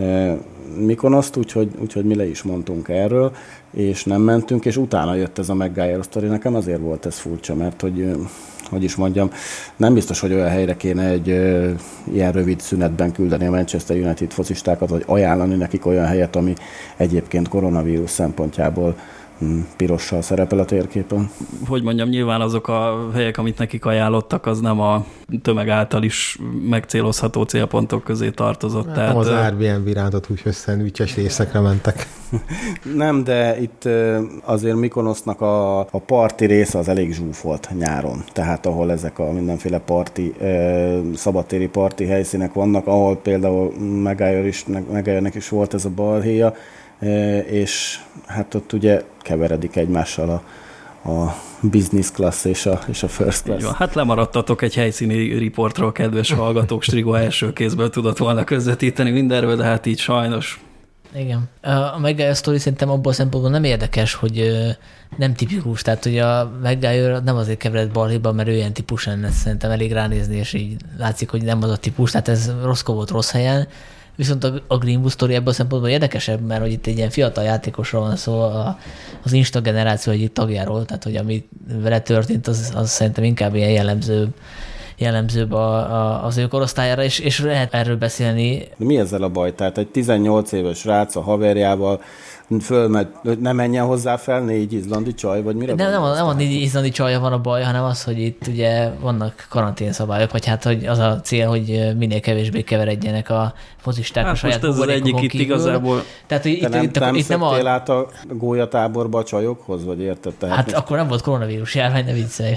Mykonoszt, úgyhogy mi le is mondtunk erről, és nem mentünk, és utána jött ez a McGuire sztori. Nekem azért volt ez furcsa, mert hogy is mondjam, nem biztos, hogy olyan helyre kéne egy ilyen rövid szünetben küldeni a Manchester United focistákat, vagy ajánlani nekik olyan helyet, ami egyébként koronavírus szempontjából pirossal szerepel a térképen. Hogy mondjam, nyilván azok a helyek, amit nekik ajánlottak, az nem a tömeg által is megcélozható célpontok közé tartozott. Nem tehát, az Airbnb rántott húsos szendvicses részekre mentek. Nem, de itt azért Mykonosznak a parti része az elég zsúfolt nyáron. Tehát ahol ezek a mindenféle parti, szabadtéri parti helyszínek vannak, ahol például McGuire-nek is volt ez a balhéja, és hát ott ugye keveredik egymással a business class és a first class. Jó, hát lemaradtatok egy helyszíni riportról, kedves hallgatók, Strigó első kézből tudott volna közvetíteni mindenről, de hát így sajnos. Igen. A McGuire sztori szerintem abból a szempontból nem érdekes, hogy nem tipikus, tehát hogy a McGuire nem azért keveredett balhéba, mert ő ilyen típus lenne, szerintem elég ránézni, és így látszik, hogy nem az a típus, tehát ez rosszkó volt rossz helyen. Viszont a Greenwood sztori ebből a szempontból érdekesebb, mert hogy itt egy ilyen fiatal játékosról van szó, az Insta generáció egyik tagjáról, tehát hogy ami vele történt, az szerintem inkább ilyen jellemzőbb az ő korosztályára, és lehet erről beszélni. De mi ezzel a baj? Tehát egy 18 éves srác a haverjával nem menjen hozzá fel 4 izlandi csaj, vagy mire? Nem a 4 izlandi csajja van a baj, hanem az, hogy itt ugye vannak karanténszabályok, vagy hát hogy az a cél, hogy minél kevésbé keveredjenek a fozisták a saját most ez az egyik itt igazából. Tehát, hogy itt nem át a gólyatáborba a csajokhoz, vagy érted? Tehát hát akkor nem volt koronavírus járvány, ne viccelj.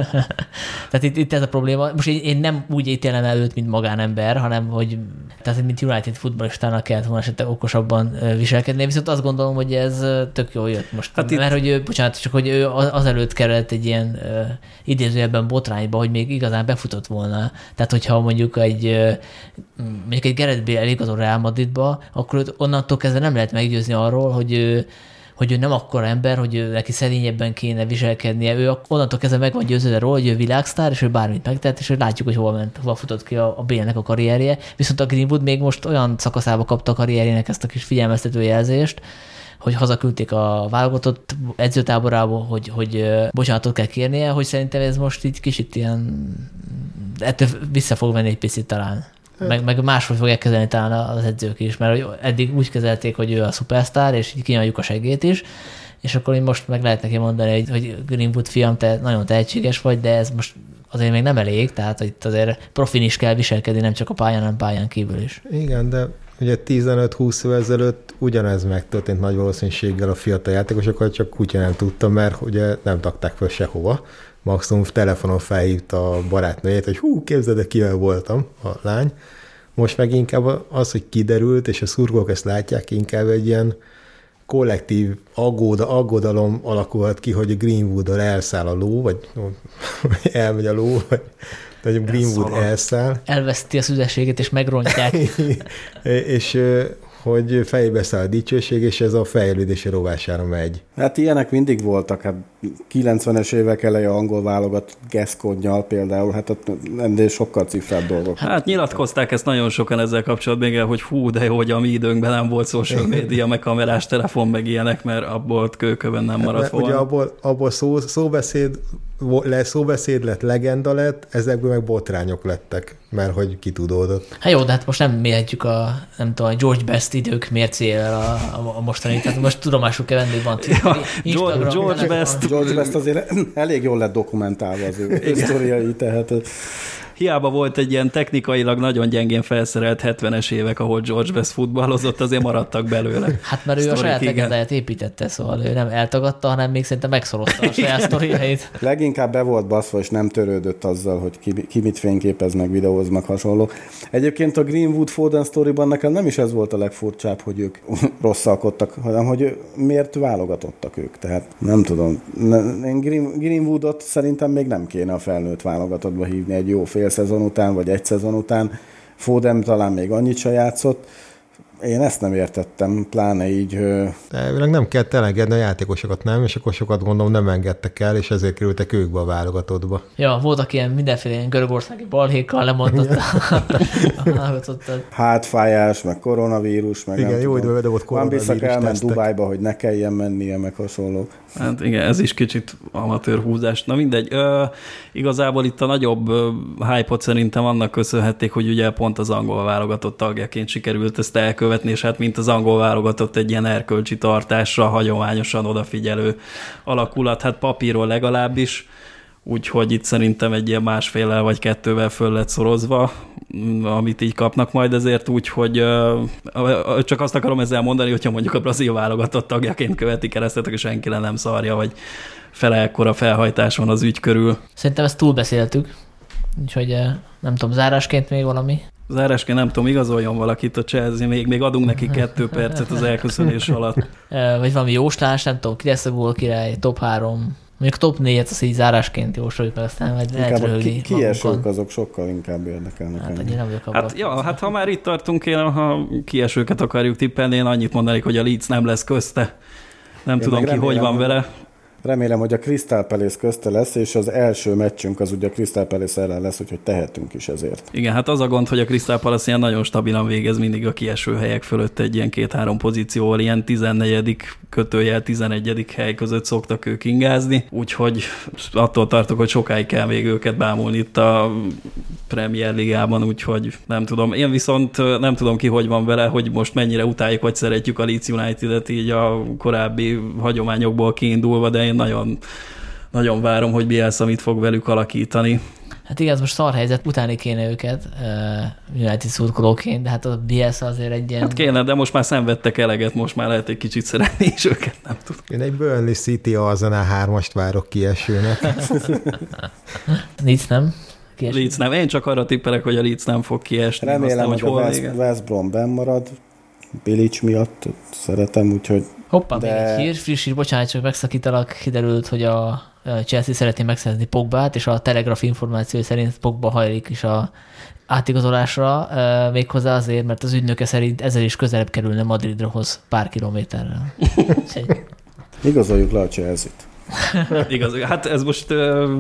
Tehát itt ez a probléma. Most én nem úgy ítélem előtt, mint magánember, hanem hogy tehát mint United futballistának kellett volna esetleg okosabban viselkedni, viszont azt gondolom, hogy ez tök jól jött most. Hát mert hogy ő azelőtt került egy ilyen idézőjelben botrányba, hogy még igazán befutott volna. Tehát, hogyha mondjuk egy Gareth Bale eligazol Real Madridba, akkor őt onnantól kezdve nem lehet meggyőzni arról, hogy ő nem akkora ember, hogy neki szerényebben kéne viselkednie. Ő onnantól kezdve meg van győződve róla, hogy ő világsztár, és ő bármit megtett, és látjuk, hogy hova futott ki a Bale-nek a karrierje. Viszont a Greenwood még most olyan szakaszába kapta a karrierjének ezt a kis figyelmeztető jelzést, hogy hazaküldték a válogatott edzőtáborából, hogy bocsánatot kell kérnie, hogy szerintem ez most így kicsit ilyen, ettől vissza fog venni egy picit talán. Meg máshogy fogják kezelni talán az edzők is, mert eddig úgy kezelték, hogy ő a szupersztár, és így kinyaljuk a segét is, és akkor most meg lehet neki mondani, hogy Greenwood fiam, te nagyon tehetséges vagy, de ez most azért még nem elég, tehát hogy itt azért profin is kell viselkedni, nem csak a pályán, hanem pályán kívül is. Igen, de ugye 15-20 év ezelőtt ugyanez megtörtént nagy valószínűséggel a fiatal játékosokkal, csak kutya nem tudta, mert ugye nem takták fel sehova. Maximum telefonon felhívta a barátnőjét, hogy képzeld, de kivel voltam, a lány. Most meg inkább az, hogy kiderült, és a szurkolók ezt látják, inkább egy ilyen kollektív aggodalom alakulhat ki, hogy a Greenwood-dal elszáll a ló, vagy elmegy a ló, vagy a Greenwood elszáll. Elveszti a szüzességet, és megrontják. És hogy fejébe száll a dicsőség, és ez a fejlődési rovására megy. Hát ilyenek mindig voltak, hát 90-es évek eleje angol válogatott Gascogne-nyal például, hát ott ennél sokkal cifrább dolgok. Hát nyilatkozták ezt nagyon sokan ezzel kapcsolatban, még, hogy hú, de jó, hogy a mi időnkben nem volt social media, meg kamerás telefon, meg ilyenek, mert abból kőkövön nem maradt volna. Ugye abból szóbeszéd lett, legenda lett, ezekből meg botrányok lettek, mert hogy kitudódott. Hát jó, de hát most nem mérhetjük a George Best idők mércéjével a mostani, tehát most tudomásul kell venni, van George Best azért elég jól lett dokumentálva az ő sztoriai, tehát... Hiába volt egy ilyen technikailag nagyon gyengén felszerelt 70-es évek, ahol George Best futballozott, azért maradtak belőle. Hát mert ő a saját legendáját építette, szóval ő nem eltagadta, hanem még szerintem megszorozta a saját sztoriait. Leginkább be volt baszva, és nem törődött azzal, hogy ki mit fényképez, meg videóz, meg hasonló. Egyébként a Greenwood Foden sztoriban nekem nem is ez volt a legfurcsább, hogy ők rosszalkodtak, hanem hogy miért válogatottak ők. Tehát nem tudom. Én Greenwoodot szerintem még nem kéne a felnőtt válogatottba hívni egy jó fél szezon után, vagy egy szezon után. Foden talán még annyit se játszott. Én ezt nem értettem, pláne így... De elvileg nem kell elengedni a játékosokat, nem? És akkor sokat gondolom nem engedtek el, és ezért kerültek ők be a válogatottba. Ja, voltak ilyen mindenféle ilyen görögországi balhékkal lemondott a válogatottat. Hátfájás, meg koronavírus, meg igen, nem jó tudom. idő, volt koronavírus Van elment tesztek. Dubájba, hogy ne kelljen mennie, meg hasonló. Hát igen, ez is kicsit amatőr húzás. Na mindegy, igazából itt a nagyobb hype-ot szerintem annak köszönhették, hogy ugye pont az angol válogatott tagjaként sikerült ezt elkövetni, és hát mint az angol válogatott egy ilyen erkölcsi tartásra hagyományosan odafigyelő alakulat, hát papíron legalábbis, úgyhogy itt szerintem egy ilyen 1,5-el vagy 2-vel föl lett szorozva, amit így kapnak majd ezért, úgyhogy csak azt akarom ezzel mondani, hogyha mondjuk a brazil válogatott tagjaként követik el ezt, és senki le nem szarja, vagy fele ekkora felhajtás van az ügy körül. Szerintem ezt túlbeszéltük, úgyhogy nem tudom, zárásként még valami? Zárásként nem tudom, igazoljon valakit a Chelsea, még adunk neki 2 percet az elköszönés alatt. Vagy valami jóslás, nem tudom, ki lesz a gólkirály, top 3, mondjuk top 4-et az így zárásként jósoljuk, mert aztán majd lehet röhögni. Kiesők azok sokkal inkább érdekelnek. Hát ha már itt tartunk, ha kiesőket akarjuk tippelni, én annyit mondanék, hogy a Leeds nem lesz közte. Nem tudom ki, hogy van vele. Remélem, hogy a Crystal Palace közte lesz, és az első meccsünk az ugye a Crystal Palace ellen lesz, úgyhogy tehetünk is ezért. Igen, hát az a gond, hogy a Crystal Palace ilyen nagyon stabilan végez mindig a kieső helyek fölött egy ilyen 2-3 pozícióval, ilyen 14. kötőjel 11. hely között szoktak ők ingázni, úgyhogy attól tartok, hogy sokáig kell még őket bámulni itt a Premier Ligában, úgyhogy nem tudom. Én viszont nem tudom ki, hogy van vele, hogy most mennyire utáljuk, vagy szeretjük a Leeds United-et így a korábbi hagyományokból kiindulva, de én nagyon, nagyon várom, hogy Bielsa mit fog velük alakítani. Hát igaz, most szar helyzet, utáni kéne őket United szurkolóként, de hát a Bielsa azért egy ilyen... Hát kéne, de most már szenvedtek eleget, most már lehet egy kicsit szeretni is őket, nem tudom. Én egy Burnley City Arsenal 3-ast várok kiesőnek. Leeds nem? Leeds nem. Én csak arra tippelek, hogy a Leeds nem fog kiesni. Remélem, hogy a West Brom benn marad. Bilic miatt szeretem, úgyhogy... Hoppá, még egy hír, friss hír, bocsánat, csak megszakítalak, kiderült, hogy a Chelsea szeretné megszerezni Pogbát, és a Telegraph információ szerint Pogba hajlik is a átigazolásra, méghozzá azért, mert az ügynöke szerint ezzel is közelebb kerülne Madridhoz pár kilométerrel. Igazoljuk le a Chelsea-t. Igaz, hát ez most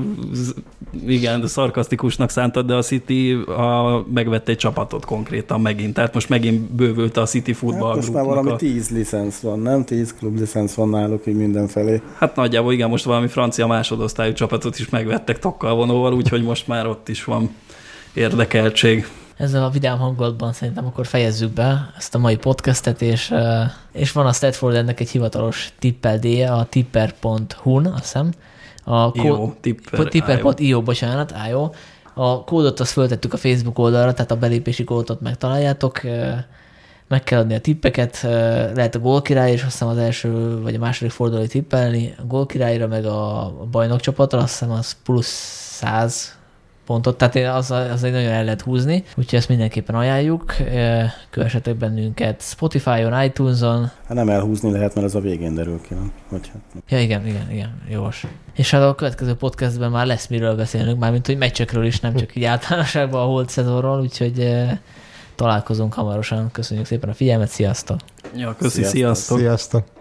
igen, szarkasztikusnak szántad, de a City megvette egy csapatot konkrétan megint, tehát most megint bővült a City futball. Hát most már valami 10 licensz van, nem? 10 klub licensz van náluk így mindenfelé. Hát nagyjából igen, most valami francia másodosztályú csapatot is megvettek tokkal vonóval, úgyhogy most már ott is van érdekeltség. Ezzel a vidám hangulatban szerintem akkor fejezzük be ezt a mai podcastet, és van a Stratford ennek egy hivatalos tippeldéje, a tipper.hu-n, azt hiszem. Tipper.io, bocsánat, IO. A kódot azt föltettük a Facebook oldalra, tehát a belépési kódot megtaláljátok. Meg kell adni a tippeket, lehet a gólkirály, és azt hiszem az első vagy a második fordulói tippelni. A gólkirályra, meg a bajnokcsapatra, azt hiszem az plusz 100 pontot, tehát az egy nagyon el lehet húzni, úgyhogy ezt mindenképpen ajánljuk. Kövessetek bennünket Spotify-on, iTunes-on. Hát nem elhúzni lehet, mert ez a végén derül ki, nem? Vagy hát. Ja, igen, jogos. És hát a következő podcastben már lesz miről beszélnünk, mármint hogy meccsekről is, nem csak így általánosságban a holt szezonról, úgyhogy találkozunk hamarosan. Köszönjük szépen a figyelmet, sziasztok! Ja, köszi, sziasztok! Sziasztok!